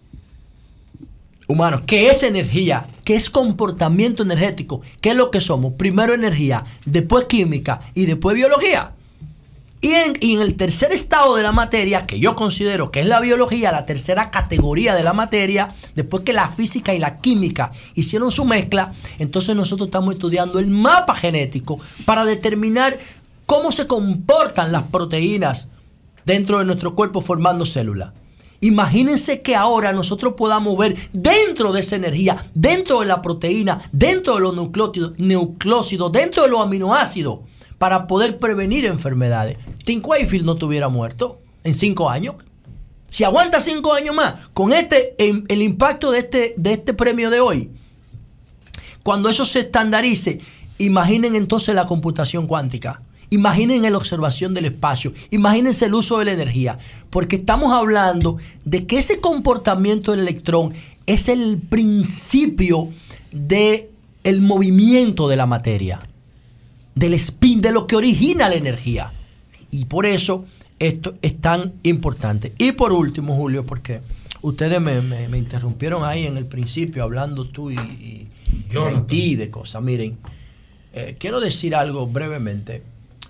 humano, que es energía, que es comportamiento energético, ¿qué es lo que somos? Primero energía, después química y después biología. Y en el tercer estado de la materia, que yo considero que es la biología, la tercera categoría de la materia, después que la física y la química hicieron su mezcla, entonces nosotros estamos estudiando el mapa genético para determinar cómo se comportan las proteínas dentro de nuestro cuerpo formando células. Imagínense que ahora nosotros podamos ver dentro de esa energía, dentro de la proteína, dentro de los nucleósidos, dentro de los aminoácidos, para poder prevenir enfermedades. Tim Wakefield no estuviera muerto en 5 años. Si aguanta 5 años más, con el impacto de este premio de hoy, cuando eso se estandarice, imaginen entonces la computación cuántica. Imaginen la observación del espacio. Imagínense el uso de la energía. Porque estamos hablando de que ese comportamiento del electrón es el principio del movimiento de la materia, del spin, de lo que origina la energía. Y por eso esto es tan importante. Y por último, Julio, porque ustedes me interrumpieron ahí en el principio hablando tú y Haití de cosas. Miren, quiero decir algo brevemente.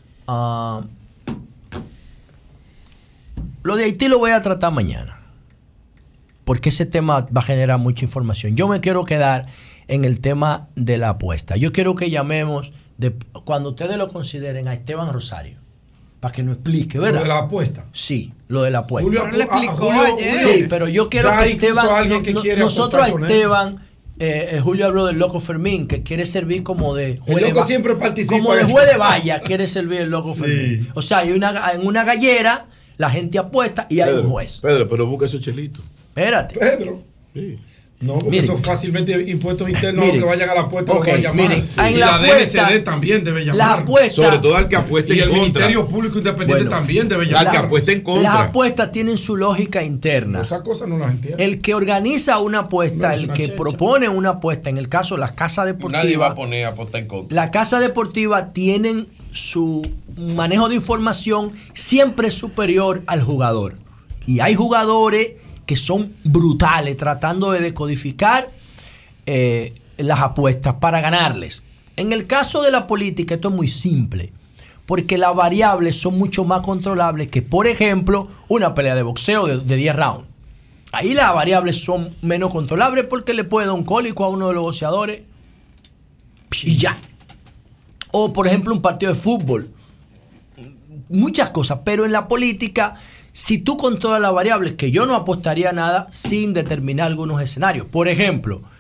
Lo de Haití lo voy a tratar mañana, porque ese tema va a generar mucha información. Yo me quiero quedar en el tema de la apuesta. Yo quiero que llamemos, cuando ustedes lo consideren, a Esteban Rosario, para que nos explique, ¿verdad? ¿Lo de la apuesta? Sí, lo de la apuesta. Julio le explicó ayer. Sí, pero yo quiero que Esteban, nosotros a Esteban, Julio habló del loco Fermín, que quiere servir como de juez. El loco siempre participa. Como de juez de valla quiere servir el loco Fermín. O sea, hay en una gallera, la gente apuesta y hay un juez. Pedro, pero busca esos chelitos. Espérate. Pedro. Sí. No, porque eso fácilmente impuestos internos que vayan a la apuesta lo van a llamar. Miren, sí. Y la DNCD también debe llamar. La apuesta, sobre todo al que apueste en contra. Y el Ministerio Público Independiente también debe llamar. Al que apueste en contra. Las apuestas tienen su lógica interna. Esas cosas no las entiendo. El que organiza una apuesta, el que propone una apuesta, en el caso de las casas deportivas. Nadie va a poner apuesta en contra. Las casas deportivas tienen su manejo de información siempre superior al jugador. Y hay jugadores que son brutales tratando de decodificar las apuestas para ganarles. En el caso de la política esto es muy simple, porque las variables son mucho más controlables que, por ejemplo, una pelea de boxeo de 10 rounds. Ahí las variables son menos controlables porque le puede dar un cólico a uno de los boxeadores y ya. O, por ejemplo, un partido de fútbol. Muchas cosas, pero en la política, si tú controlas las variables, que yo no apostaría nada sin determinar algunos escenarios. Por ejemplo,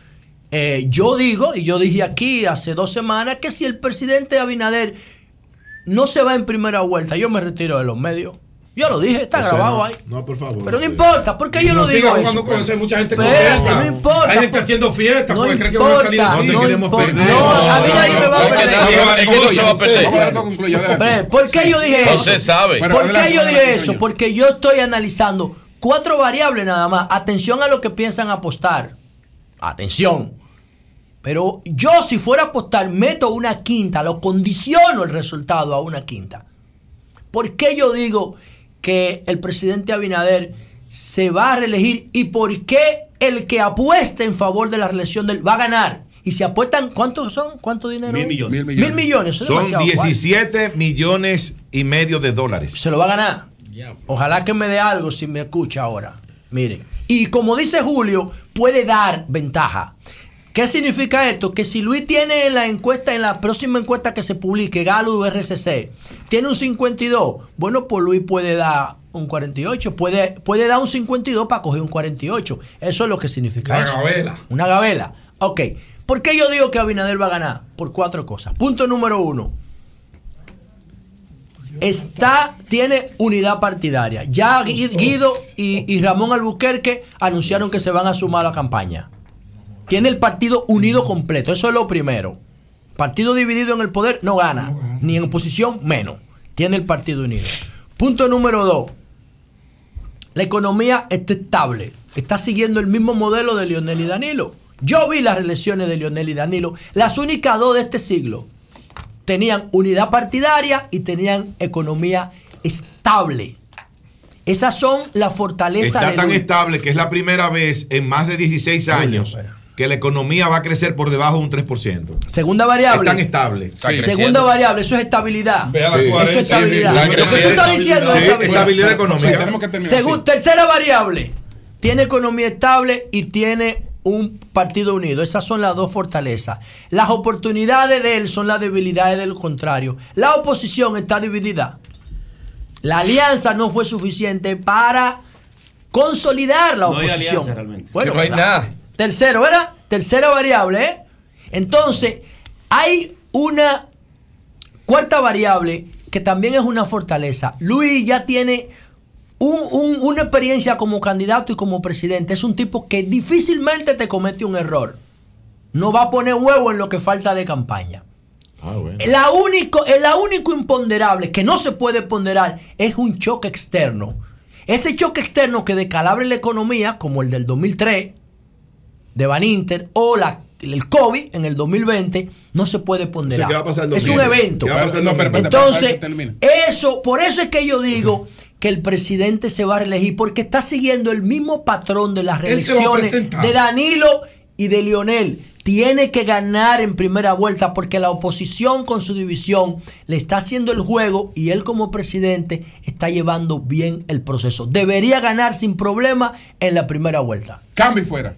Yo digo, y yo dije aquí hace 2 semanas, que si el presidente Abinader no se va en primera vuelta, yo me retiro de los medios. Yo lo dije, está grabado ahí. No, por favor. Pero no importa, porque yo lo digo. Eso. Mucha gente no importa. Hay gente haciendo fiestas no porque creen que van a salir. No queremos perder. No, a mí nadie me va a perder. ¿Por qué yo dije eso? No se sabe. ¿Por qué yo dije eso? Porque yo estoy analizando 4 variables nada más. Atención a lo que piensan apostar. Atención. Pero yo, si fuera a apostar, meto una quinta, lo condiciono el resultado a una quinta. ¿Por qué yo digo que el presidente Abinader se va a reelegir y por qué el que apueste en favor de la reelección de él va a ganar? Y si apuestan, ¿cuántos son? ¿Cuánto dinero? 1.000 millones. 1.000 millones. Son 17 millones y medio de dólares. Se lo va a ganar. Ojalá que me dé algo si me escucha ahora. Miren. Y como dice Julio, puede dar ventaja. ¿Qué significa esto? Que si Luis tiene en la encuesta, en la próxima encuesta que se publique, Galo RCC, tiene un 52, bueno, pues Luis puede dar un 48, puede dar un 52 para coger un 48. Eso es lo que significa eso. Una gavela. Una gavela. Ok. ¿Por qué yo digo que Abinader va a ganar? Por 4 cosas. Punto número 1. Tiene unidad partidaria. Ya Guido y Ramón Albuquerque anunciaron que se van a sumar a la campaña. Tiene el partido unido completo. Eso es lo primero. Partido dividido en el poder no gana. Ni en oposición menos. Tiene el partido unido. Punto número 2. La economía está estable. Está siguiendo el mismo modelo de Leonel y Danilo. Yo vi las reelecciones de Leonel y Danilo. Las únicas 2 de este siglo. Tenían unidad partidaria y tenían economía estable. Esas son las fortalezas. Está tan estable que es la primera vez en más de 16 años que la economía va a crecer por debajo de un 3%. Segunda variable. Es tan estable. Segunda variable, eso es estabilidad. Eso es estabilidad. Lo que tú estás diciendo es estabilidad económica. Tercera variable. Tiene economía estable y tiene un partido unido. Esas son las 2 fortalezas. Las oportunidades de él son las debilidades del contrario. La oposición está dividida. La alianza no fue suficiente para consolidar la oposición. No hay alianza realmente. Bueno, no hay nada. Tercero, ¿verdad? Tercera variable, ¿eh? Entonces, hay una cuarta variable que también es una fortaleza. Luis ya tiene una experiencia como candidato y como presidente. Es un tipo que difícilmente te comete un error. No va a poner huevo en lo que falta de campaña. Bueno. El único imponderable que no se puede ponderar es un choque externo. Ese choque externo que descalabre la economía, como el del 2003, de Baninter, o el COVID en el 2020, no se puede ponderar. ¿Qué va a pasar el 2020? Es un evento. Entonces, por eso es que yo digo que el presidente se va a reelegir, porque está siguiendo el mismo patrón de las reelecciones de Danilo y de Leonel. Tiene que ganar en primera vuelta porque la oposición con su división le está haciendo el juego y él como presidente está llevando bien el proceso. Debería ganar sin problema en la primera vuelta. Cambio y fuera.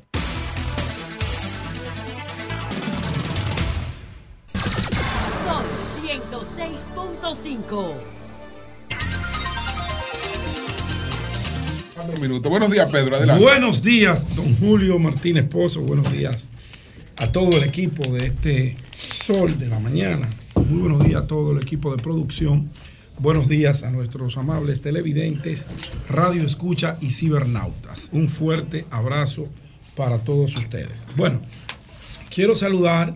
Son 106.5. Minutos. Buenos días, Pedro. Adelante. Buenos días, don Julio Martínez Pozo. Buenos días a todo el equipo de este Sol de la Mañana. Muy buenos días a todo el equipo de producción. Buenos días a nuestros amables televidentes, radio escucha y cibernautas. Un fuerte abrazo para todos ustedes. Bueno, quiero saludar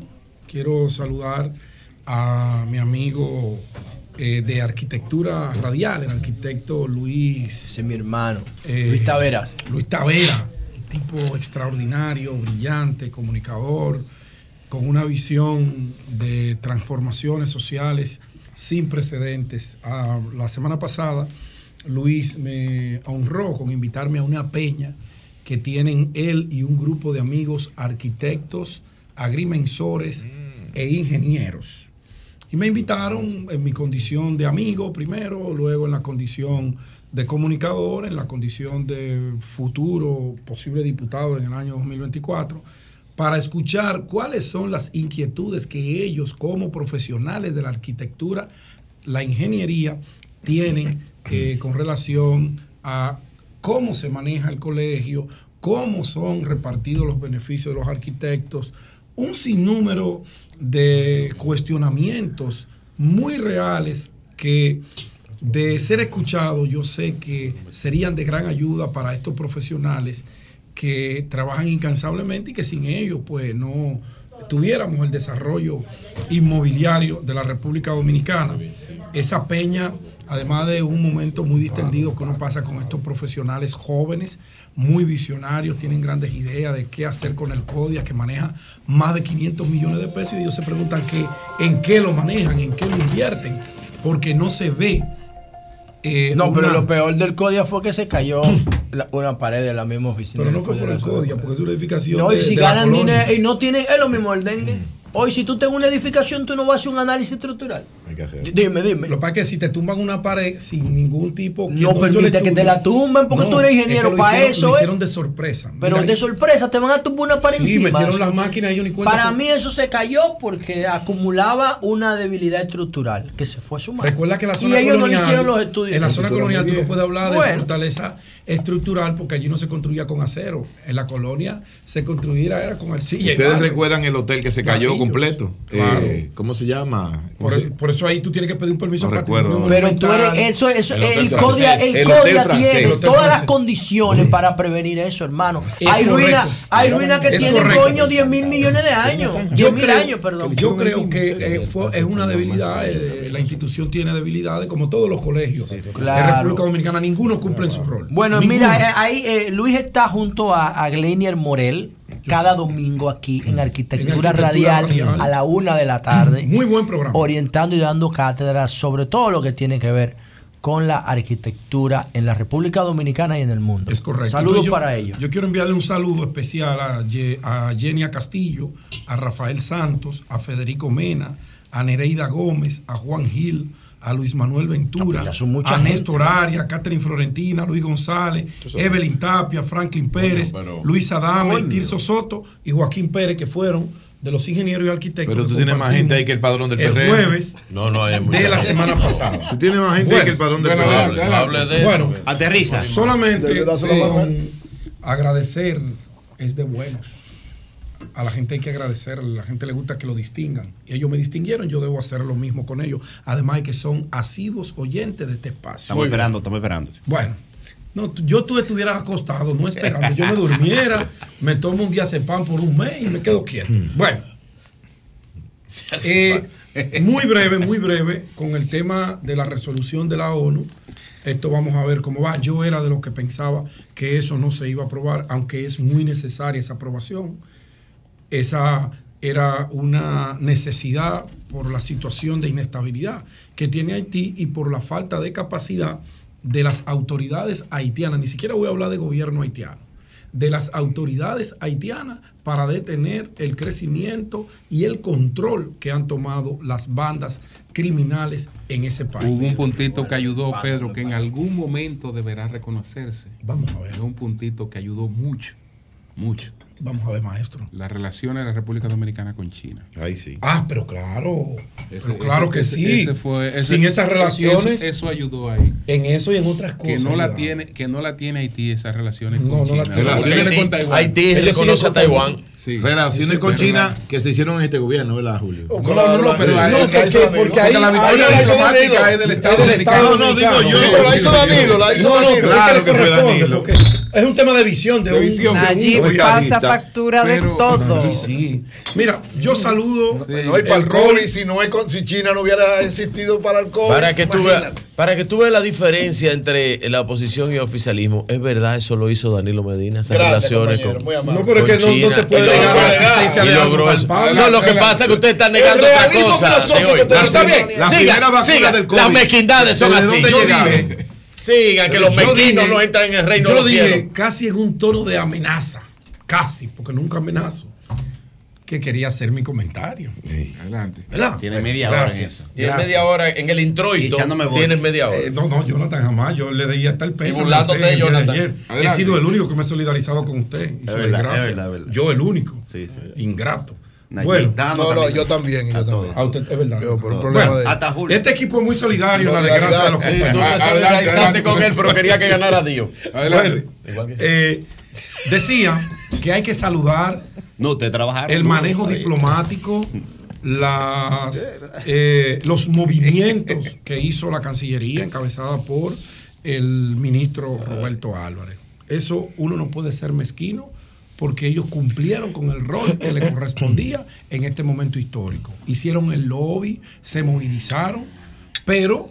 a mi amigo de arquitectura radial, el arquitecto Luis. Ese es mi hermano. Luis Tavera. Luis Tavera, un tipo extraordinario, brillante, comunicador, con una visión de transformaciones sociales sin precedentes. La semana pasada, Luis me honró con invitarme a una peña que tienen él y un grupo de amigos arquitectos, agrimensores e ingenieros. Y me invitaron en mi condición de amigo primero, luego en la condición de comunicador, en la condición de futuro posible diputado en el año 2024, para escuchar cuáles son las inquietudes que ellos como profesionales de la arquitectura, la ingeniería, tienen con relación a cómo se maneja el colegio, cómo son repartidos los beneficios de los arquitectos, un sinnúmero de cuestionamientos muy reales que, de ser escuchados, yo sé que serían de gran ayuda para estos profesionales que trabajan incansablemente y que sin ellos pues no tuviéramos el desarrollo inmobiliario de la República Dominicana. Esa peña, además de un momento muy distendido que uno pasa con estos profesionales jóvenes, muy visionarios, tienen grandes ideas de qué hacer con el CODIA, que maneja más de 500 millones de pesos, y ellos se preguntan en qué lo manejan, en qué lo invierten, porque no se ve. Pero lo peor del CODIA fue que se cayó una pared de la misma oficina. Pero no fue por el CODIA, porque es una edificación. No, y si ganan dinero y no tienen, es lo mismo el dengue. Hoy, si tú tengas una edificación, tú no vas a hacer un análisis estructural. Hay que hacer. Dime. Lo que pasa es que si te tumban una pared sin ningún tipo. No permite que te la tumben porque tú eres ingeniero para eso. Lo hicieron de sorpresa. Pero de sorpresa te van a tumbar una pared encima. Sí, metieron las máquinas y ellos ni cuenta. Para mí eso se cayó porque acumulaba una debilidad estructural que se fue sumando. Recuerda que la zona y ellos colonial, no le hicieron los estudios. En la zona colonial tú no puedes hablar de fortaleza estructural porque allí no se construía con acero. En la colonia se construía era con arcilla. ¿Ustedes recuerdan el hotel que se cayó completo? Claro. ¿Cómo se llama? Por eso ahí tú tienes que pedir un permiso para pero tú eres el CODIA tiene todas las condiciones para prevenir eso, hermano. Hay ruinas que tienen coño 10 mil millones de años. 10 mil años, perdón. Yo creo que es una debilidad. La institución tiene debilidades, como todos los colegios. Claro. En República Dominicana ninguno cumple su rol. Bueno, mira, ahí Luis está junto a Glenier Morel cada domingo aquí en Arquitectura Radial a la 1 de la tarde. Muy buen programa. Orientando y dando cátedras sobre todo lo que tiene que ver con la arquitectura en la República Dominicana y en el mundo. Es correcto. Saludos para ellos. Yo quiero enviarle un saludo especial a Yenia Castillo, a Rafael Santos, a Federico Mena, a Nereida Gómez, a Juan Gil, a Luis Manuel Ventura, a Néstor Arias, a Catherine Florentina, a Luis González, Evelyn Tapia, Franklin Pérez, Luis Adame, Tirso Soto y Joaquín Pérez, que fueron de los ingenieros y arquitectos. Pero tú tienes más gente ahí que el padrón del PRM. El jueves de la semana pasada. Tú tienes más gente ahí que el padrón del PRM. Hable de bueno, aterriza. Solamente agradecer es de buenos. A la gente hay que agradecerle, a la gente le gusta que lo distingan. Y ellos me distinguieron, yo debo hacer lo mismo con ellos. Además de que son asiduos oyentes de este espacio. Estamos esperando. Bueno, no, tú estuvieras acostado, no esperando. Yo me durmiera, me tomo un diazepam por un mes y me quedo quieto. Bueno, muy breve, con el tema de la resolución de la ONU. Esto vamos a ver cómo va. Yo era de los que pensaba que eso no se iba a aprobar, aunque es muy necesaria esa aprobación. Esa era una necesidad por la situación de inestabilidad que tiene Haití y por la falta de capacidad de las autoridades haitianas. Ni siquiera voy a hablar de gobierno haitiano, de las autoridades haitianas para detener el crecimiento y el control que han tomado las bandas criminales en ese país. Hubo un puntito que ayudó, Pedro, que en algún momento deberá reconocerse. Vamos a ver. Hubo un puntito que ayudó mucho. Vamos a ver, maestro. Las relaciones de la República Dominicana con China. Ahí sí. Pero claro. Claro que sí. Sin esas relaciones. Eso ayudó ahí. En eso y en otras cosas. Que no la tiene Haití, esas relaciones con China. Relaciones con Taiwán. Haití reconoce a Taiwán. Sí. Relaciones con China que se hicieron en este gobierno, ¿verdad, Julio? Porque ahí la victoria diplomática es del Estado Dominicano. No, digo yo. Pero la hizo Danilo. Claro que fue Danilo. Es un tema de visión. Allí pasa factura de todo. Sí. Mira, yo saludo. No hay para el COVID, si China no hubiera existido para el COVID. Para que tú veas la diferencia entre la oposición y el oficialismo, es verdad, eso lo hizo Danilo Medina, esas relaciones con no, pero es que no se puede negar. No, lo que pasa es que usted está negando otra cosa. Está bien, las mezquindades son así. Sigan, que los mezquinos no entran en el reino de los cielos. Yo dije, casi en un tono de amenaza, casi, porque nunca amenazo, que quería hacer mi comentario. Adelante. ¿Verdad? Tiene media hora en eso. Tiene media hora en el introito. Tienes media hora. No, Jonathan, jamás. Yo le di hasta el peso. Y burlándote de Jonathan. He sido el único que me he solidarizado con usted. Es verdad. Yo el único. Sí. Ingrato. Bueno, yo también. A usted, es verdad. Yo, por un problema este equipo es muy solidario en la desgracia de los compañeros. Tú te solidarizaste con él, pero quería que ganara Dios. Adelante. decía que hay que saludar el manejo diplomático, los movimientos que hizo la Cancillería encabezada por el ministro Roberto Álvarez. Eso uno no puede ser mezquino porque ellos cumplieron con el rol que le correspondía en este momento histórico. Hicieron el lobby, se movilizaron, pero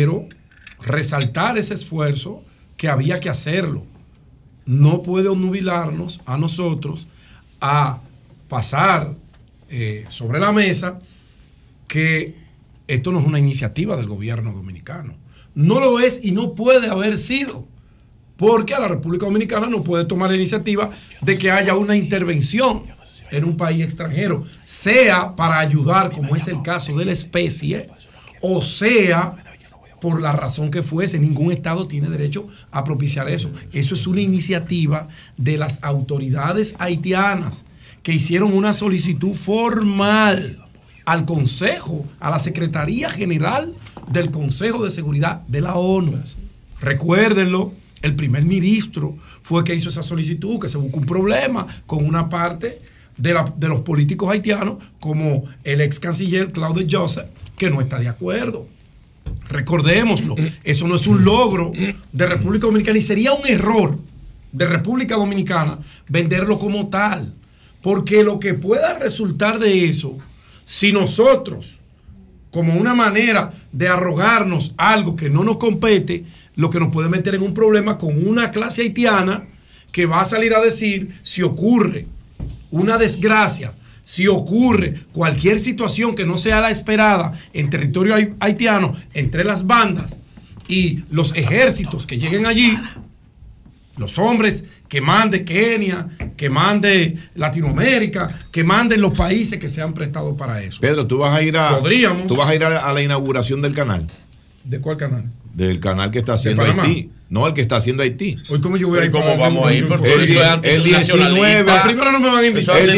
resaltar ese esfuerzo que había que hacerlo. No puede obnubilarnos a nosotros a pasar sobre la mesa que esto no es una iniciativa del gobierno dominicano. No lo es y no puede haber sido, porque a la República Dominicana no puede tomar la iniciativa de que haya una intervención en un país extranjero, sea para ayudar, como es el caso de la especie, o sea por la razón que fuese. Ningún Estado tiene derecho a propiciar eso. Eso es una iniciativa de las autoridades haitianas que hicieron una solicitud formal al Consejo, a la Secretaría General del Consejo de Seguridad de la ONU. Recuérdenlo, el primer ministro fue que hizo esa solicitud, que se buscó un problema con una parte de los políticos haitianos, como el ex canciller Claude Joseph, que no está de acuerdo. Recordémoslo, eso no es un logro de República Dominicana y sería un error de República Dominicana venderlo como tal, porque lo que pueda resultar de eso, si nosotros, como una manera de arrogarnos algo que no nos compete, lo que nos puede meter en un problema con una clase haitiana que va a salir a decir, si ocurre una desgracia, si ocurre cualquier situación que no sea la esperada en territorio haitiano, entre las bandas y los ejércitos que lleguen allí, los hombres que mande Kenia, que mande Latinoamérica, que manden los países que se han prestado para eso. Pedro, tú vas a ir a la inauguración del canal. ¿De cuál canal? Del canal que está haciendo Haití. No, el que está haciendo Haití. Hoy, ¿cómo yo voy a ir? ¿Cómo vamos a ir? Porque eso es antinacionalista. Primero no me van a invitar. El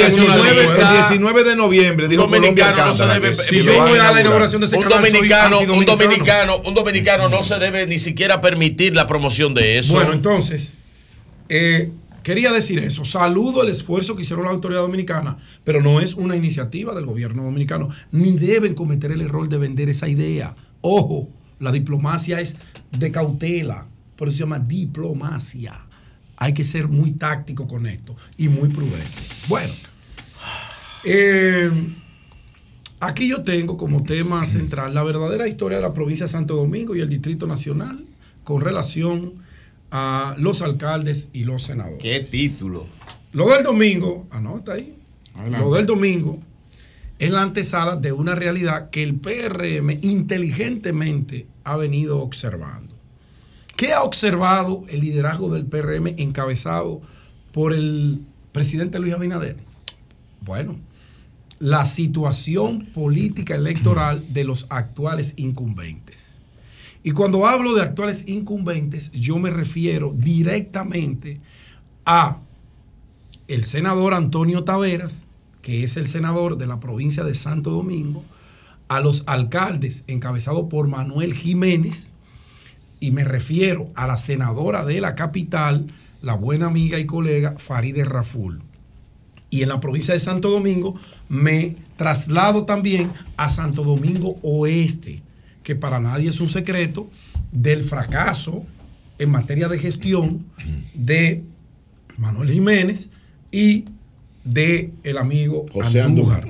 19 de noviembre dijo Colombia canta. Si yo voy a la inauguración de ese canal, un dominicano no se debe ni siquiera permitir la promoción de eso. Bueno, entonces, quería decir eso. Saludo el esfuerzo que hicieron la autoridad dominicana, pero no es una iniciativa del gobierno dominicano. Ni deben cometer el error de vender esa idea. Ojo, la diplomacia es de cautela. Por eso se llama diplomacia. Hay que ser muy táctico con esto y muy prudente. Bueno, aquí yo tengo como tema central la verdadera historia de la provincia de Santo Domingo y el Distrito Nacional con relación a los alcaldes y los senadores. ¿Qué título? Lo del domingo, anota ahí. Adelante. Lo del domingo es la antesala de una realidad que el PRM inteligentemente ha venido observando. ¿Qué ha observado el liderazgo del PRM encabezado por el presidente Luis Abinader? Bueno, la situación política electoral de los actuales incumbentes. Y cuando hablo de actuales incumbentes, yo me refiero directamente a el senador Antonio Taveras, que es el senador de la provincia de Santo Domingo, a los alcaldes encabezados por Manuel Jiménez, y me refiero a la senadora de la capital, la buena amiga y colega Farideh Raful. Y en la provincia de Santo Domingo me traslado también a Santo Domingo Oeste, que para nadie es un secreto del fracaso en materia de gestión de Manuel Jiménez y de el amigo José Andújar.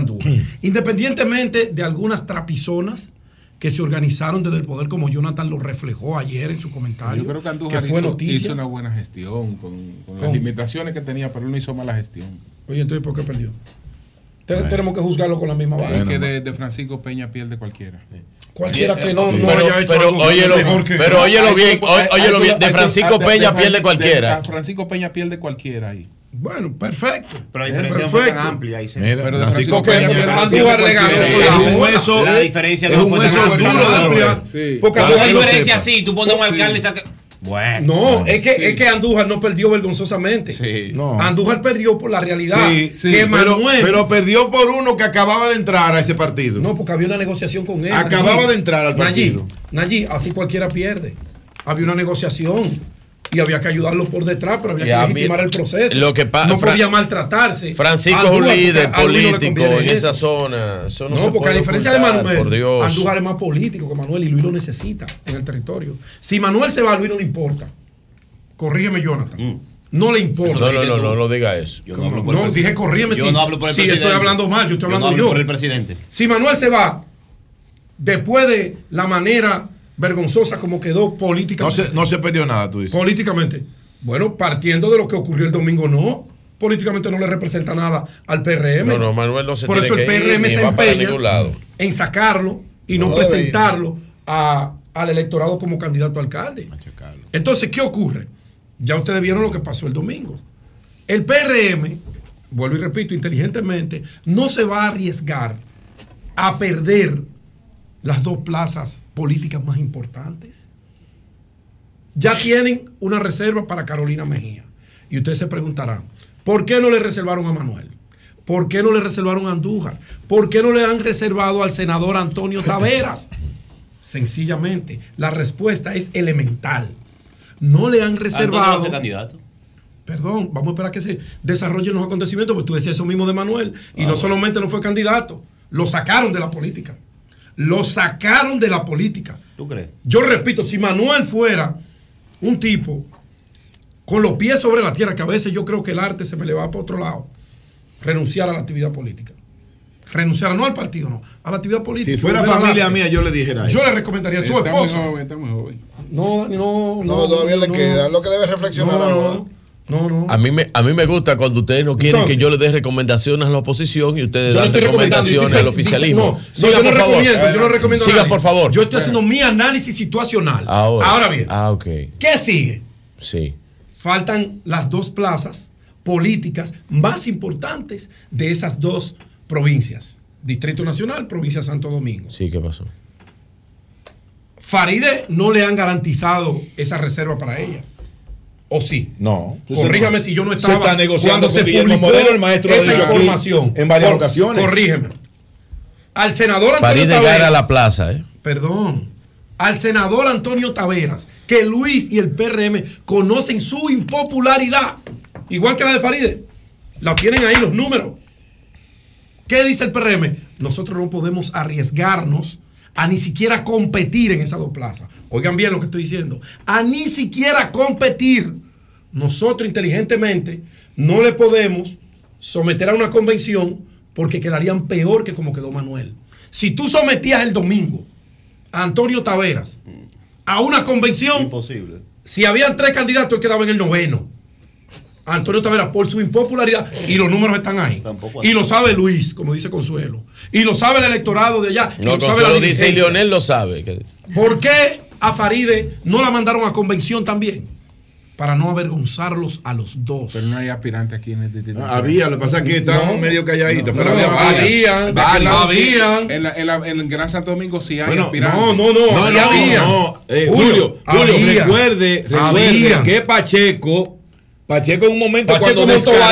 Independientemente de algunas trapizonas que se organizaron desde el poder, como Jonathan lo reflejó ayer en su comentario. Yo creo que Andújar hizo una buena gestión con las limitaciones que tenía, pero él no hizo mala gestión. Oye, entonces, ¿por qué perdió? Tenemos que juzgarlo con la misma base. Es que de Francisco Peña pierde cualquiera. Cualquiera que no haya hecho algo pero óyelo bien, de Francisco Peña pierde cualquiera. Francisco Peña pierde cualquiera ahí. Bueno, perfecto. Pero la diferencia no fue tan amplia ahí. Pero de Francisco Peña Andújar le ganó. La diferencia no fue tan amplia. Porque la diferencia así, tú pones un alcalde. Bueno, es que Andújar no perdió vergonzosamente. Sí. No. Andújar perdió por la realidad. Que Manuel, pero perdió por uno que acababa de entrar a ese partido. No, porque había una negociación con él. Acababa de entrar al partido. Nayib, así cualquiera pierde. Había una negociación. y había que ayudarlo por detrás, pero había que legitimar el proceso. No podía maltratarse. Francisco es un líder político en esa zona. No, porque a diferencia de Manuel, Andújar es más político que Manuel y Luis lo necesita en el territorio. Si Manuel se va, a Luis no le importa. Corrígeme, Jonathan. No le importa. No diga eso. Yo no hablo por el dije corrígeme. Yo no hablo por el presidente. Si estoy hablando mal, yo estoy hablando yo. Por el presidente. Si Manuel se va, después de la manera vergonzosa como quedó políticamente. No se perdió nada, tú dices. Políticamente. Bueno, partiendo de lo que ocurrió el domingo, no. Políticamente no le representa nada al PRM. No, Manuel no se Por eso el PRM se empeña en sacarlo y no presentarlo al electorado como candidato a alcalde. Entonces, ¿qué ocurre? Ya ustedes vieron lo que pasó el domingo. El PRM, vuelvo y repito, inteligentemente, no se va a arriesgar a perder las dos plazas políticas más importantes. Ya tienen una reserva para Carolina Mejía. Y ustedes se preguntarán, ¿por qué no le reservaron a Manuel? ¿Por qué no le reservaron a Andújar? ¿Por qué no le han reservado al senador Antonio Taveras? Sencillamente, la respuesta es elemental. No le han reservado. ¿Antonio va a ser candidato? Perdón, vamos a esperar a que se desarrollen los acontecimientos, porque tú decías eso mismo de Manuel. Y no solamente no fue candidato, lo sacaron de la política. Lo sacaron de la política. ¿Tú crees? Yo repito, si Manuel fuera un tipo con los pies sobre la tierra, que a veces yo creo que el arte se me le va para otro lado, renunciar a la actividad política. Renunciar no al partido, no, a la actividad política. Si fuera familia mía, yo le dijera eso. Yo le recomendaría a su esposo. Está muy joven. No, todavía le queda. Lo que debe reflexionar ahora. No. A mí me gusta cuando ustedes no quieren que yo les dé recomendaciones a la oposición y ustedes dan recomendaciones al oficialismo. Yo no recomiendo. Siga, por favor. Yo estoy haciendo mi análisis situacional. Ahora bien. ¿Qué sigue? Sí. Faltan las dos plazas políticas más importantes de esas dos provincias. Distrito Nacional, provincia de Santo Domingo. Sí, ¿qué pasó? Faride no le han garantizado esa reserva para ella. ¿O sí? No. Corrígame si yo no estaba se está negociando cuando se publicó Modelo, el maestro esa información. En varias ocasiones. Corrígeme. Al senador Antonio Faride Taveras. gana la plaza, Perdón. Al senador Antonio Taveras, que Luis y el PRM conocen su impopularidad, igual que la de Faride. La tienen ahí los números. ¿Qué dice el PRM? Nosotros no podemos arriesgarnos a ni siquiera competir en esas dos plazas. Oigan bien lo que estoy diciendo. A ni siquiera competir. Nosotros inteligentemente no le podemos someter a una convención porque quedarían peor que como quedó Manuel. Si tú sometías el domingo a Antonio Taveras a una convención, imposible. Si habían 3 candidatos, él quedaba en el 9º. Antonio Taveras, por su impopularidad, y los números están ahí. Y lo sabe Luis, como dice Consuelo. Y lo sabe el electorado de allá. No, lo Consuelo sabe dice y Leonel lo sabe. ¿Por qué a Faride no la mandaron a convención también? Para no avergonzarlos a los dos. Pero no hay aspirante aquí en el distrito. Había, lo que pasa es que estaban medio calladitos. Pero habían. En el Gran Santo Domingo sí hay aspirantes. No. Julio, recuerde que Pacheco en un momento cuando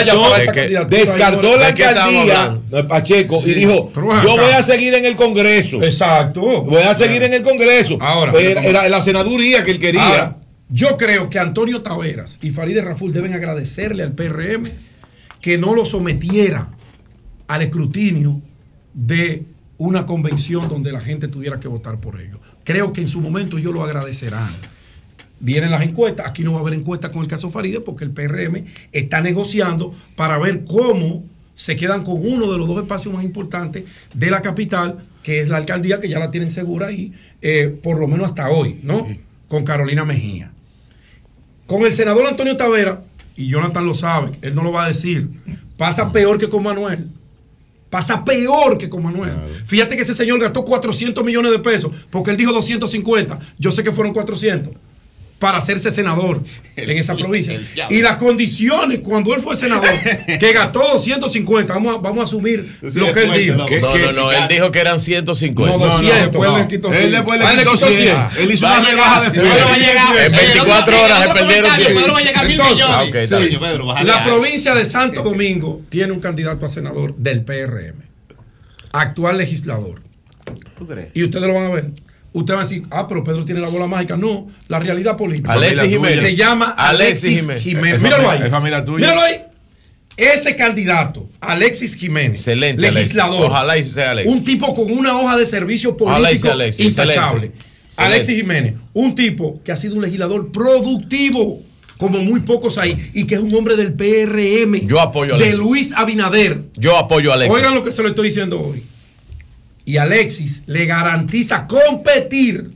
descartó la alcaldía Pacheco y dijo, yo voy a seguir en el Congreso. Exacto. Voy a seguir en el Congreso. Ahora, era la senaduría que él quería. Ahora, yo creo que Antonio Taveras y Faride Raful deben agradecerle al PRM que no lo sometiera al escrutinio de una convención donde la gente tuviera que votar por ello. Creo que en su momento ellos lo agradecerán. Vienen las encuestas, aquí no va a haber encuestas con el caso Faride porque el PRM está negociando para ver cómo se quedan con uno de los dos espacios más importantes de la capital, que es la alcaldía, que ya la tienen segura ahí, por lo menos hasta hoy, ¿no? Con Carolina Mejía. Con el senador Antonio Taveras, y Jonathan lo sabe, él no lo va a decir, pasa peor que con Manuel. Pasa peor que con Manuel. Claro. Fíjate que ese señor gastó 400 millones de pesos, porque él dijo 250. Yo sé que fueron 400. Para hacerse senador en esa provincia. Y las condiciones cuando él fue senador, que gastó 250, vamos a asumir lo que él dijo. Él dijo que eran 150. No, 200. Él después le quitó 100. Él hizo una rebaja de en 24 horas se perdieron 100. La provincia de Santo Domingo tiene un candidato a senador del PRM, actual legislador. ¿Tú crees? Y ustedes lo van a ver. Usted va a decir, pero Pedro tiene la bola mágica. No, la realidad política. Alexis Jiménez. Se llama Alexis Jiménez. Míralo ahí. Es familia tuya. Míralo ahí. Ese candidato, Alexis Jiménez, excelente, legislador, Alexis. Ojalá y sea Alexis. Un tipo con una hoja de servicio político intachable. Alexis Jiménez, un tipo que ha sido un legislador productivo, como muy pocos ahí, y que es un hombre del PRM. Yo apoyo a Alexis. De Luis Abinader. Yo apoyo a Alexis. Oigan lo que se lo estoy diciendo hoy. Y Alexis le garantiza competir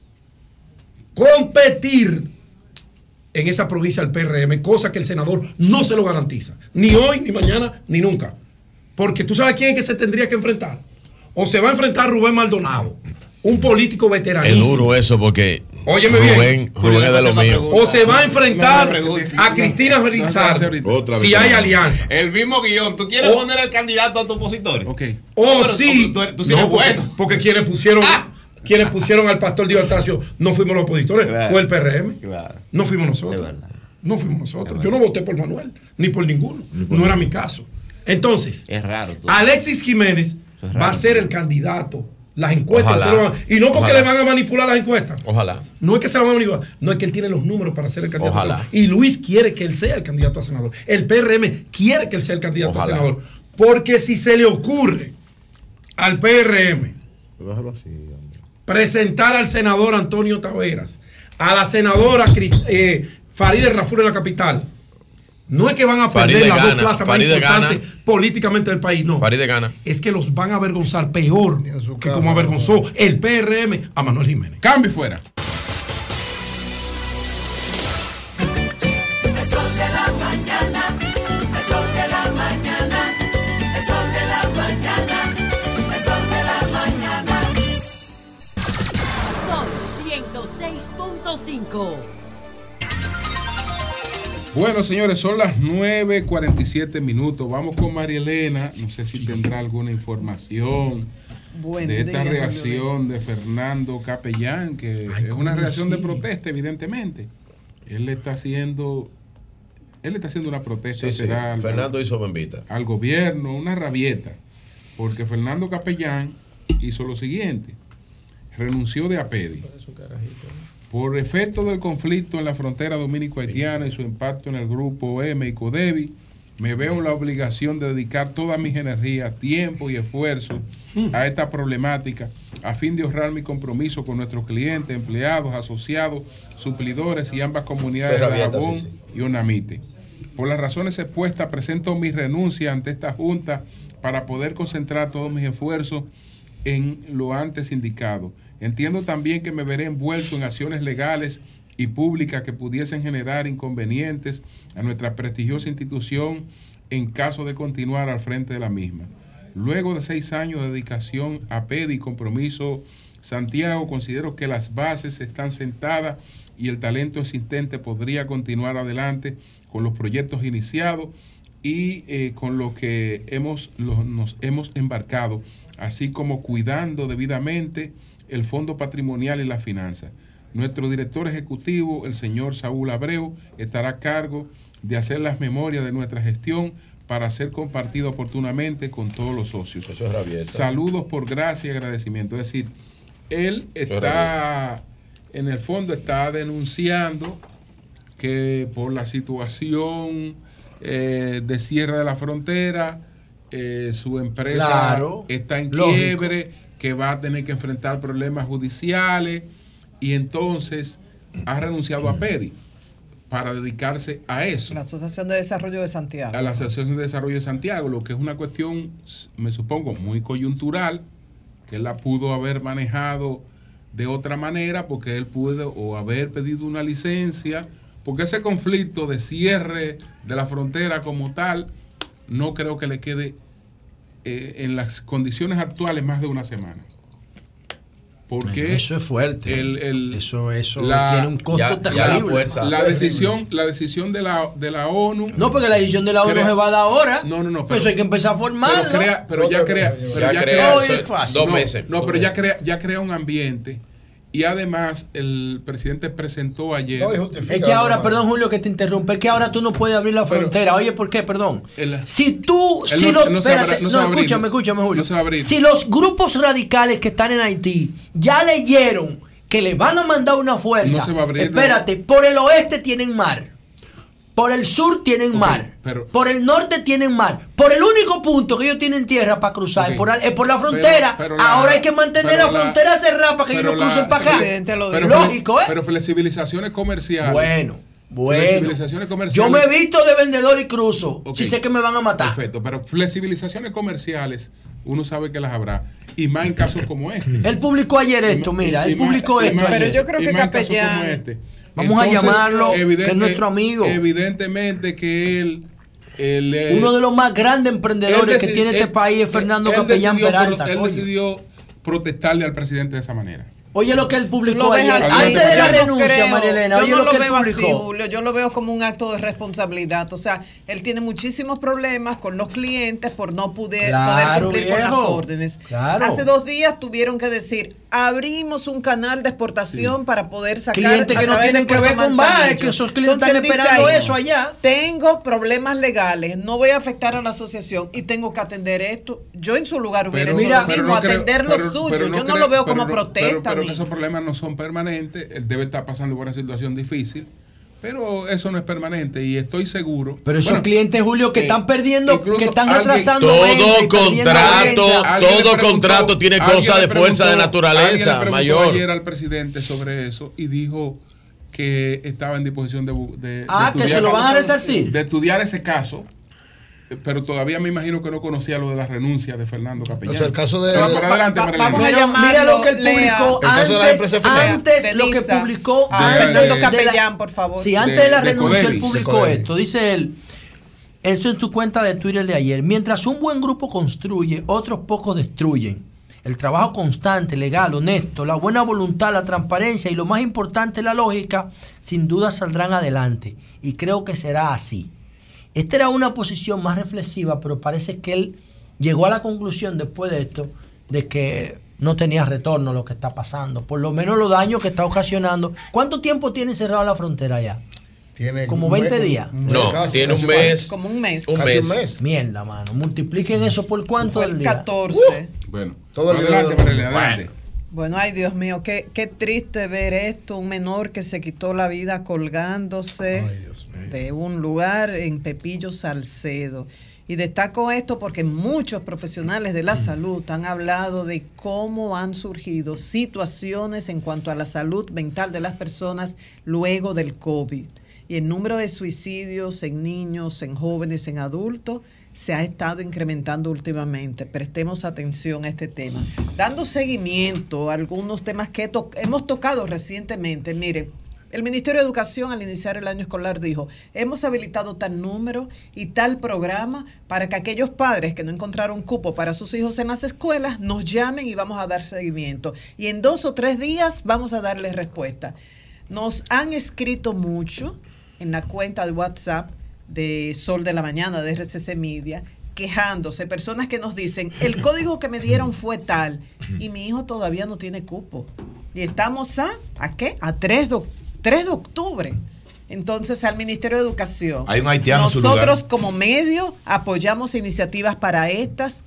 en esa provincia del PRM, cosa que el senador no se lo garantiza. Ni hoy, ni mañana, ni nunca. Porque tú sabes quién es que se tendría que enfrentar. O se va a enfrentar Rubén Maldonado, un político veteranísimo. Es duro eso porque óyeme Rubén es de lo mío. O se va a enfrentar a Cristina Felizardo si hay alianza. El mismo guión. ¿Tú quieres poner el candidato a tu opositor? O sí. Tú sí eres bueno. Porque quienes pusieron al pastor Diego Astacio no fuimos los opositores, fue el PRM. Claro. No fuimos nosotros. No fuimos nosotros. Yo no voté por Manuel, ni por ninguno. No era mi caso. Entonces, es raro. Alexis Jiménez va a ser el candidato. Las encuestas. Y no porque le van a manipular las encuestas. Ojalá. No es que se la van a manipular. No es que él tiene los números para ser el candidato a senador. Y Luis quiere que él sea el candidato a senador. El PRM quiere que él sea el candidato a senador. Porque si se le ocurre al PRM presentar al senador Antonio Taveras, a la senadora Farideh Raful en la capital, no es que van a perder las dos plazas más importantes políticamente del país, no. Farideh gana. Es que los van a avergonzar peor que como avergonzó el PRM a Manuel Jiménez. Cambio fuera. Bueno, señores, son las 9:47 minutos. Vamos con María Elena. No sé si tendrá alguna información de esta reacción de Fernando Capellán, que es una reacción de protesta, evidentemente. Él está haciendo una protesta. Fernando hizo bembita al gobierno, una rabieta, porque Fernando Capellán hizo lo siguiente: renunció de APEDI. Por efecto del conflicto en la frontera dominico-haitiana y su impacto en el grupo M y CODEVI, me veo en la obligación de dedicar todas mis energías, tiempo y esfuerzo a esta problemática a fin de honrar mi compromiso con nuestros clientes, empleados, asociados, suplidores y ambas comunidades de Dajabón y Unamite. Por las razones expuestas, presento mi renuncia ante esta Junta para poder concentrar todos mis esfuerzos en lo antes indicado. Entiendo también que me veré envuelto en acciones legales y públicas que pudiesen generar inconvenientes a nuestra prestigiosa institución en caso de continuar al frente de la misma. Luego de 6 años de dedicación a PEDI y compromiso, Santiago, considero que las bases están sentadas y el talento existente podría continuar adelante con los proyectos iniciados y con lo que nos hemos embarcado, así como cuidando debidamente el fondo patrimonial y las finanzas. Nuestro director ejecutivo, el señor Saúl Abreu, estará a cargo de hacer las memorias de nuestra gestión para ser compartido oportunamente con todos los socios. Eso es rabieta. Saludos por gracia y agradecimiento. Es decir, él está, en el fondo, está denunciando que por la situación de cierre de la frontera, su empresa está en quiebre, que va a tener que enfrentar problemas judiciales, y entonces ha renunciado a PEDI para dedicarse a eso. La Asociación de Desarrollo de Santiago. A la Asociación de Desarrollo de Santiago, lo que es una cuestión, me supongo, muy coyuntural, que él la pudo haber manejado de otra manera, porque él pudo o haber pedido una licencia, porque ese conflicto de cierre de la frontera como tal, no creo que le quede en las condiciones actuales más de una semana. Porque bueno, eso es fuerte. Eso tiene un costo terrible. La decisión de la ONU. No, porque la decisión de la ONU se va a dar ahora. No. Pero eso hay que empezar a formar. Pero ya crea 2 meses. Pero ya crea un ambiente, Y además, el presidente presentó ayer. Es que ahora, perdón, Julio, que te interrumpe, es que ahora tú no puedes abrir la frontera. Oye, ¿por qué? Perdón. Escúchame, Julio. Si los grupos radicales que están en Haití ya leyeron que le van a mandar una fuerza, no se va a abrir, espérate, por el oeste tienen mar. Por el sur tienen mar, por el norte tienen mar, por el único punto que ellos tienen tierra para cruzar es por la frontera. Ahora hay que mantener la frontera cerrada para que ellos no crucen para acá. Lógico, ¿eh? Pero flexibilizaciones comerciales. Bueno. Yo me he visto de vendedor y cruzo. Si sé que me van a matar. Perfecto, pero flexibilizaciones comerciales, uno sabe que las habrá. Y más en casos como este. Él publicó ayer esto, él publicó esto. Pero yo creo que Capellán. Vamos a llamarlo, que es nuestro amigo. Evidentemente que él uno de los más grandes emprendedores que tiene este país es Fernando Capellán Peralta. Él decidió protestarle al presidente de esa manera. Oye lo que él publicó ayer, antes de la renuncia, María Elena. Oye yo no lo que él veo publicó. así, Julio. Yo lo veo como un acto de responsabilidad. O sea, él tiene muchísimos problemas con los clientes por no poder cumplir con las órdenes. Claro. Hace 2 días tuvieron que decir, abrimos un canal de exportación para poder sacar clientes que no tienen que ver con bares, que esos clientes están esperando eso allá. Tengo problemas legales, no voy a afectar a la asociación y tengo que atender esto. Yo en su lugar hubiera hecho lo mismo, atender lo suyo. Yo no lo veo como protesta. Pero esos problemas no son permanentes. Él debe estar pasando por una situación difícil, pero eso no es permanente y estoy seguro. Pero esos clientes, Julio, que están perdiendo, que están atrasando. Todo contrato tiene cosas de fuerza de naturaleza mayor. Ayer al presidente sobre eso y dijo que estaba en disposición de que se lo van a resarcir. De estudiar ese caso. Pero todavía me imagino que no conocía lo de la renuncia de Fernando Capellán. O sea, el caso de... Por adelante, vamos a llamarlo. Mira lo que él publicó antes lo que publicó Fernando Capellán, por favor. Sí, antes de la renuncia él publicó esto. Dice él, eso en su cuenta de Twitter de ayer. Mientras un buen grupo construye, otros pocos destruyen. El trabajo constante, legal, honesto, la buena voluntad, la transparencia y lo más importante, la lógica, sin duda saldrán adelante. Y creo que será así. Esta era una posición más reflexiva, pero parece que él llegó a la conclusión después de esto de que no tenía retorno lo que está pasando. Por lo menos los daños que está ocasionando. ¿Cuánto tiempo tiene cerrada la frontera allá? Tiene como 20 días. No, tiene un mes. Como un mes. Un mes. Mierda, mano. Multipliquen eso por cuánto del día. 14. Bueno, todo adelante. Bueno, ay Dios mío, qué triste ver esto, un menor que se quitó la vida colgándose de un lugar en Pepillo Salcedo. Y destaco esto porque muchos profesionales de la salud han hablado de cómo han surgido situaciones en cuanto a la salud mental de las personas luego del COVID. Y el número de suicidios en niños, en jóvenes, en adultos, se ha estado incrementando últimamente. Prestemos atención a este tema. Dando seguimiento a algunos temas que hemos tocado recientemente. Miren, el Ministerio de Educación al iniciar el año escolar dijo, hemos habilitado tal número y tal programa para que aquellos padres que no encontraron cupo para sus hijos en las escuelas nos llamen y vamos a dar seguimiento. Y en 2 o 3 días vamos a darles respuesta. Nos han escrito mucho en la cuenta de WhatsApp de Sol de la Mañana, de RCC Media, quejándose, personas que nos dicen, el código que me dieron fue tal, y mi hijo todavía no tiene cupo. Y estamos ¿a qué? A 3 de octubre. Entonces, al Ministerio de Educación, hay un haitiano nosotros como medio apoyamos iniciativas para estas,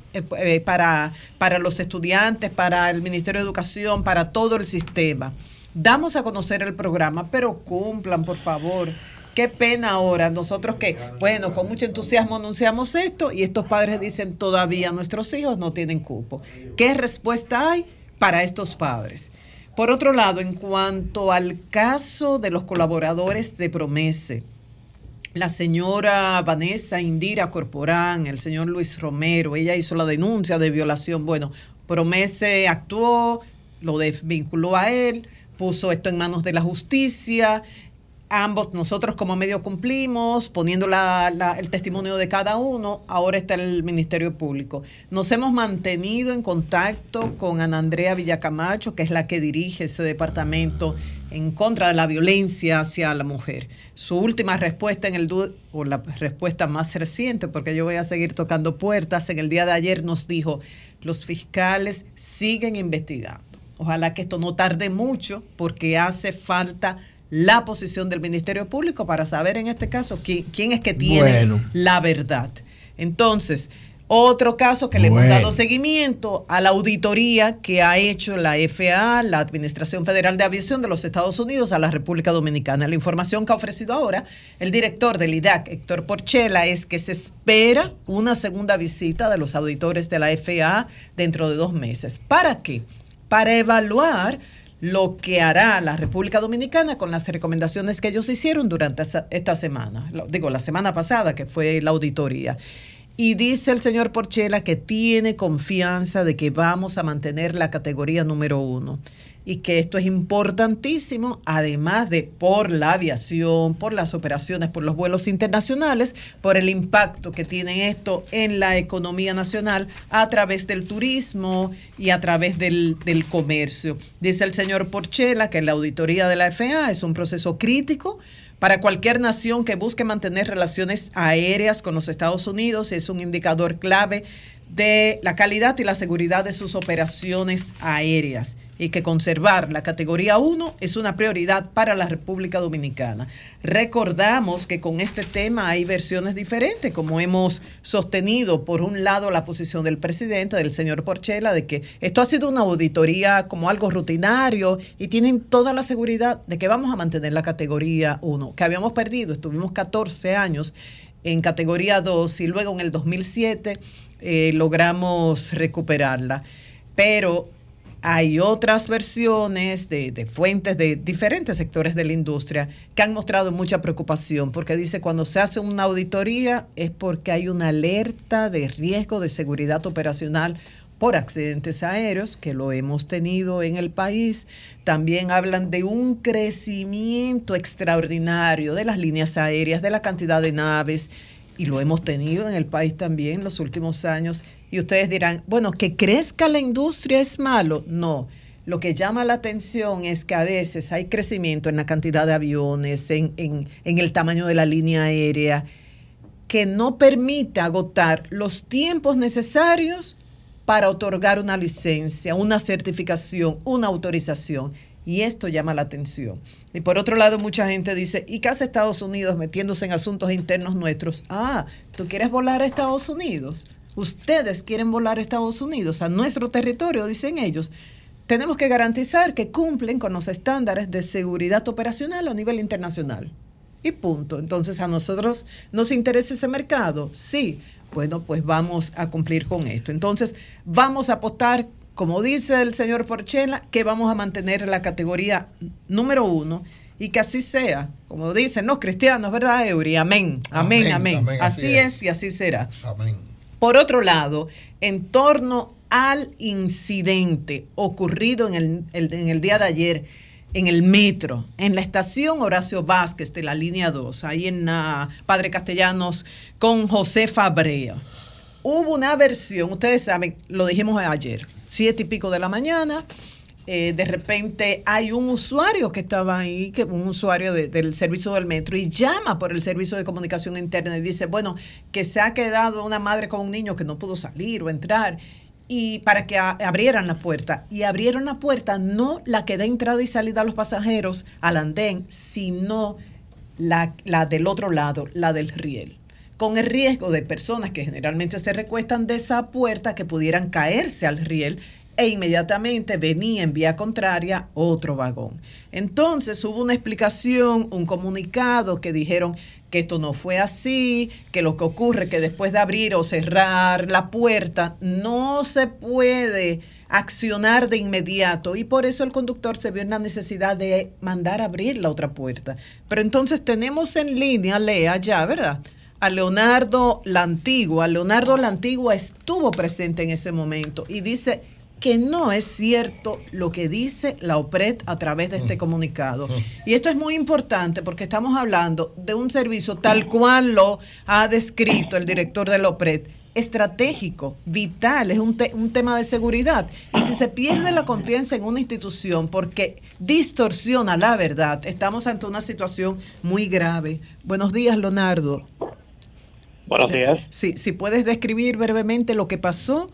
para los estudiantes, para el Ministerio de Educación, para todo el sistema. Damos a conocer el programa, pero cumplan, por favor. Qué pena ahora, nosotros que, bueno, con mucho entusiasmo anunciamos esto y estos padres dicen todavía nuestros hijos no tienen cupo. ¿Qué respuesta hay para estos padres? Por otro lado, en cuanto al caso de los colaboradores de Promese, la señora Vanessa Indira Corporán, el señor Luis Romero, ella hizo la denuncia de violación. Bueno, Promese actuó, lo desvinculó a él, puso esto en manos de la justicia. Ambos, nosotros como medio cumplimos, poniendo el testimonio de cada uno. Ahora está el Ministerio Público. Nos hemos mantenido en contacto con Ana Andrea Villacamacho, que es la que dirige ese departamento en contra de la violencia hacia la mujer. Su última respuesta o la respuesta más reciente, porque yo voy a seguir tocando puertas, en el día de ayer nos dijo, los fiscales siguen investigando. Ojalá que esto no tarde mucho porque hace falta la posición del Ministerio Público para saber en este caso quién es que tiene la verdad. Entonces, otro caso que le hemos dado seguimiento a la auditoría que ha hecho la FAA, la Administración Federal de Aviación de los Estados Unidos, a la República Dominicana. La información que ha ofrecido ahora el director del IDAC, Héctor Porchela, es que se espera una segunda visita de los auditores de la FAA dentro de 2 meses. ¿Para qué? Para evaluar lo que hará la República Dominicana con las recomendaciones que ellos hicieron durante esta semana. La semana pasada, que fue la auditoría. Y dice el señor Porchela que tiene confianza de que vamos a mantener la categoría número 1 y que esto es importantísimo, además de por la aviación, por las operaciones, por los vuelos internacionales, por el impacto que tiene esto en la economía nacional a través del turismo y a través del comercio. Dice el señor Porchela que la auditoría de la FAA es un proceso crítico para cualquier nación que busque mantener relaciones aéreas con los Estados Unidos. Es un indicador clave de la calidad y la seguridad de sus operaciones aéreas y que conservar la categoría 1 es una prioridad para la República Dominicana. Recordamos que con este tema hay versiones diferentes, como hemos sostenido, por un lado, la posición del presidente, del señor Porchela, de que esto ha sido una auditoría como algo rutinario y tienen toda la seguridad de que vamos a mantener la categoría 1, que habíamos perdido, estuvimos 14 años en categoría 2 y luego en el 2007 logramos recuperarla. Pero hay otras versiones de fuentes de diferentes sectores de la industria que han mostrado mucha preocupación, porque dice cuando se hace una auditoría es porque hay una alerta de riesgo de seguridad operacional por accidentes aéreos, que lo hemos tenido en el país. También hablan de un crecimiento extraordinario de las líneas aéreas, de la cantidad de naves, y lo hemos tenido en el país también en los últimos años. Y ustedes dirán, bueno, que crezca la industria es malo. No, lo que llama la atención es que a veces hay crecimiento en la cantidad de aviones, en el tamaño de la línea aérea, que no permite agotar los tiempos necesarios para otorgar una licencia, una certificación, una autorización. Y esto llama la atención. Y por otro lado, mucha gente dice, ¿y qué hace Estados Unidos metiéndose en asuntos internos nuestros? Ah, ¿tú quieres volar a Estados Unidos? Ustedes quieren volar a Estados Unidos, a nuestro territorio, dicen ellos. Tenemos que garantizar que cumplen con los estándares de seguridad operacional a nivel internacional. Y punto. Entonces, ¿a nosotros nos interesa ese mercado? Sí. Bueno, pues vamos a cumplir con esto. Entonces, vamos a apostar, como dice el señor Porchela, que vamos a mantener la categoría número 1 y que así sea. Como dicen los cristianos, ¿verdad, Eury? Amén, amén, amén. Amén. Así es y así será. Amén. Por otro lado, en torno al incidente ocurrido en el día de ayer en el metro, en la estación Horacio Vázquez de la línea 2, ahí en Padre Castellanos con José Fabrea, hubo una versión, ustedes saben, lo dijimos ayer, 7:00 de la mañana, de repente hay un usuario que estaba ahí, un usuario del servicio del metro, y llama por el servicio de comunicación interna y dice, bueno, que se ha quedado una madre con un niño que no pudo salir o entrar, y para que abrieran la puerta. Y abrieron la puerta, no la que da entrada y salida a los pasajeros al andén, sino la del otro lado, la del riel, con el riesgo de personas que generalmente se recuestan de esa puerta que pudieran caerse al riel, e inmediatamente venía en vía contraria otro vagón. Entonces hubo una explicación, un comunicado que dijeron que esto no fue así, que lo que ocurre es que después de abrir o cerrar la puerta no se puede accionar de inmediato, y por eso el conductor se vio en la necesidad de mandar a abrir la otra puerta. Pero entonces tenemos en línea, Lea, ya, ¿verdad?, a Leonardo La Antigua. Leonardo La Antigua estuvo presente en ese momento y dice que no es cierto lo que dice la OPRED a través de este comunicado. Y esto es muy importante porque estamos hablando de un servicio tal cual lo ha descrito el director de la OPRED, estratégico, vital, es un tema de seguridad. Y si se pierde la confianza en una institución porque distorsiona la verdad, estamos ante una situación muy grave. Buenos días, Leonardo. Buenos días. Sí, si puedes describir brevemente lo que pasó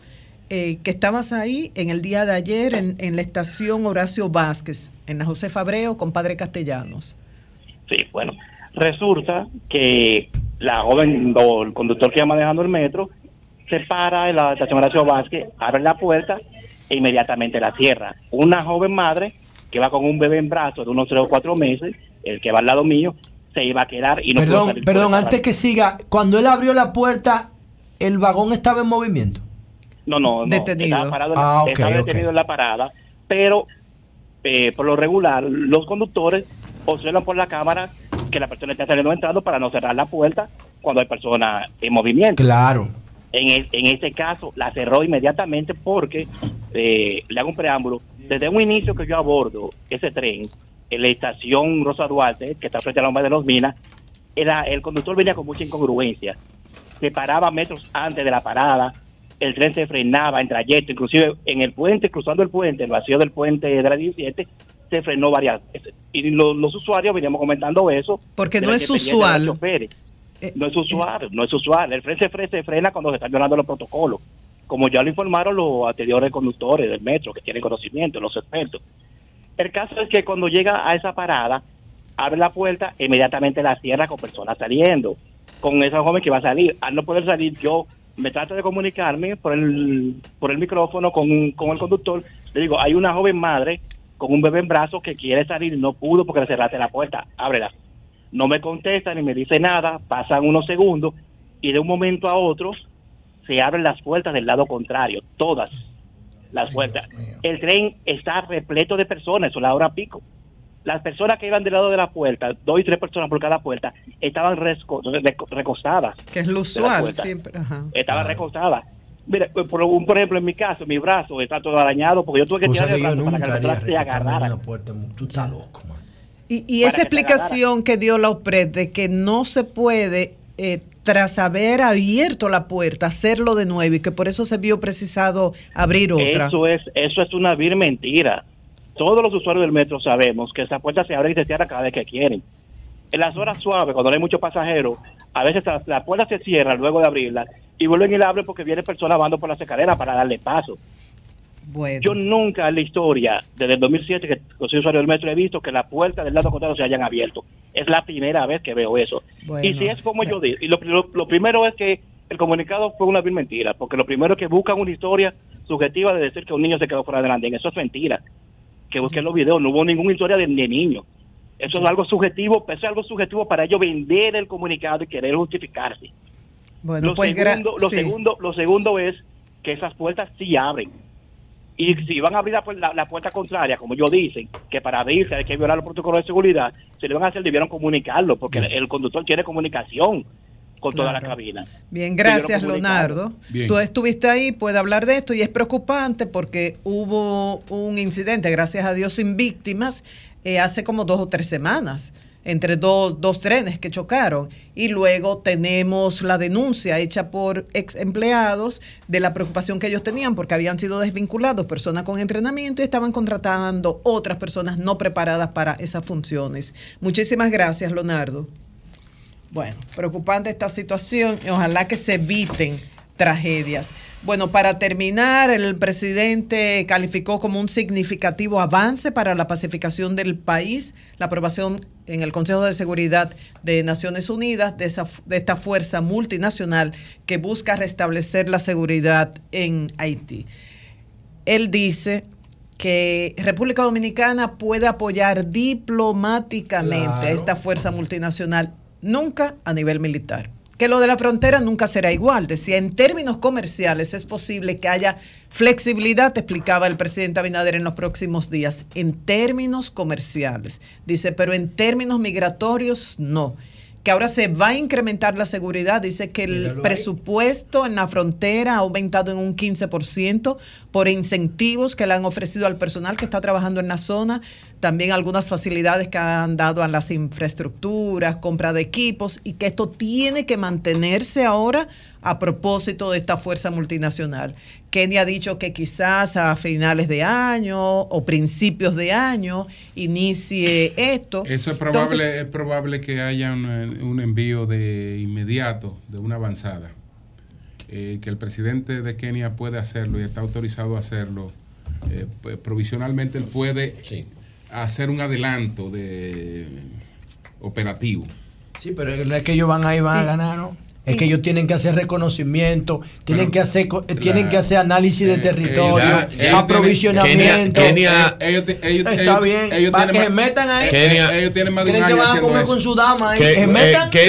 que estabas ahí en el día de ayer en la estación Horacio Vázquez, en la José Fabreo, con Padre Castellanos. Sí, bueno, resulta que la joven o el conductor que iba manejando el metro se para en la estación Horacio Vázquez, abre la puerta e inmediatamente la cierra. Una joven madre que va con un bebé en brazos de unos 3 o 4 meses, el que va al lado mío, se iba a quedar y no pudo salir. Perdón, antes que siga, cuando él abrió la puerta, ¿el vagón estaba en movimiento? No. Detenido. Estaba parado estaba detenido en la parada, pero por lo regular, los conductores observan por la cámara que la persona está saliendo o entrando para no cerrar la puerta cuando hay personas en movimiento. Claro. En este caso, la cerró inmediatamente porque, le hago un preámbulo, desde un inicio que yo abordo ese tren, en la estación Rosa Duarte, que está frente a la Loma de los Minas, el conductor venía con mucha incongruencia. Se paraba metros antes de la parada, el tren se frenaba en trayecto, inclusive en el puente, cruzando el puente, el vacío del puente de la 17, se frenó varias veces. Y los usuarios veníamos comentando eso. Porque no es usual. No es usual. El tren se frena cuando se están violando los protocolos, como ya lo informaron los anteriores conductores del metro, que tienen conocimiento, los expertos. El caso es que cuando llega a esa parada, abre la puerta, inmediatamente la cierra con personas saliendo, con esa joven que va a salir. Al no poder salir, yo me trato de comunicarme por el micrófono con el conductor. Le digo, hay una joven madre con un bebé en brazos que quiere salir y no pudo porque le cerraste la puerta, ábrela. No me contesta ni me dice nada, pasan unos segundos y de un momento a otro se abren las puertas del lado contrario, todas las puertas. El tren está repleto de personas, son la hora pico. Las personas que iban del lado de la puerta, 2 y 3 personas por cada puerta, estaban recostadas. Que es lo usual siempre. Estaban recostadas. Mira, por ejemplo, en mi caso, mi brazo está todo arañado porque yo tuve que tirar el brazo para que la persona se agarrara. Tú estás loco, man. Y esa explicación que dio la OPRED de que no se puede, tras haber abierto la puerta, hacerlo de nuevo y que por eso se vio precisado abrir otra. Eso es una vil mentira. Todos los usuarios del metro sabemos que esa puerta se abre y se cierra cada vez que quieren. En las horas suaves, cuando no hay muchos pasajeros, a veces la puerta se cierra luego de abrirla y vuelven y la abren porque viene personas bajando por las escaleras para darle paso. Bueno. Yo nunca en la historia, desde el 2007 que soy usuario del metro, he visto que las puertas del lado contrario se hayan abierto. Es la primera vez que veo eso. Bueno, y si es como yo digo, y lo primero es que el comunicado fue una vil mentira, porque lo primero es que buscan una historia subjetiva de decir que un niño se quedó fuera del andén. Eso es mentira. Que busquen los videos, no hubo ninguna historia de niño. Eso es algo subjetivo, para ellos vender el comunicado y querer justificarse. Bueno, lo segundo es que esas puertas sí abren. Y si van a abrir la puerta contraria, como ellos dicen, que para abrirse hay que violar los protocolos de seguridad, si le van a hacer, debieron comunicarlo, porque el conductor tiene comunicación con toda la cabina. Bien, gracias, Leonardo. Bien. Tú estuviste ahí, puedes hablar de esto, y es preocupante porque hubo un incidente, gracias a Dios, sin víctimas, hace como 2 o 3 semanas, entre dos trenes que chocaron, y luego tenemos la denuncia hecha por ex empleados de la preocupación que ellos tenían porque habían sido desvinculados, personas con entrenamiento, y estaban contratando otras personas no preparadas para esas funciones. Muchísimas gracias, Leonardo. Bueno, preocupante esta situación y ojalá que se eviten tragedias. Bueno, para terminar, el presidente calificó como un significativo avance para la pacificación del país la aprobación en el Consejo de Seguridad de Naciones Unidas de esta fuerza multinacional que busca restablecer la seguridad en Haití. Él dice que República Dominicana puede apoyar diplomáticamente a esta fuerza multinacional, nunca a nivel militar. Que lo de la frontera nunca será igual. Decía, en términos comerciales es posible que haya flexibilidad, explicaba el presidente Abinader en los próximos días. En términos comerciales. Dice, pero en términos migratorios no. Que ahora se va a incrementar la seguridad. Dice que el presupuesto en la frontera ha aumentado en un 15% por incentivos que le han ofrecido al personal que está trabajando en la zona. También algunas facilidades que han dado a las infraestructuras, compra de equipos, y que esto tiene que mantenerse ahora a propósito de esta fuerza multinacional. Kenia ha dicho que quizás a finales de año o principios de año inicie esto. Eso es probable. Entonces, es probable que haya un envío de inmediato de una avanzada. que el presidente de Kenia puede hacerlo y está autorizado a hacerlo, provisionalmente él puede hacer un adelanto de operativo. Sí, pero no es que ellos van a ganar, ¿no? Es que ellos tienen que hacer reconocimiento, tienen que hacer análisis de territorio, aprovisionamiento. Está bien, para que se metan ahí. Ellos tienen más de un año. ¿Creen que van a comer con su dama ahí? Que se metan. Que se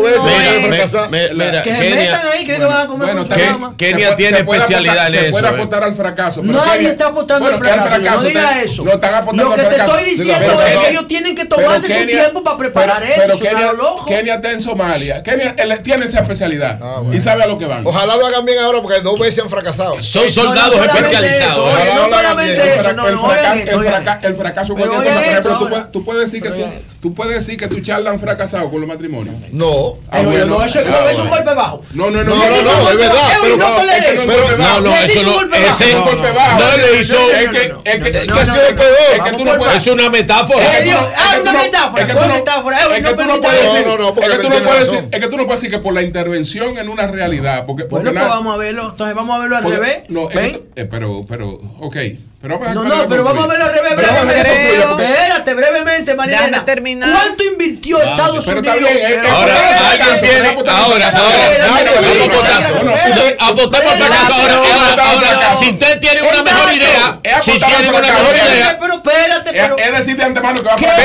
metan ahí, ¿creen que van a comer con su dama? Kenia tiene especialidad en eso. Se puede apostar al fracaso. Nadie está apostando al fracaso. No digas eso. No están apostando al fracaso. Lo que te estoy diciendo es que ellos tienen que tomarse su tiempo para preparar eso. Pero Kenia está en Somalia. Kenia tiene esa especialidad y sabe a lo que van. Ojalá lo hagan bien ahora porque 2 veces han fracasado. Son soldados especializados. Ojalá lo hagan bien. El fracaso cualquier cosa. Por ejemplo, tú puedes decir que tu charla han fracasado con los matrimonios. No. No, eso es un golpe bajo. No, es verdad. No, eso no. Ese es un golpe bajo. No le hizo. Es una metáfora. Es que tú no puedes decir que por la intervención en una realidad. Porque pues vamos a verlo. Entonces vamos a verlo al revés. No, ok. Pero vamos a verlo al revés. Espérate, brevemente, María. Déjame terminar. ¿Cuánto invirtió Estados Unidos? Ahora alguien viene. Apostamos para acá. Si usted tiene una mejor idea. Pero espérate. Es decir de antemano que va a pasar.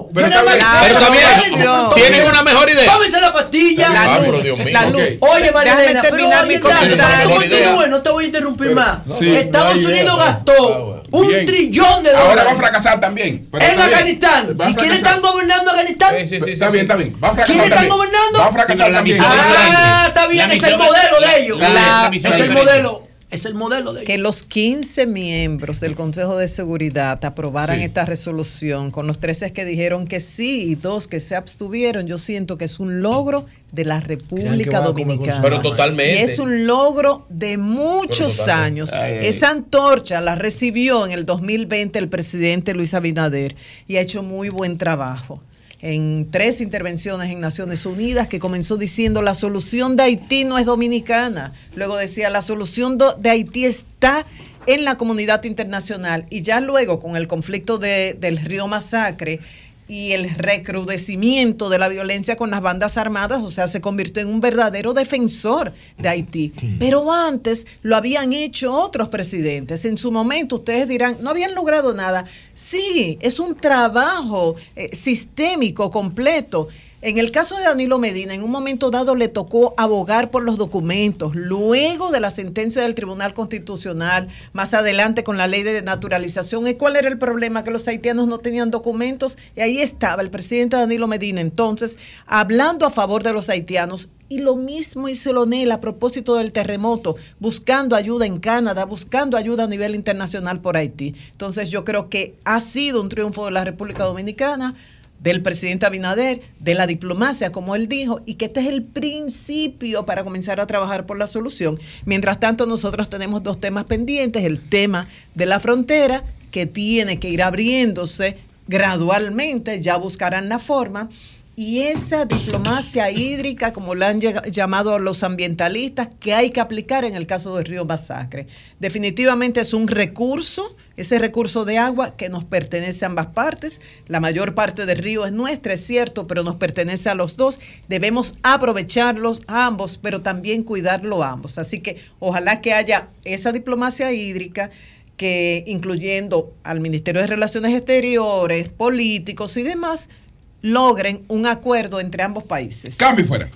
Pero también tienen una mejor idea. Tómense la pastilla. La luz. Oye, María, déjame terminar mi comentario. No te voy a interrumpir más. Estados Unidos gastó $1 trillón. Ahora va a fracasar también. En Afganistán. ¿Y quiénes están gobernando Afganistán? Sí. Está bien. Va a fracasar. ¿Quiénes están gobernando? Va a fracasar también. Está bien. Es el modelo de ellos. Es el modelo. Es el modelo de que los 15 miembros del Consejo de Seguridad aprobaran esta resolución con los 13 que dijeron que sí y 2 que se abstuvieron. Yo siento que es un logro de la República Dominicana. Pero totalmente. Y es un logro de muchos años. Esa antorcha la recibió en el 2020 el presidente Luis Abinader y ha hecho muy buen trabajo. En 3 intervenciones en Naciones Unidas, que comenzó diciendo la solución de Haití no es dominicana. Luego decía la solución de Haití está en la comunidad internacional. Y ya luego con el conflicto del Río Masacre y el recrudecimiento de la violencia con las bandas armadas, o sea, se convirtió en un verdadero defensor de Haití. Pero antes lo habían hecho otros presidentes. En su momento ustedes dirán, no habían logrado nada. Sí, es un trabajo sistémico, completo. En el caso de Danilo Medina, en un momento dado le tocó abogar por los documentos, luego de la sentencia del Tribunal Constitucional, más adelante con la ley de naturalización. ¿Y cuál era el problema? Que los haitianos no tenían documentos, y ahí estaba el presidente Danilo Medina entonces hablando a favor de los haitianos. Y lo mismo hizo Leonel a propósito del terremoto, buscando ayuda en Canadá, buscando ayuda a nivel internacional por Haití. Entonces yo creo que ha sido un triunfo de la República Dominicana, del presidente Abinader, de la diplomacia, como él dijo, y que este es el principio para comenzar a trabajar por la solución. Mientras tanto, nosotros tenemos 2 temas pendientes: el tema de la frontera, que tiene que ir abriéndose gradualmente, ya buscarán la forma, y esa diplomacia hídrica, como la han llamado los ambientalistas, que hay que aplicar en el caso del río Masacre. Definitivamente es un recurso, ese recurso de agua que nos pertenece a ambas partes. La mayor parte del río es nuestra, es cierto, pero nos pertenece a los dos. Debemos aprovecharlos ambos, pero también cuidarlo ambos. Así que ojalá que haya esa diplomacia hídrica, que incluyendo al Ministerio de Relaciones Exteriores, políticos y demás, logren un acuerdo entre ambos países. Cambio fuera.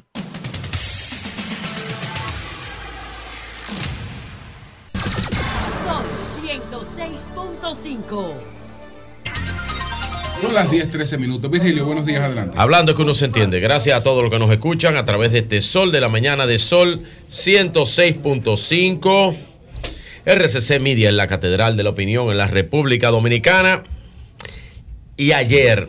Son 106.5. Son las 10:13 minutos. Virgilio, buenos días, adelante. Hablando que uno se entiende. Gracias a todos los que nos escuchan a través de este Sol de la Mañana de Sol 106.5. RCC Media en la Catedral de la Opinión en la República Dominicana. Y ayer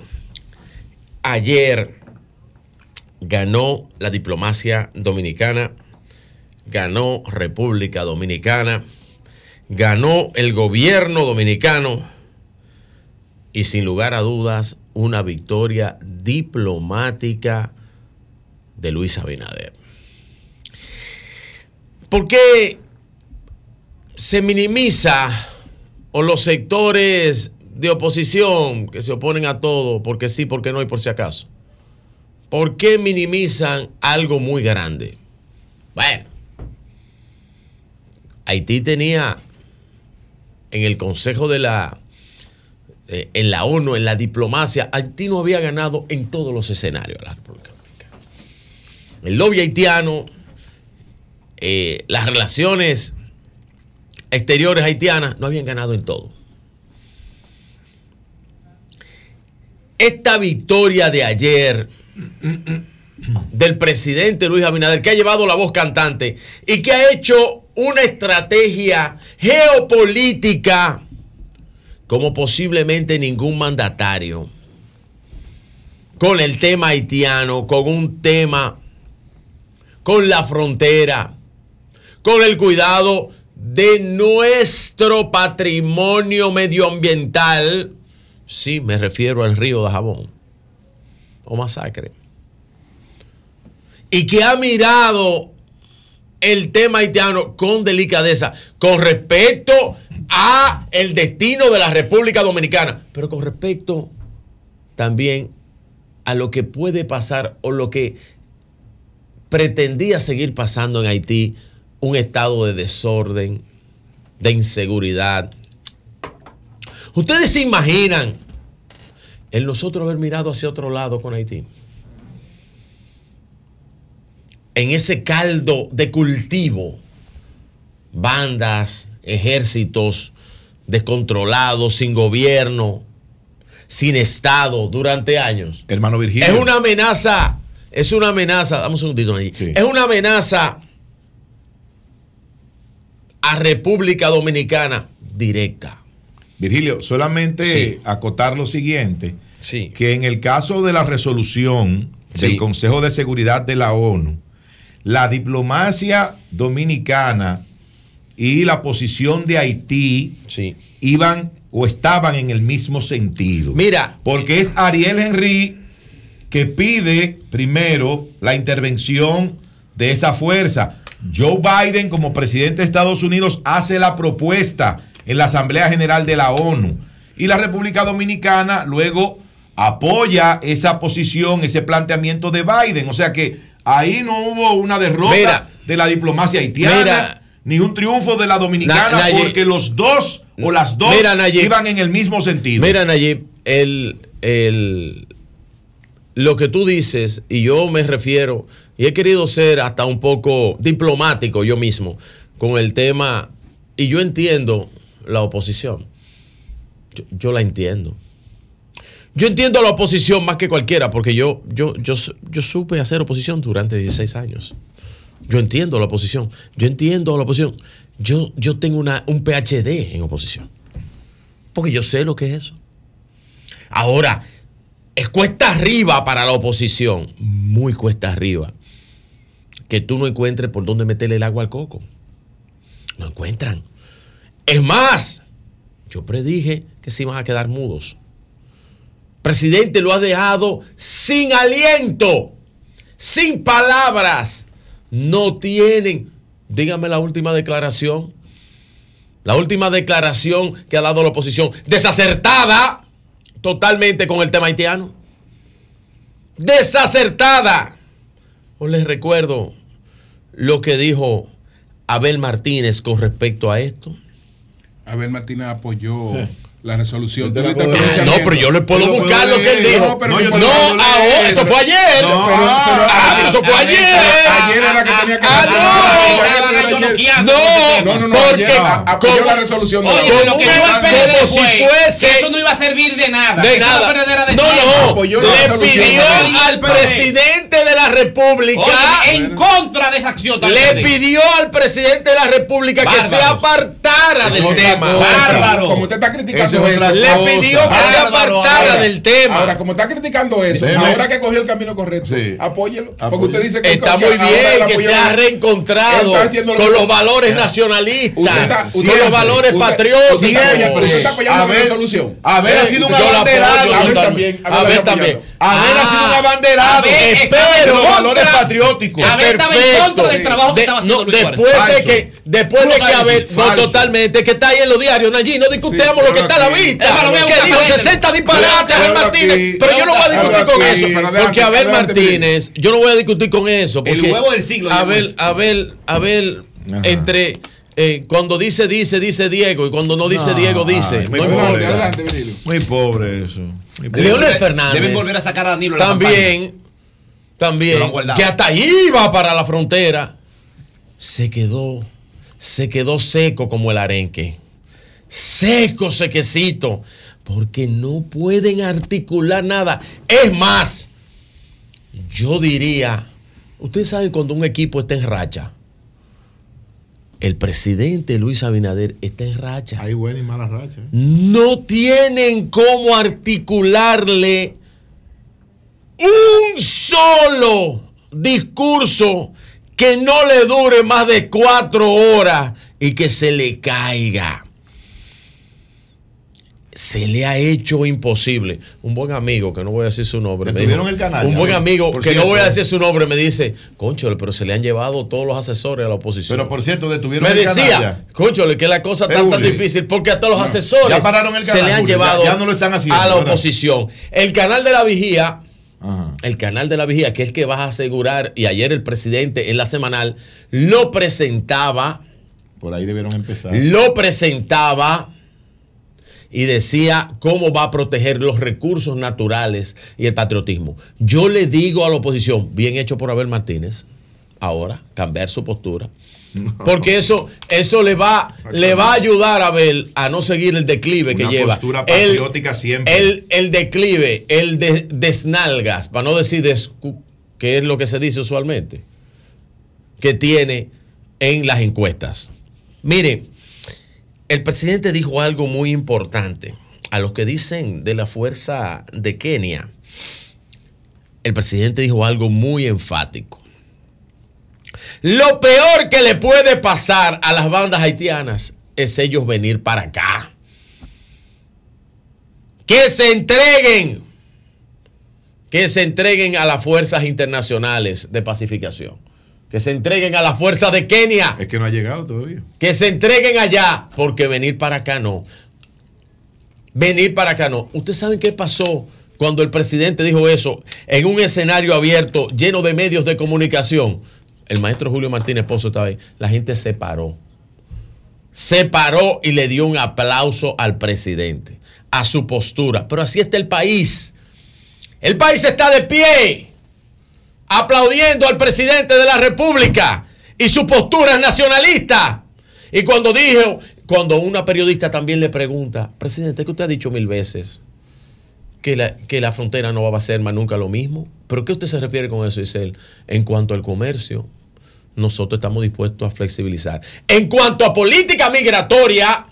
ganó la diplomacia dominicana, ganó República Dominicana, ganó el gobierno dominicano y sin lugar a dudas una victoria diplomática de Luis Abinader. ¿Por qué se minimiza o los sectores de oposición que se oponen a todo, porque sí, porque no y por si acaso? ¿Por qué minimizan algo muy grande? Bueno, Haití tenía en el Consejo de en la ONU, en la diplomacia, Haití no había ganado en todos los escenarios de la República Dominicana. El lobby haitiano, las relaciones exteriores haitianas no habían ganado en todo. Esta victoria de ayer del presidente Luis Abinader, que ha llevado la voz cantante y que ha hecho una estrategia geopolítica como posiblemente ningún mandatario, con el tema haitiano, con un tema, con la frontera, con el cuidado de nuestro patrimonio medioambiental. Sí, me refiero al río de Jabón o Masacre. Y que ha mirado el tema haitiano con delicadeza, con respecto a el destino de la República Dominicana, pero con respecto también a lo que puede pasar o lo que pretendía seguir pasando en Haití, un estado de desorden, de inseguridad. ¿Ustedes se imaginan el nosotros haber mirado hacia otro lado con Haití? En ese caldo de cultivo, bandas, ejércitos descontrolados, sin gobierno, sin Estado durante años. Hermano Virgilio. Es una amenaza, dame un segundito allí. Sí. Es una amenaza a República Dominicana directa. Virgilio, solamente acotar lo siguiente, que en el caso de la resolución del Consejo de Seguridad de la ONU, la diplomacia dominicana y la posición de Haití iban o estaban en el mismo sentido. Mira, porque es Ariel Henry que pide primero la intervención de esa fuerza. Joe Biden, como presidente de Estados Unidos, hace la propuesta en la Asamblea General de la ONU. Y la República Dominicana luego apoya esa posición, ese planteamiento de Biden. O sea que ahí no hubo una derrota de la diplomacia haitiana, ni un triunfo de la dominicana, porque los dos o las dos iban en el mismo sentido. Mira, Nayib, lo que tú dices, y yo me refiero, y he querido ser hasta un poco diplomático yo mismo con el tema, y yo entiendo la oposición. Yo la entiendo. Yo entiendo la oposición más que cualquiera, porque yo supe hacer oposición durante 16 años. Yo entiendo la oposición. Yo tengo un PhD en oposición. Porque yo sé lo que es eso. Ahora, es cuesta arriba para la oposición. Muy cuesta arriba. Que tú no encuentres por dónde meterle el agua al coco. No encuentran. Es más, yo predije que se iban a quedar mudos. Presidente lo ha dejado sin aliento, sin palabras. No tienen. Dígame la última declaración. La última declaración que ha dado la oposición, desacertada totalmente con el tema haitiano. Desacertada. Os les recuerdo lo que dijo Abel Martínez con respecto a esto. Abel Martínez apoyó la resolución. No, pero yo le puedo buscar lo que él dijo. Ahora, eso fue ayer. Eso fue ayer. Ayer era que tenía que porque apoyó la resolución. Oye, lo que dijo el PLD fue que eso no iba a servir de nada. Le pidió al presidente de la República, en contra de esa acción, le pidió al presidente de la República que se apartara del tema. Bárbaro. Como usted está criticando eso, le pidió que se apartara del tema. Ahora, como está criticando eso, ahora que cogió el camino correcto, apóyelo. Porque usted dice que está muy bien que se ha reencontrado con los valores nacionalistas, con los valores patrióticos. Pero usted está apoyando la resolución. A ver, ha sido un abanderado. A ver también. Abel ha sido un abanderado de los valores patrióticos. Abel estaba en contra del trabajo que estaba haciendo Luis Suárez. Después de que Abel, no, totalmente, que está ahí en los diarios, Nayí, no discutamos lo que está a la vista. Que dijo 60 disparates Abel Martínez. Pero yo no voy a discutir con eso. Porque Abel Martínez, yo no voy a discutir con eso. El huevo del siglo. Abel, entre... cuando dice Diego y cuando no dice Diego dice. Muy pobre eso. Leonel Fernández. Deben volver a sacar a Danilo. También, que hasta ahí iba para la frontera. Se quedó seco como el arenque. Sequecito. Porque no pueden articular nada. Es más, yo diría, ustedes saben cuando un equipo está en racha. El presidente Luis Abinader está en racha. Hay buena y mala racha. No tienen cómo articularle un solo discurso que no le dure más de 4 horas y que se le caiga. Se le ha hecho imposible. Un buen amigo, que no voy a decir su nombre, me dijo, el canal, un buen amigo, que cierto, no voy a decir su nombre, me dice, cónchole, pero se le han llevado todos los asesores a la oposición. Pero por cierto, detuvieron el canal. Me decía, cónchole, que la cosa está tan difícil, porque hasta los asesores ya pararon el canal, se le han llevado ya no lo están haciendo, a la ¿verdad? oposición. El canal de la vigía, el canal de la vigía, que es el que vas a asegurar, y ayer el presidente en la semanal lo presentaba. Por ahí debieron empezar. Lo presentaba y decía cómo va a proteger los recursos naturales y el patriotismo. Yo le digo a la oposición, bien hecho por Abel Martínez, ahora, cambiar su postura. Porque eso le va a ayudar a Abel a no seguir el declive que lleva. Una postura patriótica siempre. El declive, el desnalgas, para no decir que es lo que se dice usualmente, que tiene en las encuestas. Mire, el presidente dijo algo muy importante. A los que dicen de la fuerza de Kenia, el presidente dijo algo muy enfático. Lo peor que le puede pasar a las bandas haitianas es ellos venir para acá. Que se entreguen a las fuerzas internacionales de pacificación. Que se entreguen a la fuerza de Kenia. Es que no ha llegado todavía. Que se entreguen allá, porque venir para acá no. Venir para acá no. ¿Ustedes saben qué pasó cuando el presidente dijo eso en un escenario abierto, lleno de medios de comunicación? El maestro Julio Martínez Pozo estaba ahí. La gente se paró. Se paró y le dio un aplauso al presidente, a su postura. Pero así está el país. El país está de pie, aplaudiendo al presidente de la República y su postura nacionalista. Y cuando una periodista también le pregunta, presidente, que usted ha dicho 1000 veces que la frontera no va a ser más nunca lo mismo, ¿pero qué usted se refiere con eso? Dice él, en cuanto al comercio, nosotros estamos dispuestos a flexibilizar. En cuanto a política migratoria,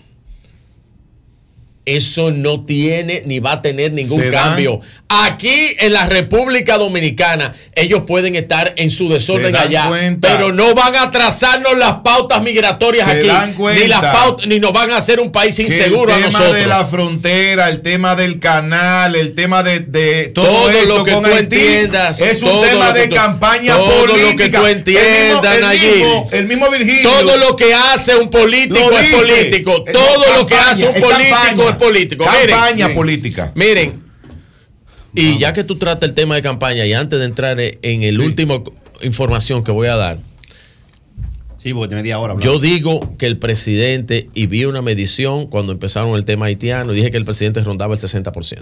eso no tiene ni va a tener ningún cambio. Aquí en la República Dominicana, ellos pueden estar en su desorden allá, pero no van a trazarnos las pautas migratorias aquí, ni nos van a hacer un país inseguro a nosotros. El tema de la frontera, el tema del canal, el tema de todo esto lo que con tú Haití, entiendas, es un tema de campaña política. Todo lo que tú entiendas, el mismo Virgilio. Todo lo que hace un político es político. Todo lo que hace un político es político. Campaña política. Miren, y ya que tú tratas el tema de campaña, y antes de entrar en el último información que voy a dar, porque media hora. Yo digo que el presidente, y vi una medición cuando empezaron el tema haitiano, y dije que el presidente rondaba el 60%.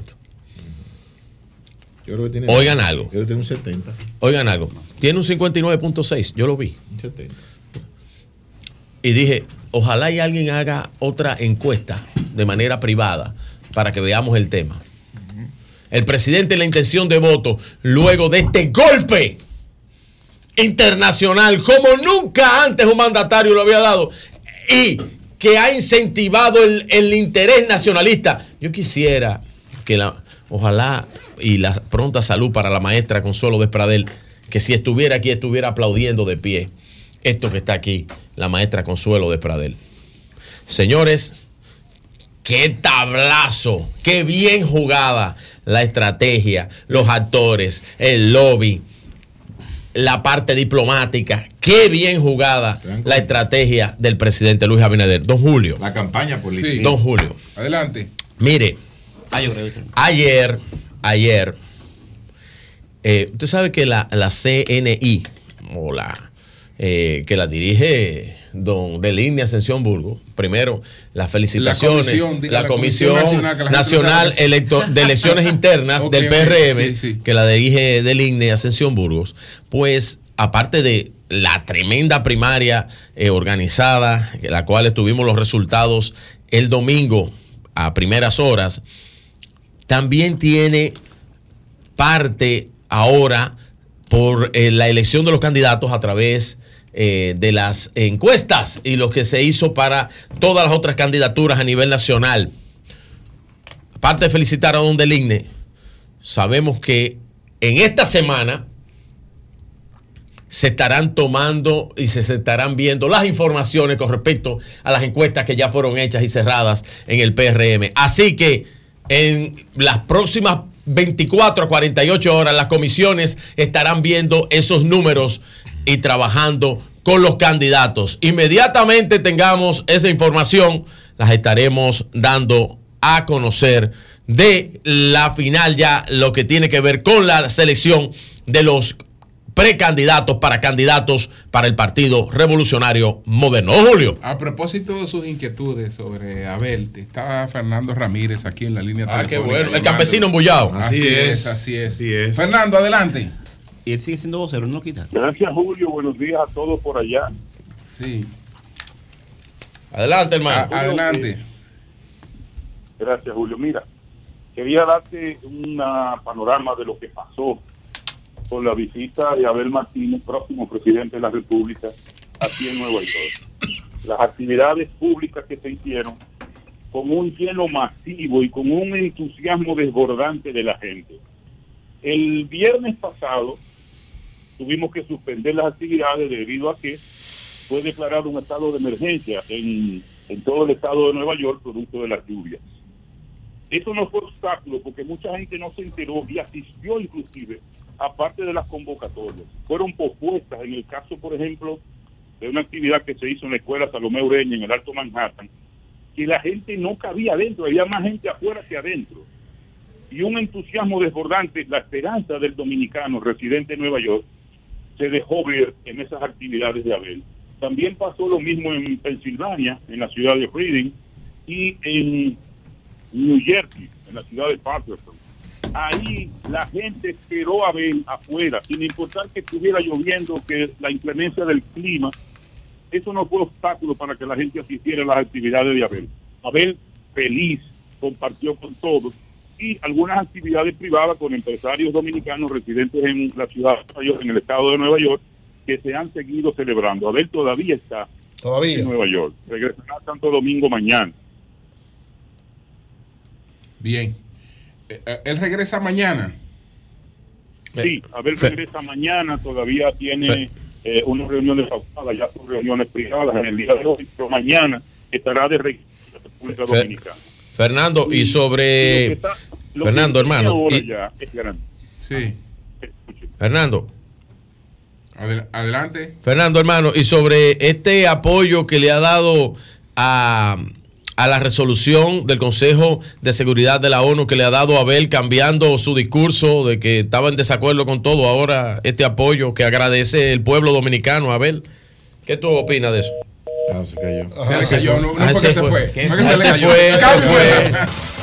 Yo creo que tiene Oigan algo. Yo creo que tiene un 70. Oigan algo. Tiene un 59.6. Yo lo vi. Un 70. Y dije, ojalá y alguien haga otra encuesta de manera privada para que veamos el tema. El presidente, la intención de voto, luego de este golpe internacional, como nunca antes un mandatario lo había dado, y que ha incentivado el interés nacionalista. Yo quisiera que ojalá, y la pronta salud para la maestra Consuelo Despradel, que si estuviera aquí estuviera aplaudiendo de pie esto que está aquí, la maestra Consuelo Despradel. Señores, qué tablazo, qué bien jugada la estrategia, los actores, el lobby, la parte diplomática, qué bien jugada la estrategia del presidente Luis Abinader. Don Julio. La campaña política. Sí. Don Julio. Adelante. Mire, ayer, usted sabe que la CNI, o que la dirige don Deligne Ascensión Burgos, primero, las felicitaciones, la Comisión Nacional de Elecciones Internas del PRM, que la dirige Deligne Ascensión Burgos, pues aparte de la tremenda primaria organizada, la cual tuvimos los resultados el domingo a primeras horas, también tiene parte ahora por la elección de los candidatos a través de las encuestas y lo que se hizo para todas las otras candidaturas a nivel nacional. Aparte de felicitar a don Deligne, sabemos que en esta semana se estarán tomando y se estarán viendo las informaciones con respecto a las encuestas que ya fueron hechas y cerradas en el PRM. Así que en las próximas 24 a 48 horas las comisiones estarán viendo esos números y trabajando con los candidatos. Inmediatamente tengamos esa información, las estaremos dando a conocer de la final, ya lo que tiene que ver con la selección de los precandidatos para candidatos para el Partido Revolucionario Moderno. Julio. A propósito de sus inquietudes sobre Abel, estaba Fernando Ramírez aquí en la línea telefónica. Qué bueno, el campesino embullado. Así es. Fernando, adelante. Y él sigue siendo vocero, no lo quita. Gracias, Julio. Buenos días a todos por allá. Sí. Adelante, hermano. Adelante. Gracias, Julio. Mira, quería darte un panorama de lo que pasó con la visita de Abel Martínez, próximo presidente de la República, aquí en Nueva York. Las actividades públicas que se hicieron con un lleno masivo y con un entusiasmo desbordante de la gente. El viernes pasado tuvimos que suspender las actividades debido a que fue declarado un estado de emergencia en todo el estado de Nueva York producto de las lluvias. Eso no fue obstáculo porque mucha gente no se enteró y asistió inclusive, aparte de las convocatorias. Fueron pospuestas en el caso, por ejemplo, de una actividad que se hizo en la escuela Salomé Ureña en el Alto Manhattan, que la gente no cabía adentro, había más gente afuera que adentro. Y un entusiasmo desbordante, la esperanza del dominicano residente en Nueva York se dejó ver en esas actividades de Abel. También pasó lo mismo en Pensilvania, en la ciudad de Reading, y en New Jersey, en la ciudad de Patterson. Ahí la gente esperó a Abel afuera, sin importar que estuviera lloviendo, que la inclemencia del clima, eso no fue obstáculo para que la gente asistiera a las actividades de Abel. Abel, feliz, compartió con todos, y algunas actividades privadas con empresarios dominicanos residentes en la ciudad de Nueva York, en el estado de Nueva York, que se han seguido celebrando. Abel todavía está en Nueva York. Regresará a Santo Domingo mañana. Bien. ¿Él regresa mañana? Sí, Abel regresa mañana. Todavía tiene unas reuniones pautadas, ya son reuniones privadas en el día de hoy, pero mañana estará de regreso a la República Dominicana. Fernando, y sobre... Fernando, hermano. Sí. Fernando. Adelante. Fernando, hermano, y sobre este apoyo que le ha dado a la resolución del Consejo de Seguridad de la ONU que le ha dado a Abel, cambiando su discurso de que estaba en desacuerdo con todo, ahora este apoyo que agradece el pueblo dominicano a Abel. ¿Qué tú opinas de eso? Se cayó. Se le cayó, no fue que se fue. No que se le cayó. Se fue.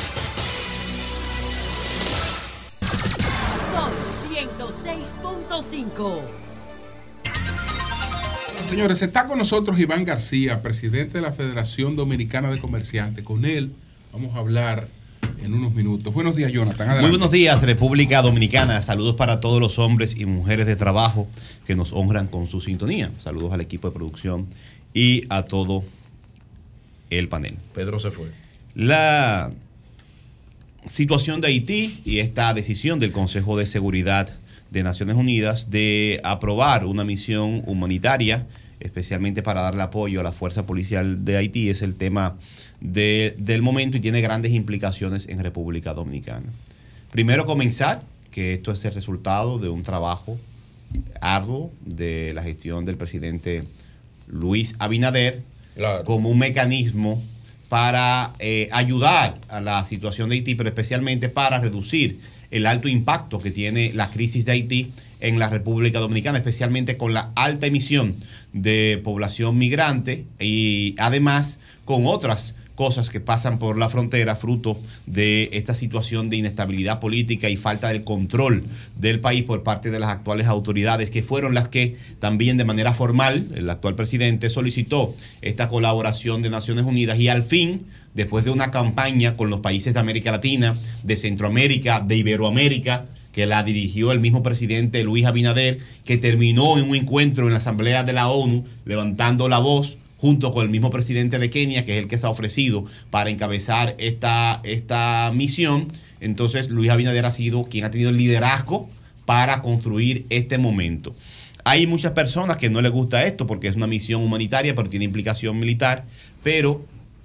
Son 106.5. Señores, está con nosotros Iván García, presidente de la Federación Dominicana de Comerciantes. Con él vamos a hablar en unos minutos. Buenos días, Jonathan. Adelante. Muy buenos días, República Dominicana. Saludos para todos los hombres y mujeres de trabajo que nos honran con su sintonía. Saludos al equipo de producción y a todo el panel. Pedro se fue. La situación de Haití y esta decisión del Consejo de Seguridad de Naciones Unidas de aprobar una misión humanitaria especialmente para darle apoyo a la fuerza policial de Haití, es el tema del momento y tiene grandes implicaciones en República Dominicana. Primero comenzar, que esto es el resultado de un trabajo arduo de la gestión del presidente Luis Abinader, claro, como un mecanismo para ayudar a la situación de Haití, pero especialmente para reducir el alto impacto que tiene la crisis de Haití en la República Dominicana, especialmente con la alta emisión de población migrante y además con otras cosas que pasan por la frontera fruto de esta situación de inestabilidad política y falta del control del país por parte de las actuales autoridades, que fueron las que también de manera formal el actual presidente solicitó esta colaboración de Naciones Unidas y al fin, después de una campaña con los países de América Latina, de Centroamérica, de Iberoamérica, que la dirigió el mismo presidente Luis Abinader, que terminó en un encuentro en la Asamblea de la ONU levantando la voz junto con el mismo presidente de Kenia, que es el que se ha ofrecido para encabezar esta misión. Entonces Luis Abinader ha sido quien ha tenido el liderazgo para construir este momento. Hay muchas personas que no les gusta esto porque es una misión humanitaria, pero tiene implicación militar, pero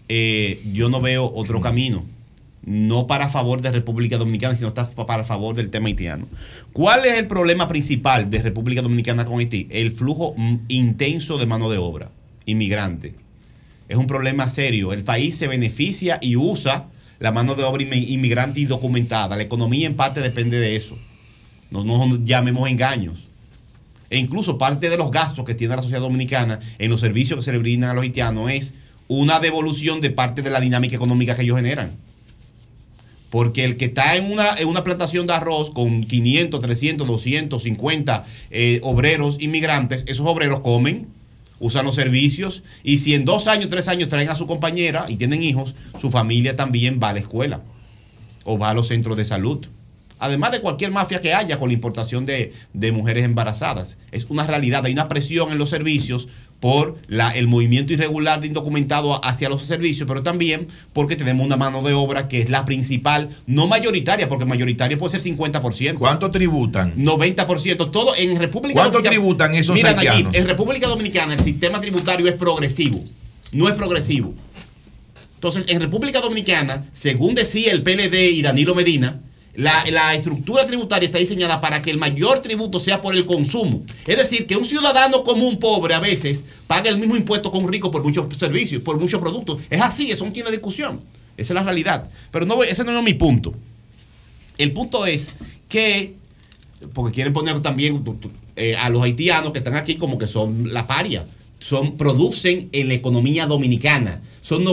yo no veo otro camino. No para favor de República Dominicana, sino está para favor del tema haitiano. ¿Cuál es el problema principal de República Dominicana con Haití? El flujo intenso de mano de obra inmigrante. Es un problema serio. El país se beneficia y usa la mano de obra inmigrante indocumentada. La economía en parte depende de eso. No nos llamemos engaños. E incluso parte de los gastos que tiene la sociedad dominicana en los servicios que se le brindan a los haitianos es una devolución de parte de la dinámica económica que ellos generan. Porque el que está en una plantación de arroz con 500, 300, 250 obreros inmigrantes, esos obreros comen, usan los servicios, y si en 2 años, 3 años traen a su compañera y tienen hijos, su familia también va a la escuela o va a los centros de salud. Además de cualquier mafia que haya con la importación de mujeres embarazadas. Es una realidad, hay una presión en los servicios por el movimiento irregular de indocumentados hacia los servicios, pero también porque tenemos una mano de obra que es la principal, no mayoritaria, porque mayoritaria puede ser 50%. ¿Cuánto tributan? 90%. Todo en República ¿Cuánto Dominicana, tributan esos miren haitianos? Aquí, en República Dominicana el sistema tributario es progresivo, no es progresivo. Entonces, en República Dominicana, según decía el PLD y Danilo Medina, la estructura tributaria está diseñada para que el mayor tributo sea por el consumo. Es decir, que un ciudadano común pobre a veces paga el mismo impuesto que un rico por muchos servicios, por muchos productos. Es así, eso no tiene discusión. Esa es la realidad. Pero no, ese no es mi punto. El punto es que, porque quieren poner también a los haitianos que están aquí como que son la paria. Producen en la economía dominicana. Son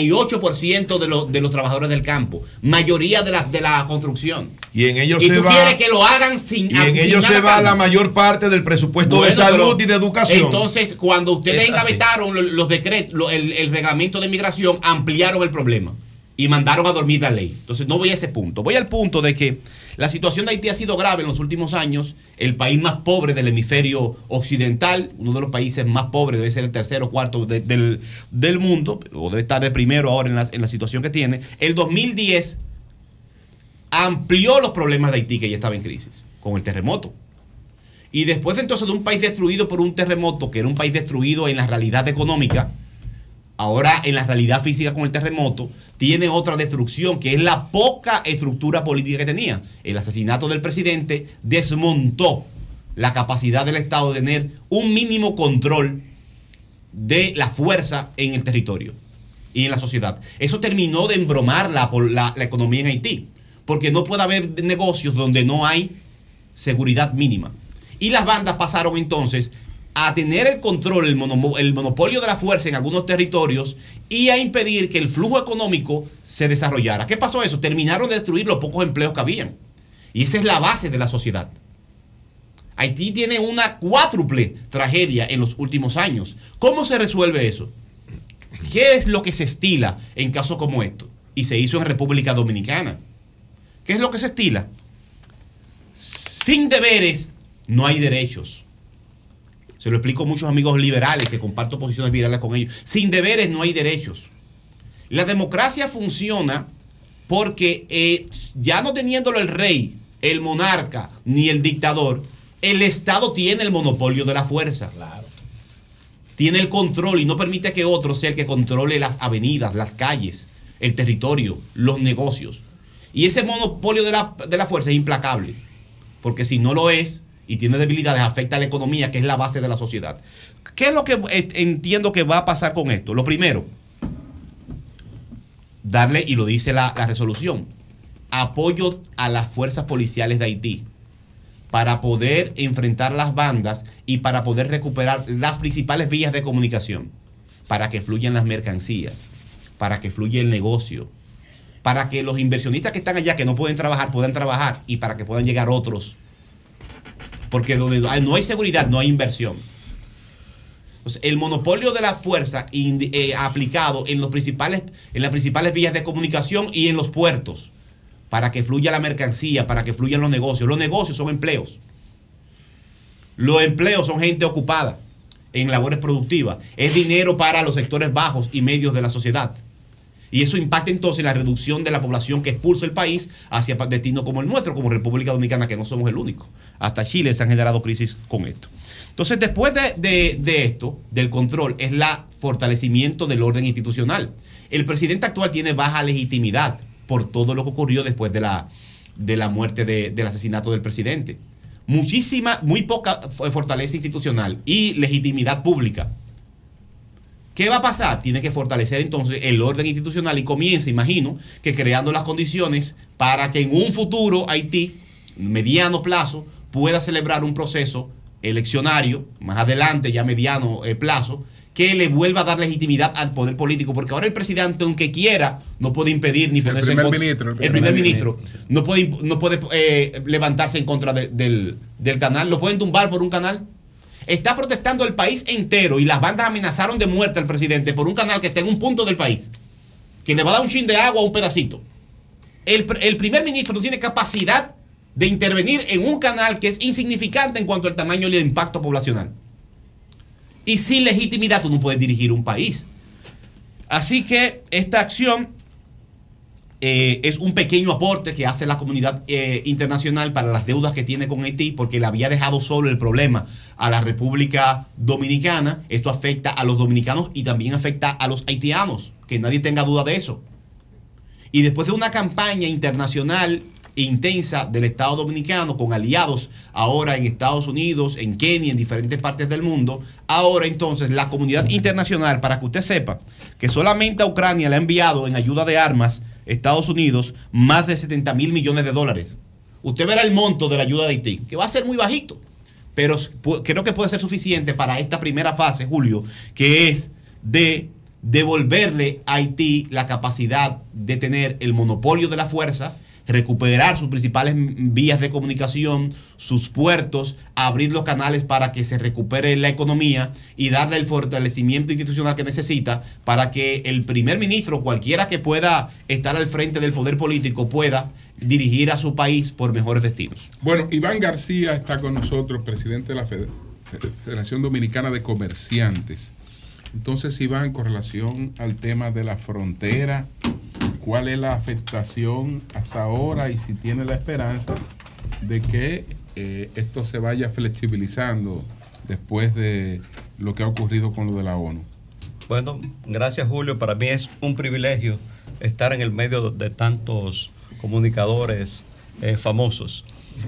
98% de los trabajadores del campo. Mayoría de la construcción. Y en ellos y se tú va. quieres que lo hagan sin. Y en ellos se va la mayor parte del presupuesto de salud y de educación. Entonces, cuando ustedes engavetaron los decretos, el reglamento de migración, ampliaron el problema y mandaron a dormir la ley. Entonces, no voy a ese punto. Voy al punto de que la situación de Haití ha sido grave en los últimos años. El país más pobre del hemisferio occidental, uno de los países más pobres, debe ser el tercero o cuarto del mundo, o debe estar de primero ahora en la situación que tiene. El 2010 amplió los problemas de Haití, que ya estaba en crisis, con el terremoto. Y después entonces de un país destruido por un terremoto, que era un país destruido en la realidad económica, ahora en la realidad física con el terremoto, tiene otra destrucción, que es la poca estructura política que tenía. El asesinato del presidente desmontó la capacidad del Estado de tener un mínimo control de la fuerza en el territorio y en la sociedad. Eso terminó de embromar la economía en Haití, porque no puede haber negocios donde no hay seguridad mínima. Y las bandas pasaron entonces a tener el control, el monopolio de la fuerza en algunos territorios y a impedir que el flujo económico se desarrollara. ¿Qué pasó eso? Terminaron de destruir los pocos empleos que habían. Y esa es la base de la sociedad. Haití tiene una cuádruple tragedia en los últimos años. ¿Cómo se resuelve eso? ¿Qué es lo que se estila en casos como estos? Y se hizo en República Dominicana. ¿Qué es lo que se estila? Sin deberes no hay derechos. Se lo explico a muchos amigos liberales que comparto posiciones liberales con ellos. Sin deberes no hay derechos. La democracia funciona porque ya no teniéndolo el rey, el monarca ni el dictador, el Estado tiene el monopolio de la fuerza. Claro. tiene el control y no permite que otro sea el que controle las avenidas, las calles, el territorio, los negocios. Y ese monopolio de la fuerza es implacable, porque si no lo es y tiene debilidades, afecta a la economía, que es la base de la sociedad. ¿Qué es lo que entiendo que va a pasar con esto? Lo primero, darle, y lo dice la resolución, apoyo a las fuerzas policiales de Haití para poder enfrentar las bandas y para poder recuperar las principales vías de comunicación, para que fluyan las mercancías, para que fluya el negocio, para que los inversionistas que están allá que no pueden trabajar, puedan trabajar, y para que puedan llegar otros. Porque donde no hay seguridad, no hay inversión. Entonces, el monopolio de la fuerza aplicado en las principales vías de comunicación y en los puertos, para que fluya la mercancía, para que fluyan los negocios. Los negocios son empleos. Los empleos son gente ocupada en labores productivas. Es dinero para los sectores bajos y medios de la sociedad. Y eso impacta entonces en la reducción de la población que expulsa el país hacia destinos como el nuestro, como República Dominicana, que no somos el único. Hasta Chile se han generado crisis con esto. Entonces, después de esto, del control, es el fortalecimiento del orden institucional. El presidente actual tiene baja legitimidad por todo lo que ocurrió después de la muerte del asesinato del presidente. Muy poca fortaleza institucional y legitimidad pública. ¿Qué va a pasar? Tiene que fortalecer entonces el orden institucional y comienza, imagino, que creando las condiciones para que en un futuro Haití, mediano plazo, pueda celebrar un proceso eleccionario, más adelante ya mediano plazo, que le vuelva a dar legitimidad al poder político, porque ahora el presidente, aunque quiera, no puede impedir ni ponerse en contra. El primer ministro no puede levantarse en contra del canal, lo pueden tumbar por un canal. Está protestando el país entero y las bandas amenazaron de muerte al presidente por un canal que está en un punto del país, que le va a dar un chin de agua a un pedacito. El primer ministro no tiene capacidad de intervenir en un canal que es insignificante en cuanto al tamaño y el impacto poblacional. Y sin legitimidad tú no puedes dirigir un país. Así que esta acción es un pequeño aporte que hace la comunidad internacional para las deudas que tiene con Haití, porque le había dejado solo el problema a la República Dominicana. Esto afecta a los dominicanos y también afecta a los haitianos, que nadie tenga duda de eso. Y después de una campaña internacional intensa del Estado Dominicano con aliados ahora en Estados Unidos, en Kenia, en diferentes partes del mundo, ahora entonces la comunidad internacional, para que usted sepa que solamente a Ucrania le ha enviado en ayuda de armas Estados Unidos más de 70 mil millones de dólares. Usted verá el monto de la ayuda de Haití, que va a ser muy bajito, pero creo que puede ser suficiente para esta primera fase, Julio, que es de devolverle a Haití la capacidad de tener el monopolio de la fuerza, recuperar sus principales vías de comunicación, sus puertos, abrir los canales para que se recupere la economía y darle el fortalecimiento institucional que necesita para que el primer ministro, cualquiera que pueda estar al frente del poder político, pueda dirigir a su país por mejores destinos. Bueno, Iván García está con nosotros, presidente de la Federación Dominicana de Comerciantes. Entonces, Iván, con relación al tema de la frontera, ¿cuál es la afectación hasta ahora y si tiene la esperanza de que esto se vaya flexibilizando después de lo que ha ocurrido con lo de la ONU? Bueno, gracias, Julio. Para mí es un privilegio estar en el medio de tantos comunicadores famosos.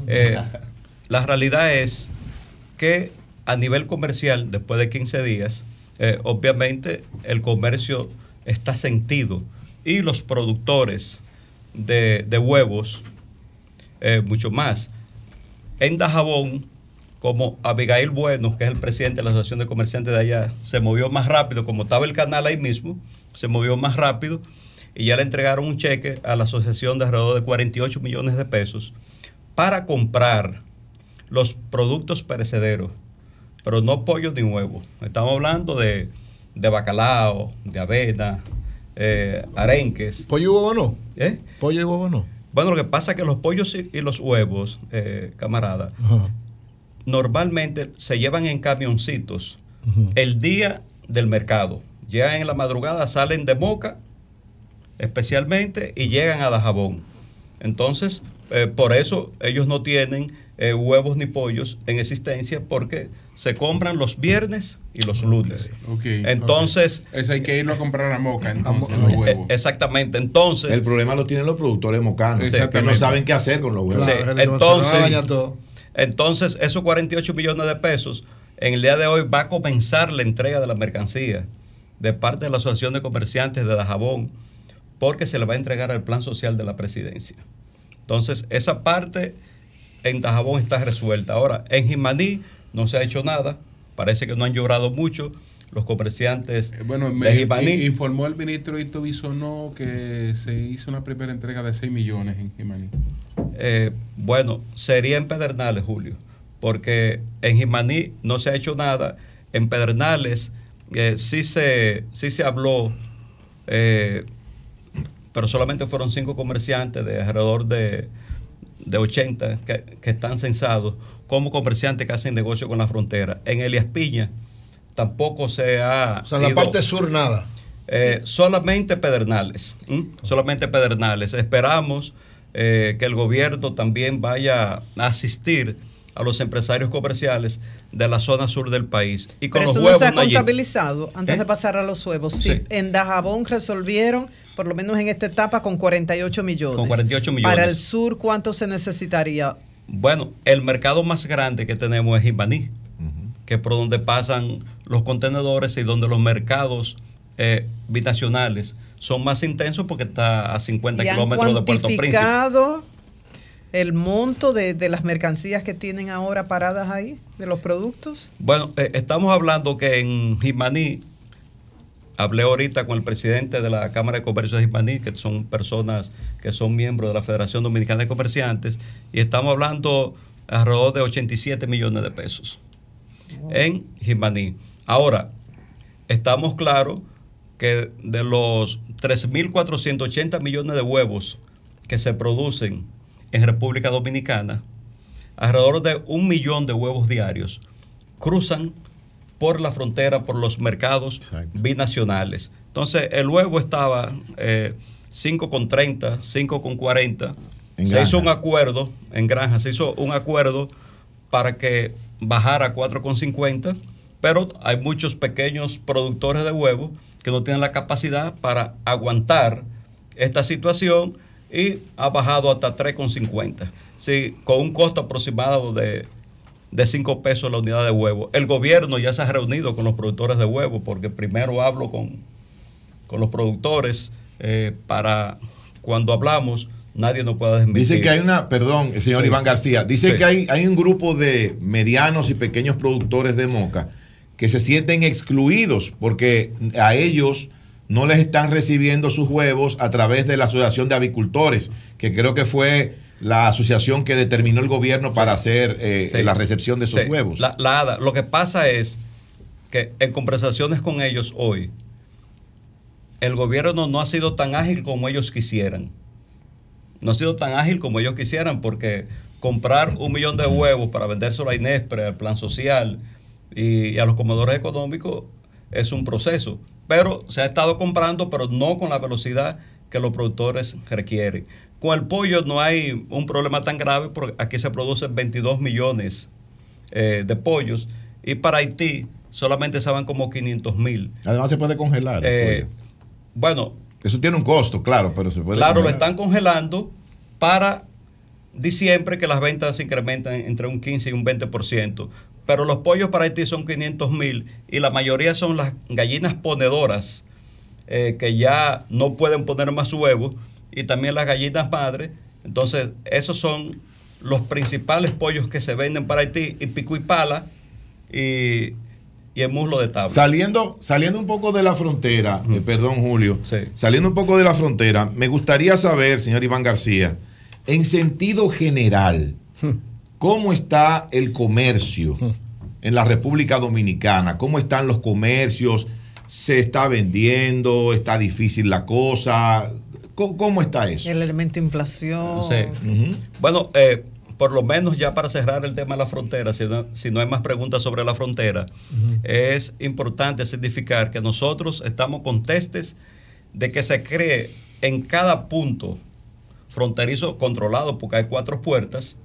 La realidad es que a nivel comercial, después de 15 días, obviamente el comercio está sentido y los productores de huevos mucho más. En Dajabón, como Abigail Bueno, que es el presidente de la Asociación de Comerciantes de allá, se movió más rápido, como estaba el canal ahí mismo, se movió más rápido y ya le entregaron un cheque a la asociación de alrededor de 48 millones de pesos para comprar los productos perecederos, pero no pollo ni huevo. Estamos hablando de bacalao, de avena, arenques. ¿Pollo y huevo no? ¿Pollo y huevo no? Bueno, lo que pasa es que los pollos y los huevos, camarada, normalmente se llevan en camioncitos el día del mercado. Llegan en la madrugada, salen de Moca, especialmente, y llegan a Dajabón. Entonces, por eso ellos no tienen huevos ni pollos en existencia porque se compran los viernes y los lunes. Entonces, eso hay que irlo a comprar a Moca, entonces, los huevos. Exactamente. Entonces, el problema lo tienen los productores mocanos, que no saben qué hacer con los huevos. Entonces, esos 48 millones de pesos, en el día de hoy va a comenzar la entrega de la mercancía de parte de la Asociación de Comerciantes de Dajabón, porque se le va a entregar al plan social de la presidencia. Entonces, esa parte en Dajabón está resuelta. Ahora, en Jimaní no se ha hecho nada. Parece que no han llorado mucho los comerciantes de Jimaní. Informó el ministro Ito Bisonó que se hizo una primera entrega de 6 millones en Jimaní. Sería en Pedernales, Julio, porque en Jimaní no se ha hecho nada. En Pedernales sí se habló, pero solamente fueron 5 comerciantes de alrededor de 80 que están censados como comerciantes que hacen negocio con la frontera. En Elías Piña tampoco se ha... O sea, en la parte sur nada. Solamente Pedernales. Solamente Pedernales. Esperamos que el gobierno también vaya a asistir a los empresarios comerciales de la zona sur del país. Y con pero los eso huevos no se ha Nayib. contabilizado antes de pasar a los huevos. Sí. En Dajabón resolvieron, por lo menos en esta etapa, con 48 millones. Con 48 millones. Para el sur, ¿cuánto se necesitaría? Bueno, el mercado más grande que tenemos es Jimaní, que es por donde pasan los contenedores y donde los mercados binacionales son más intensos porque está a 50 kilómetros de Puerto Príncipe. ¿Han cuantificado el monto de las mercancías que tienen ahora paradas ahí, de los productos? Bueno, estamos hablando que en Jimaní, hablé ahorita con el presidente de la Cámara de Comercio de Jimaní, que son personas que son miembros de la Federación Dominicana de Comerciantes, y estamos hablando alrededor de 87 millones de pesos en Jimaní. Ahora, estamos claros que de los 3.480 millones de huevos que se producen en República Dominicana, alrededor de 1 millón de huevos diarios cruzan por la frontera, por los mercados binacionales. Entonces, el huevo estaba 5,30, 5,40. Se hizo un acuerdo en granja, se hizo un acuerdo para que bajara a 4,50, pero hay muchos pequeños productores de huevos que no tienen la capacidad para aguantar esta situación y ha bajado hasta 3,50. Sí, con un costo aproximado de 5 pesos la unidad de huevo. El gobierno ya se ha reunido con los productores de huevo, porque primero hablo con los productores para cuando hablamos nadie nos pueda desmentir. Dice que hay señor Iván García, dice que hay un grupo de medianos y pequeños productores de Moca que se sienten excluidos porque a ellos no les están recibiendo sus huevos a través de la Asociación de Avicultores, que creo que fue la asociación que determinó el gobierno para hacer la recepción de esos huevos. La ADA. Lo que pasa es que en conversaciones con ellos hoy, el gobierno no ha sido tan ágil como ellos quisieran. No ha sido tan ágil como ellos quisieran, porque comprar 1 millón de huevos para vendérselo a Inespre, al Plan Social y a los comedores económicos es un proceso. Pero se ha estado comprando, pero no con la velocidad que los productores requieren. Con el pollo no hay un problema tan grave, porque aquí se producen 22 millones de pollos, y para Haití solamente se van como 500,000. Además se puede congelar el pollo. Bueno, eso tiene un costo, claro, pero se puede congelar. Lo están congelando para diciembre, que las ventas se incrementan entre un 15 y un 20%. Pero los pollos para Haití son 500,000 y la mayoría son las gallinas ponedoras que ya no pueden poner más huevos, y también las gallinas madres. Entonces, esos son los principales pollos que se venden para Haití, y pico y pala y el muslo de tabla. Saliendo un poco de la frontera, perdón Julio, saliendo un poco de la frontera, me gustaría saber, señor Iván García, en sentido general, ¿cómo está el comercio en la República Dominicana? ¿Cómo están los comercios? ¿Se está vendiendo? ¿Está difícil la cosa? ¿Cómo está eso? El elemento inflación. Sí. Bueno, por lo menos ya para cerrar el tema de la frontera, si no hay más preguntas sobre la frontera, es importante significar que nosotros estamos contestes de que se cree en cada punto fronterizo controlado, porque hay 4 puertas,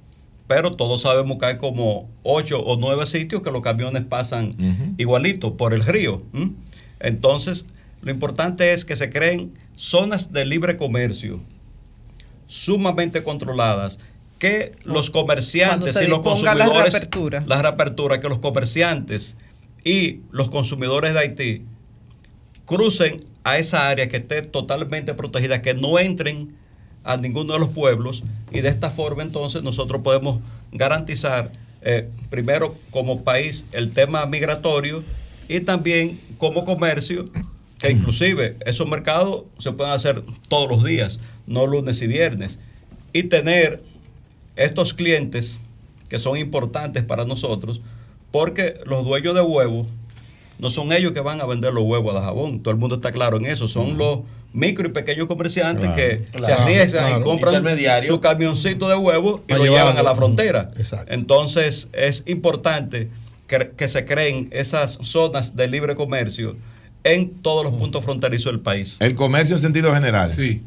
pero todos sabemos que hay como 8 o 9 sitios que los camiones pasan igualito por el río. Entonces, lo importante es que se creen zonas de libre comercio sumamente controladas, que los comerciantes y los consumidores, la reapertura, que los comerciantes y los consumidores de Haití crucen a esa área que esté totalmente protegida, que no entren a ninguno de los pueblos, y de esta forma entonces nosotros podemos garantizar primero como país el tema migratorio y también como comercio, que inclusive esos mercados se pueden hacer todos los días, no lunes y viernes, y tener estos clientes que son importantes para nosotros, porque los dueños de huevos no son ellos que van a vender los huevos a Dajabón, todo el mundo está claro en eso, son los micro y pequeños comerciantes que se arriesgan y compran su camioncito de huevos y lo llevan a la frontera. Entonces es importante que se creen esas zonas de libre comercio en todos los puntos fronterizos del país. El comercio en sentido general. Sí.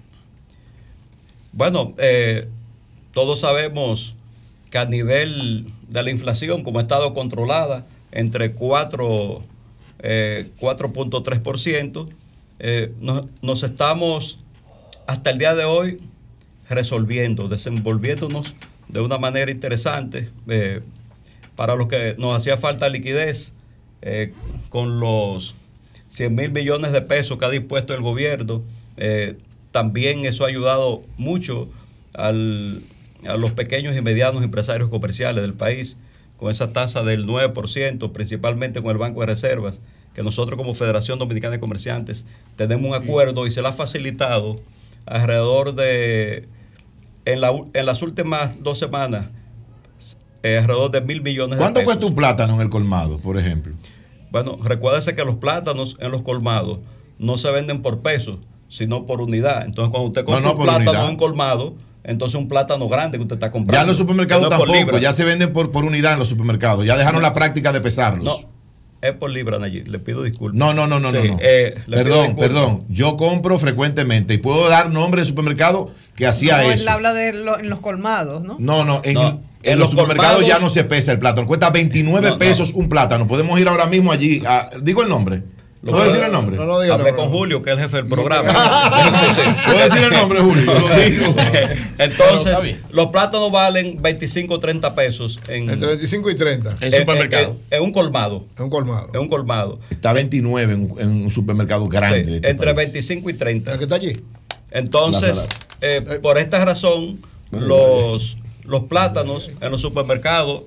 Bueno, todos sabemos que a nivel de la inflación, como ha estado controlada entre 4.3%, nos estamos hasta el día de hoy resolviendo, desenvolviéndonos de una manera interesante. Para los que nos hacía falta liquidez, con los 100,000 millones de pesos que ha dispuesto el gobierno, también eso ha ayudado mucho a los pequeños y medianos empresarios comerciales del país, con esa tasa del 9%, principalmente con el Banco de Reservas, que nosotros como Federación Dominicana de Comerciantes tenemos un acuerdo y se le ha facilitado alrededor de, en las últimas 2 semanas, alrededor de 1,000 millones de pesos. ¿Cuánto cuesta un plátano en el colmado, por ejemplo? Bueno, recuérdese que los plátanos en los colmados no se venden por peso, sino por unidad. Entonces, cuando usted compra un plátano en colmado, entonces un plátano grande que usted está comprando. Ya en los supermercados tampoco, ya se venden por unidad en los supermercados. Ya dejaron la práctica de pesarlos. No, es por libra, Nayib. Le pido disculpas. No. Perdón. Yo compro frecuentemente y puedo dar nombre de supermercado que hacía eso. Él habla de en los colmados, ¿no? No. En los supermercados ya no se pesa el plátano. Cuesta 29 pesos un plátano. Podemos ir ahora mismo allí. ¿Digo el nombre? ¿Puedo decir el nombre? No lo digo. Hablé con Julio, que es el jefe del programa. ¿Puedo decir el nombre, Julio? Lo digo. Entonces, los plátanos valen 25 o 30 pesos. Entre 25 y 30. En supermercado. En un colmado. En un colmado. Está 29 en un supermercado grande. Sí, entre 25 y 30. ¿El que está allí? Entonces, por esta razón, los plátanos en los supermercados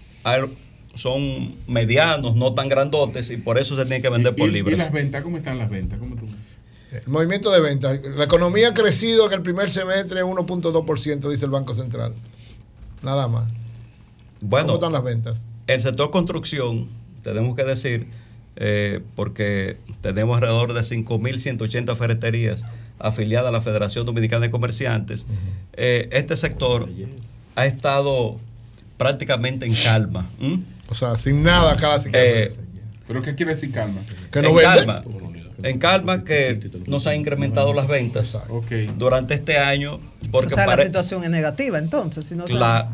son medianos, no tan grandotes, y por eso se tienen que vender por libras. ¿Y las ventas? ¿Cómo están las ventas? ¿Cómo tú? El movimiento de ventas. La economía ha crecido en el primer semestre 1.2%, dice el Banco Central. Nada más. Bueno, ¿cómo están las ventas? El sector construcción, tenemos que decir, porque tenemos alrededor de 5.180 ferreterías afiliadas a la Federación Dominicana de Comerciantes. Este sector ha estado prácticamente en calma. O sea, sin nada casi. ¿Pero qué quiere decir calma? Que no vende. En calma, que no se han incrementado las ventas durante este año. Porque o sea, la situación es negativa entonces. Si no claro,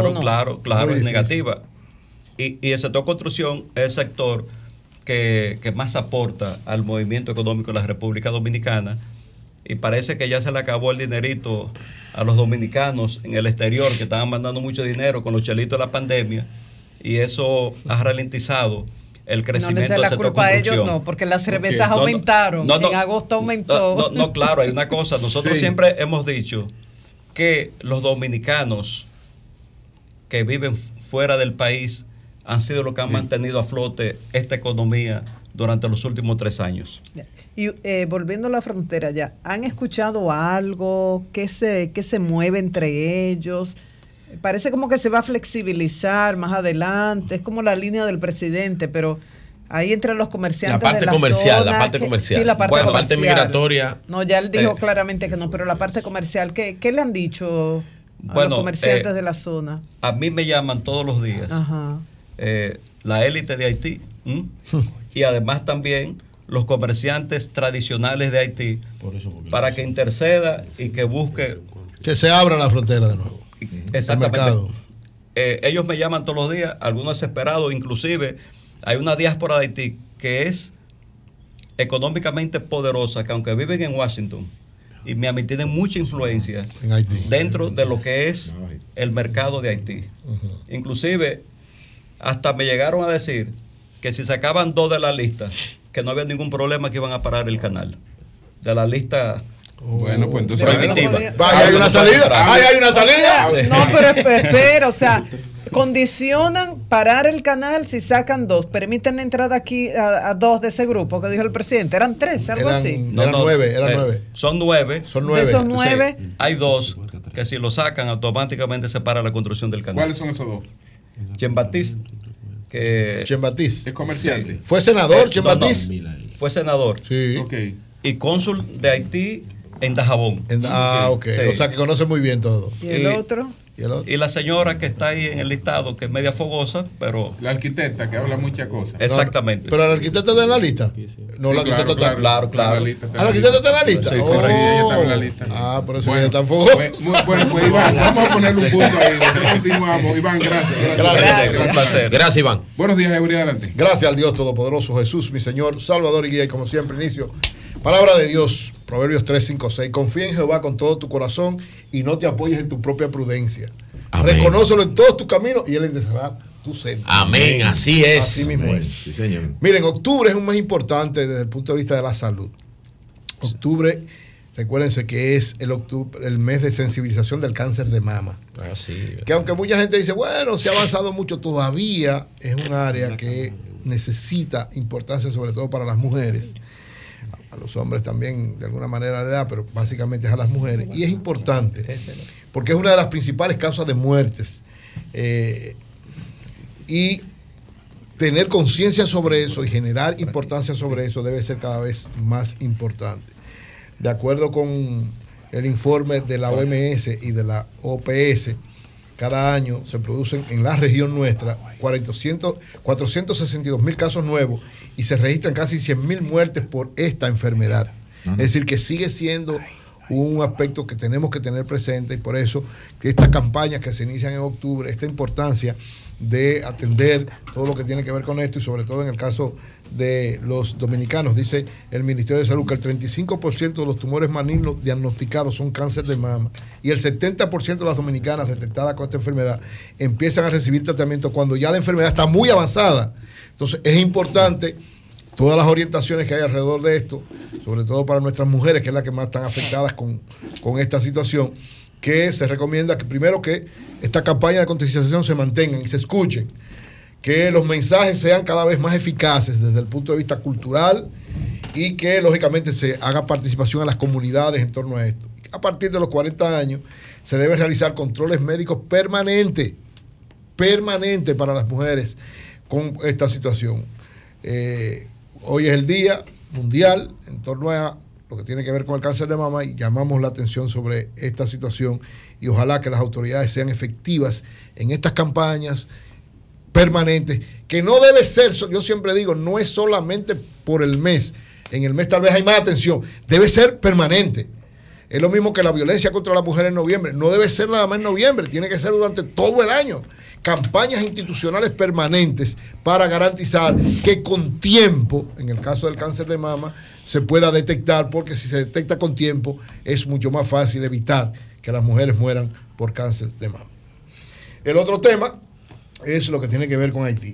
es negativa. Y el sector construcción es el sector que más aporta al movimiento económico de la República Dominicana. Y parece que ya se le acabó el dinerito a los dominicanos en el exterior, que estaban mandando mucho dinero con los chelitos de la pandemia, y eso ha ralentizado el crecimiento del sector construcción. No les da la culpa a ellos, no, porque las cervezas aumentaron, en agosto aumentó. No, claro, hay una cosa, nosotros siempre hemos dicho que los dominicanos que viven fuera del país han sido los que han mantenido a flote esta economía durante los últimos 3 años. Y volviendo a la frontera ya, ¿han escuchado algo? ¿Qué se mueve entre ellos? Parece como que se va a flexibilizar más adelante, es como la línea del presidente, pero ahí entre los comerciantes la parte comercial. Sí, la parte comercial. La parte migratoria. No, ya él dijo claramente que no, pero la parte comercial, ¿qué le han dicho a los comerciantes de la zona? A mí me llaman todos los días la élite de Haití y además también los comerciantes tradicionales de Haití para que interceda y que busque que se abra la frontera de nuevo. Exactamente. Ellos me llaman todos los días, algunos desesperados, inclusive hay una diáspora de Haití que es económicamente poderosa, que aunque viven en Washington, y Miami tienen mucha influencia en Haití, dentro de lo que es el mercado de Haití. Inclusive, hasta me llegaron a decir que si sacaban 2 de la lista, que no había ningún problema, que iban a parar el canal. De la lista... Bueno, pues entonces hay una salida. Hay una salida. No, pero espera, o sea, condicionan parar el canal si sacan 2. Permiten la entrada aquí a 2 de ese grupo que dijo el presidente. Eran 3, algo así. Eran 9. Son 9. De esos 9. Sí, hay 2 que si lo sacan automáticamente se para la construcción del canal. ¿Cuáles son esos 2? Jean-Baptiste, que es comerciante. Sí. ¿Fue senador Jean-Baptiste? Fue senador. Sí. Okay. Y cónsul de Haití en Dajabón. Ok. Sí. O sea que conoce muy bien todo. ¿Y el otro? Y la señora que está ahí en el listado, que es media fogosa, pero... La arquitecta, que habla muchas cosas. Exactamente. ¿Pero la arquitecta está en la lista? No, sí, la arquitecta está... Claro. ¿La arquitecta está en la lista? Sí, ella estaba en la lista. Por eso ella está en fogosa. Bueno, pues Iván, vamos a ponerle un punto ahí. Continuamos. Iván, gracias. Un placer. Gracias, Iván. Buenos días, Eury, adelante. Gracias al Dios Todopoderoso, Jesús, mi Señor, Salvador y Guía, y como siempre inicio. Palabra de Dios, Proverbios 3:5-6. Confía en Jehová con todo tu corazón y no te apoyes en tu propia prudencia. Amén. Reconócelo en todos tus caminos y Él enderezará tu senda. Amén, así es. Así mismo es. Sí, señor. Miren, octubre es un mes importante desde el punto de vista de la salud. Octubre, recuérdense que es el mes de sensibilización del cáncer de mama. Que aunque mucha gente dice, bueno, se ha avanzado mucho, todavía es un área que necesita importancia, sobre todo para las mujeres. A los hombres también de alguna manera le da, pero básicamente es a las mujeres. Y es importante porque es una de las principales causas de muertes. Y tener conciencia sobre eso y generar importancia sobre eso debe ser cada vez más importante. De acuerdo con el informe de la OMS y de la OPS, cada año se producen en la región nuestra 462.000 casos nuevos y se registran casi 100.000 muertes por esta enfermedad. Es decir, que sigue siendo un aspecto que tenemos que tener presente, y por eso que estas campañas que se inician en octubre, esta importancia de atender todo lo que tiene que ver con esto, y sobre todo en el caso de los dominicanos, dice el Ministerio de Salud que el 35% de los tumores malignos diagnosticados son cáncer de mama, y el 70% de las dominicanas detectadas con esta enfermedad empiezan a recibir tratamiento cuando ya la enfermedad está muy avanzada. Entonces es importante todas las orientaciones que hay alrededor de esto, sobre todo para nuestras mujeres, que es la que más están afectadas con esta situación, que se recomienda que primero que esta campaña de concientización se mantengan y se escuchen, que los mensajes sean cada vez más eficaces desde el punto de vista cultural, y que lógicamente se haga participación a las comunidades en torno a esto. A partir de los 40 años se deben realizar controles médicos permanentes para las mujeres con esta situación. Hoy es el Día Mundial en torno a lo que tiene que ver con el cáncer de mama, y llamamos la atención sobre esta situación, y ojalá que las autoridades sean efectivas en estas campañas permanentes, que no debe ser, yo siempre digo, no es solamente por el mes. En el mes tal vez hay más atención, debe ser permanente. Es lo mismo que la violencia contra la mujer en noviembre, no debe ser nada más en noviembre, tiene que ser durante todo el año. Campañas institucionales permanentes para garantizar que con tiempo, en el caso del cáncer de mama, se pueda detectar, porque si se detecta con tiempo es mucho más fácil evitar que las mujeres mueran por cáncer de mama. El otro tema es lo que tiene que ver con Haití.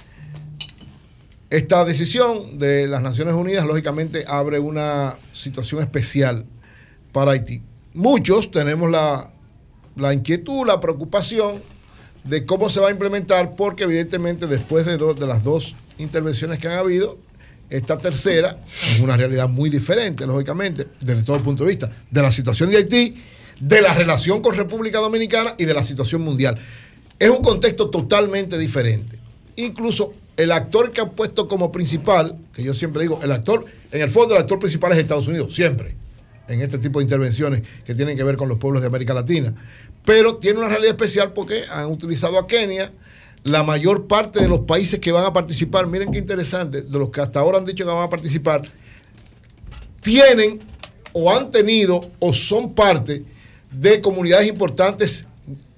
Esta decisión de las Naciones Unidas lógicamente abre una situación especial para Haití. Muchos tenemos la inquietud, la preocupación de cómo se va a implementar, porque evidentemente después de las dos intervenciones que han habido, esta tercera es una realidad muy diferente, lógicamente, desde todo punto de vista, de la situación de Haití, de la relación con República Dominicana y de la situación mundial. Es un contexto totalmente diferente. Incluso el actor que han puesto como principal, que yo siempre digo, el actor, en el fondo el actor principal es Estados Unidos, siempre, en este tipo de intervenciones que tienen que ver con los pueblos de América Latina. Pero tiene una realidad especial porque han utilizado a Kenia. La mayor parte de los países que van a participar, miren qué interesante, de los que hasta ahora han dicho que van a participar, tienen o han tenido o son parte de comunidades importantes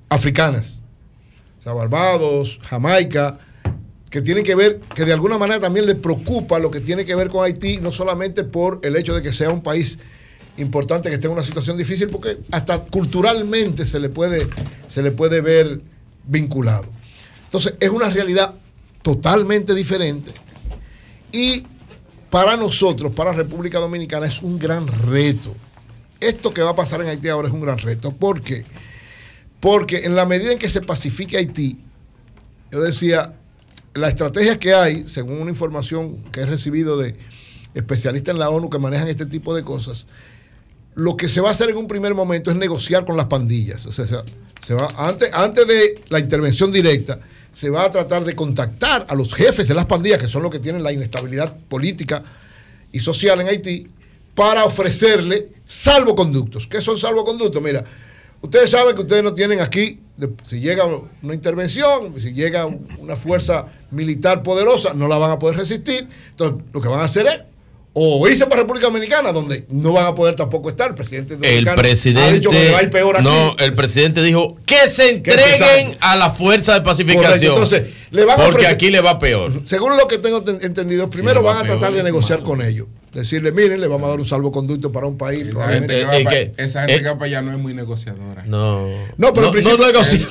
africanas, o sea, Barbados, Jamaica, que tienen que ver, que de alguna manera también le preocupa lo que tiene que ver con Haití, no solamente por el hecho de que sea un país importante que esté en una situación difícil, porque hasta culturalmente se le puede ver vinculado. Entonces, es una realidad totalmente diferente y para nosotros, para República Dominicana, es un gran reto. Esto que va a pasar en Haití ahora es un gran reto. ¿Por qué? Porque en la medida en que se pacifique Haití, yo decía, la estrategia que hay, según una información que he recibido de especialistas en la ONU que manejan este tipo de cosas, lo que se va a hacer en un primer momento es negociar con las pandillas. O sea, antes de la intervención directa, se va a tratar de contactar a los jefes de las pandillas, que son los que tienen la inestabilidad política y social en Haití, para ofrecerle salvoconductos. ¿Qué son salvoconductos? Mira, ustedes saben que ustedes no tienen aquí, si llega una intervención, si llega una fuerza militar poderosa, no la van a poder resistir. Entonces, lo que van a hacer es o irse para República Dominicana, donde no van a poder tampoco estar. El presidente dominicano ha dicho que le va a ir peor aquí. No, el presidente dijo que se entreguen a la fuerza de pacificación. Correcto. Entonces, le van a ofrecer, aquí le va peor. Según lo que tengo entendido, primero van a tratar de negociar con ellos. Decirle, miren, le vamos a dar un salvoconducto para un país. Esa gente que va para allá no es muy negociadora. No, pero el no negoció.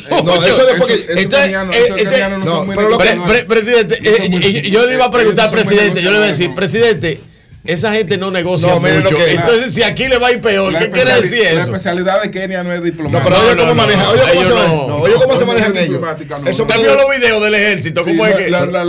Presidente, yo le iba a preguntar al presidente, yo le iba a decir, presidente, esa gente no negocia mucho. Entonces, si aquí le va a ir peor, ¿qué quiere decir eso? La especialidad de Kenia no es diplomática. No, pero oye cómo manejan. Oye cómo se manejan ellos. ¿Usted vio los videos del ejército? ¿Cómo es que?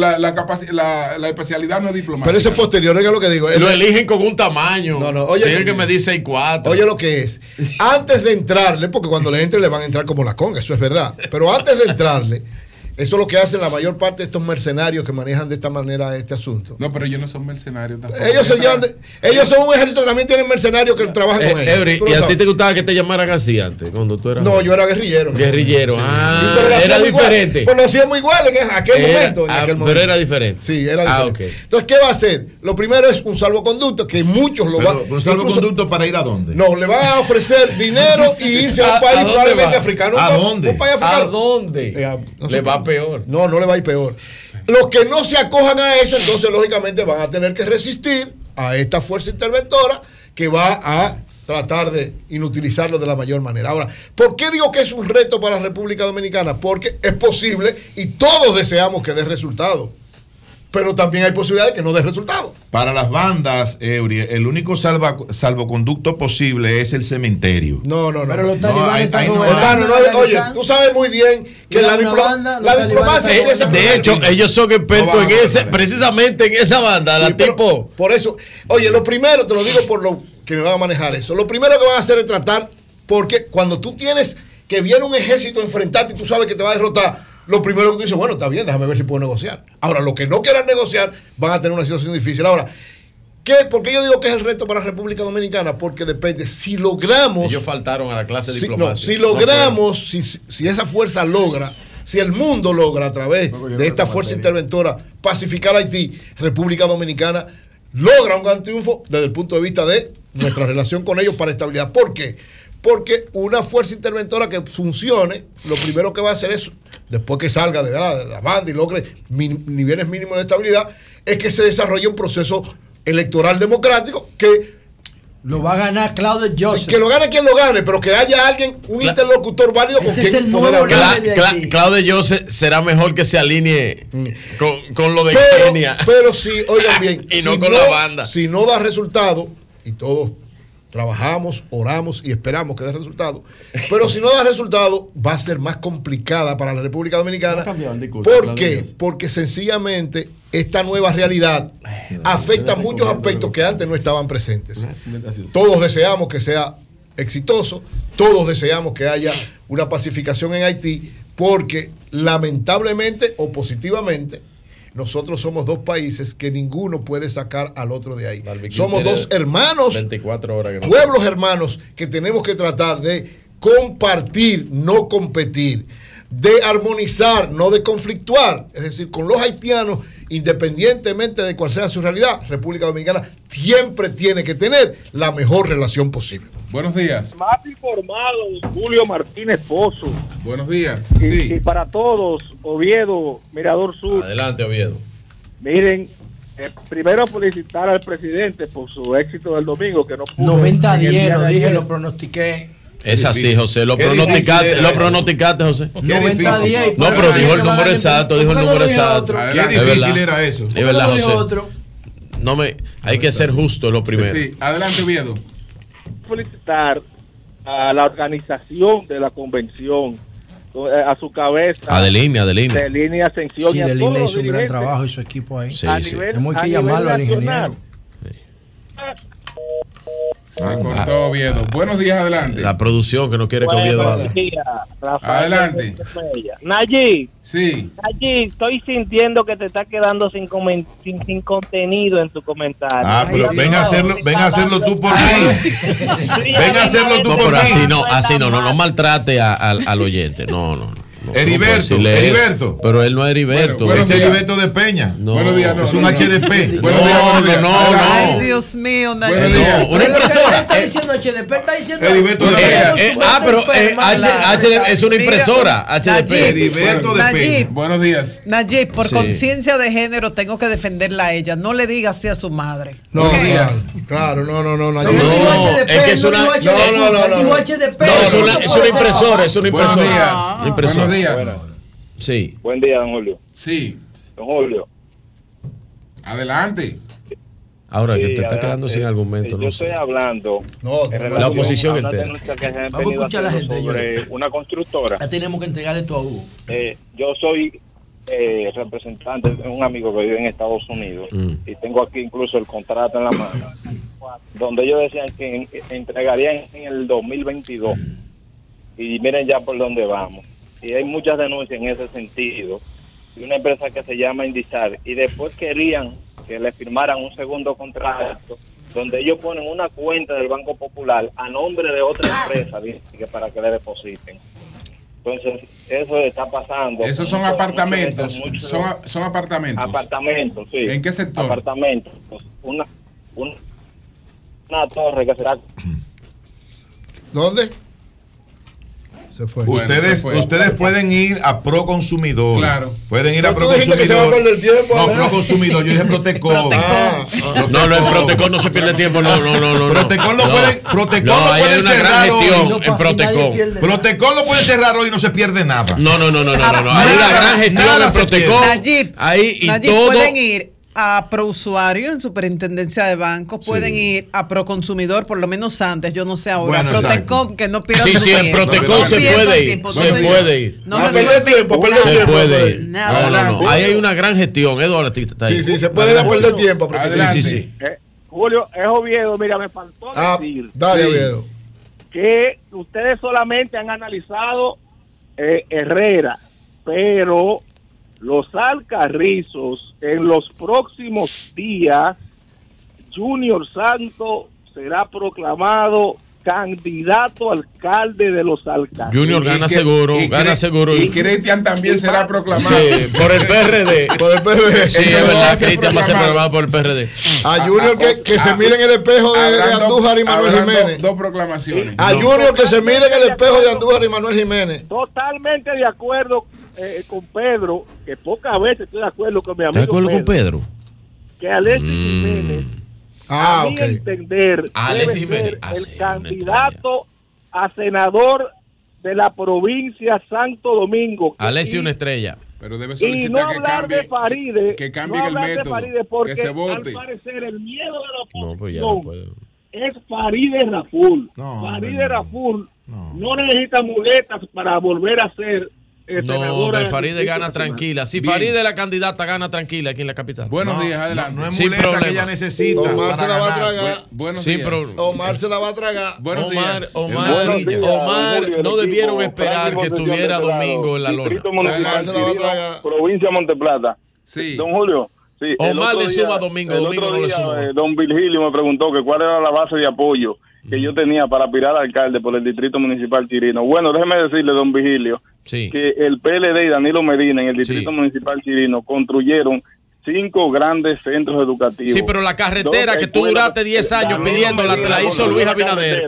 La especialidad no es diplomática. Pero eso es posterior, oiga lo que digo. Lo eligen con un tamaño. Tienen que medir 6'4". Oye lo que es. Antes de entrarle, porque cuando le entre le van a entrar como la conga, eso es verdad. Pero antes de entrarle, eso es lo que hacen la mayor parte de estos mercenarios que manejan de esta manera este asunto. No, pero ellos no son mercenarios tampoco. Ellos son un ejército que también tienen mercenarios que trabajan con ellos. Every, ¿y a ti te gustaba que te llamaran así antes, cuando tú eras? No, yo era guerrillero. Guerrillero, era diferente. Pues lo hacíamos igual en aquel momento. Pero era diferente. Sí, era diferente. Okay. Entonces, ¿qué va a hacer? Lo primero es un salvoconducto, que muchos lo van a... ¿Un salvoconducto para ir a dónde? No, le van a ofrecer dinero y irse a un país probablemente africano. ¿A dónde? Un país africano. ¿A dónde? Le va peor. No le va a ir peor. Los que no se acojan a eso, entonces lógicamente van a tener que resistir a esta fuerza interventora que va a tratar de inutilizarlo de la mayor manera. Ahora, ¿por qué digo que es un reto para la República Dominicana? Porque es posible y todos deseamos que dé resultado, pero también hay posibilidad de que no dé resultado. Para las bandas, Eury, el único salvoconducto posible es el cementerio. No. Pero los talibanes están hermano, oye, tú sabes muy bien que la diplomacia... De hecho, ellos son expertos en precisamente en esa banda, tipo... Por eso, oye, lo primero, te lo digo por lo que me van a manejar eso, lo primero que van a hacer es tratar, porque cuando tú tienes que viene un ejército a enfrentarte y tú sabes que te va a derrotar, lo primero que tú dices, bueno, está bien, déjame ver si puedo negociar. Ahora, los que no quieran negociar van a tener una situación difícil. Ahora, ¿por qué yo digo que es el reto para la República Dominicana? Porque depende, si logramos... Ellos faltaron a la clase diplomática. Si logramos, si esa fuerza logra, si el mundo logra a través de esta fuerza interventora pacificar a Haití, República Dominicana logra un gran triunfo desde el punto de vista de nuestra relación con ellos para estabilidad. ¿Por qué? Porque una fuerza interventora que funcione, lo primero que va a hacer es, después que salga de la banda y logre niveles mínimos de estabilidad, es que se desarrolle un proceso electoral democrático que lo va a ganar Claude Joseph. Que lo gane quien lo gane, pero que haya alguien, un interlocutor válido con quien es el nuevo hablar. Claude Joseph será mejor que se alinee con lo de Kenia. Pero sí, oigan bien, y no con la banda. Si no da resultado, y todos trabajamos, oramos y esperamos que dé resultado, pero si no da resultado, va a ser más complicada para la República Dominicana. ¿Por qué? Porque sencillamente esta nueva realidad afecta muchos aspectos que antes no estaban presentes. Todos deseamos que sea exitoso, todos deseamos que haya una pacificación en Haití, porque lamentablemente o positivamente, nosotros somos dos países que ninguno puede sacar al otro de ahí. Somos dos hermanos, 24 horas pueblos hermanos, que tenemos que tratar de compartir, no competir, de armonizar, no de conflictuar. Es decir, con los haitianos, independientemente de cuál sea su realidad, República Dominicana siempre tiene que tener la mejor relación posible. Buenos días. Más informado, Julio Martínez Pozo. Buenos días. Y para todos, Oviedo, Mirador Sur. Adelante, Oviedo. Miren, primero felicitar al presidente por su éxito del domingo, que no pudo. 90-10, lo dije, lo pronostiqué. Es así, José. Lo pronosticaste, José. 90-10. No, pero dijo el número exacto. Dijo el número exacto. Qué difícil era eso. Es verdad, José. Hay que ser justo, lo primero. Sí, adelante, Oviedo. Felicitar a la organización de la convención, a su cabeza. Adelina Ascensión. Sí, Adelina hizo un gran trabajo y su equipo ahí. Sí. Es muy que llamarlo al ingeniero. Se cortó Oviedo. Buenos días, adelante. La producción que no quiere que Oviedo hable. Adelante. Nayib. Sí. Nayib, estoy sintiendo que te está quedando sin contenido en tu comentario. Pero ven a hacerlo tú por mí. Ven a hacerlo tú por mí. Así no maltrate al oyente. No. Heriberto. Pero él no es Heriberto. Es Heriberto de Peña. Buenos días, es un HDP. No. Ay, Dios mío, Nayib. Una impresora. Está diciendo HDP, está diciendo. Heriberto de Peña. Pero HDP es una impresora. HDP. Heriberto de Peña. Buenos días. Nayib, por conciencia de género tengo que defenderla a ella. No le diga así a su madre. No, claro, no. Es que es una. Dijo HDP. Es una impresora. Es una impresora. Buenos días. Sí. Buen día, don Julio. Sí. Don Julio. Adelante. Ahora que te está quedando sin argumento. Yo estoy hablando. La oposición entera. Vamos a escuchar a la gente. Sobre una constructora. Ya tenemos que entregarle tu a Hugo. Yo soy representante de un amigo que vive en Estados Unidos y tengo aquí incluso el contrato en la mano, donde ellos decían que entregarían en el 2022 y miren ya por dónde vamos. Y hay muchas denuncias en ese sentido de una empresa que se llama Indisar, y después querían que le firmaran un segundo contrato donde ellos ponen una cuenta del Banco Popular a nombre de otra empresa para que le depositen. Entonces, eso está pasando. Esos son apartamentos. Son apartamentos. Apartamentos, sí. ¿En qué sector? Apartamentos. Una torre que será. ¿Dónde? Se fue. Ustedes pueden ir a Proconsumidor. Claro. Pueden ir a Proconsumidor. No, Proconsumidor. Yo dije Protecol. No, en Protecol no se pierde tiempo. No. Protecol lo pueden cerrar hoy. En Protecol. Protecol lo pueden cerrar hoy y no se pierde nada. No. Hay una gran gestión en Protecol. Nayib, pueden ir a Prousuario en Superintendencia de Bancos, pueden ir a Proconsumidor, por lo menos antes, yo no sé ahora. Bueno, Protecom, que no pierdan tiempo. Sí, en Protecom se puede ir. Se puede ir. Se puede ir. No. Ahí hay una gran gestión, Eduardo. Sí, se puede perder tiempo. Adelante. Julio, es Oviedo, mira, me faltó decir. Dale, Oviedo. Que ustedes solamente han analizado Herrera, pero los Alcarrizos, en los próximos días, Junior Santos será proclamado candidato a alcalde de los Alcarrizos. Junior gana seguro. Y Cristian también será proclamado. Sí, por el PRD. Sí, es verdad, Cristian va a ser proclamado por el PRD. A Junior que se mire en el espejo de Andújar y Manuel Jiménez. Dos proclamaciones. A Junior que se mire en el espejo de Andújar y Manuel Jiménez. Totalmente de acuerdo con Pedro, que pocas veces estoy de acuerdo con mi amigo. ¿Estás de acuerdo con Pedro? Que Alexis Jiménez, a mi entender, debe ser el candidato a senador de la provincia Santo Domingo. Alexis una estrella. Pero debe y no hablar de Faride, que cambie el método, porque que se vote. Al parecer el miedo de la oposición pues ya no puedo. Es Faride Raful. Faride Raful no necesita muletas para volver a ser de Faride gana tranquila. Si Faride la candidata, gana tranquila aquí en la capital. Buenos días, adelante. No es muleta que ella necesita. Omar se la va a tragar. Buenos días. Omar se la va a tragar. Buenos días. Omar no debieron esperar que tuviera domingo en la lona. Omar se la va a tragar. Provincia de Monteplata. Sí. Don Julio. Sí, Omar le suma domingo no le suma. Don Virgilio me preguntó que cuál era la base de apoyo que yo tenía para aspirar a alcalde por el distrito municipal Chirino. Bueno, déjeme decirle, don Vigilio, que el PLD y Danilo Medina en el distrito municipal Chirino construyeron 5 grandes centros educativos. Sí, pero la carretera que tú duraste 10 años pidiéndola, te la hizo Luis Abinader.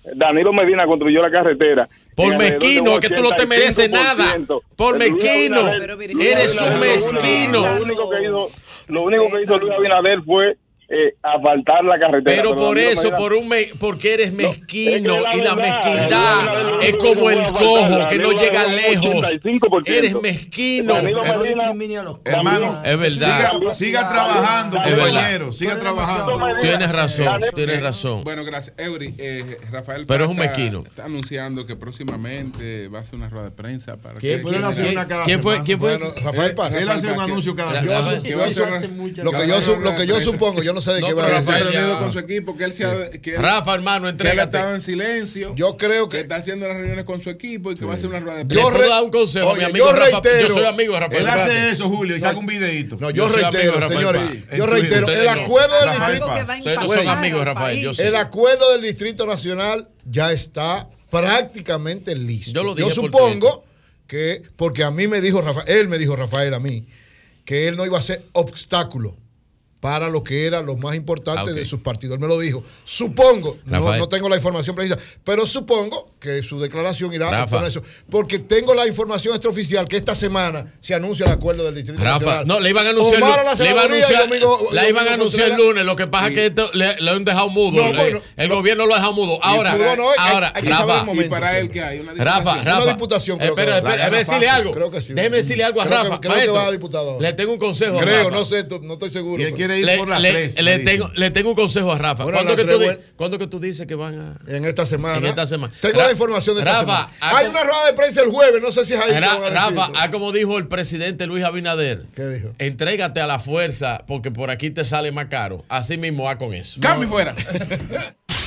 Danilo Medina construyó la carretera. Por mezquino, que tú no te mereces nada. Por mezquino. Eres un mezquino. Lo único que hizo Luis Abinader fue asfaltar la carretera. Pero por eso, porque eres mezquino, y la mezquindad es como el cojo que no llega lejos. Eres mezquino. Hermano, es verdad. Siga trabajando, compañero. Siga trabajando. Tienes razón. Bueno, gracias. Eury, Rafael pero es un mezquino. Está anunciando que próximamente va a hacer una rueda de prensa para ¿Quién fue? Bueno, Rafael Paz. Él hace un anuncio cada semana. Lo que yo supongo, yo no sé de qué va a decir. Reunido con su equipo, que él Rafa, hermano, entrégate. Que él estaba en silencio. Yo creo que está haciendo las reuniones con su equipo y que va a hacer una rueda de prensa. Yo puedo dar un consejo, mi amigo Rafa. Yo soy amigo de Rafael. Él hace eso, Julio, y saca un videito. No, yo reitero, señores. Yo reitero, el acuerdo del Distrito. Ustedes no son amigos de Rafael. El acuerdo del Distrito Nacional ya está prácticamente listo. Yo supongo que, porque a mí me dijo Rafael, él me dijo Rafael a mí, que él no iba a ser obstáculo para lo que era lo más importante de sus partidos. Él me lo dijo. Supongo, no tengo la información precisa, pero supongo que su declaración irá con eso. Porque tengo la información extraoficial que esta semana se anuncia el acuerdo del Distrito Nacional. No, le iban a anunciar el lunes. Lo que pasa es que esto le han dejado mudo. El gobierno lo ha dejado mudo. Ahora, Rafa. ¿Y para él qué hay? Una diputación. Espera, déjeme decirle algo. Déjeme decirle algo a Rafa. Creo que va a diputado. Le tengo un consejo. Creo, no sé, no estoy seguro. Le tengo un consejo a Rafa. ¿Cuándo que tú dices que van a...? En esta semana. Tengo la información de esta semana. Hay una rueda de prensa el jueves, no sé si es ahí. Rafa, como dijo el presidente Luis Abinader. ¿Qué dijo? Entrégate a la fuerza porque por aquí te sale más caro. Así mismo va con eso. ¡Cambio fuera!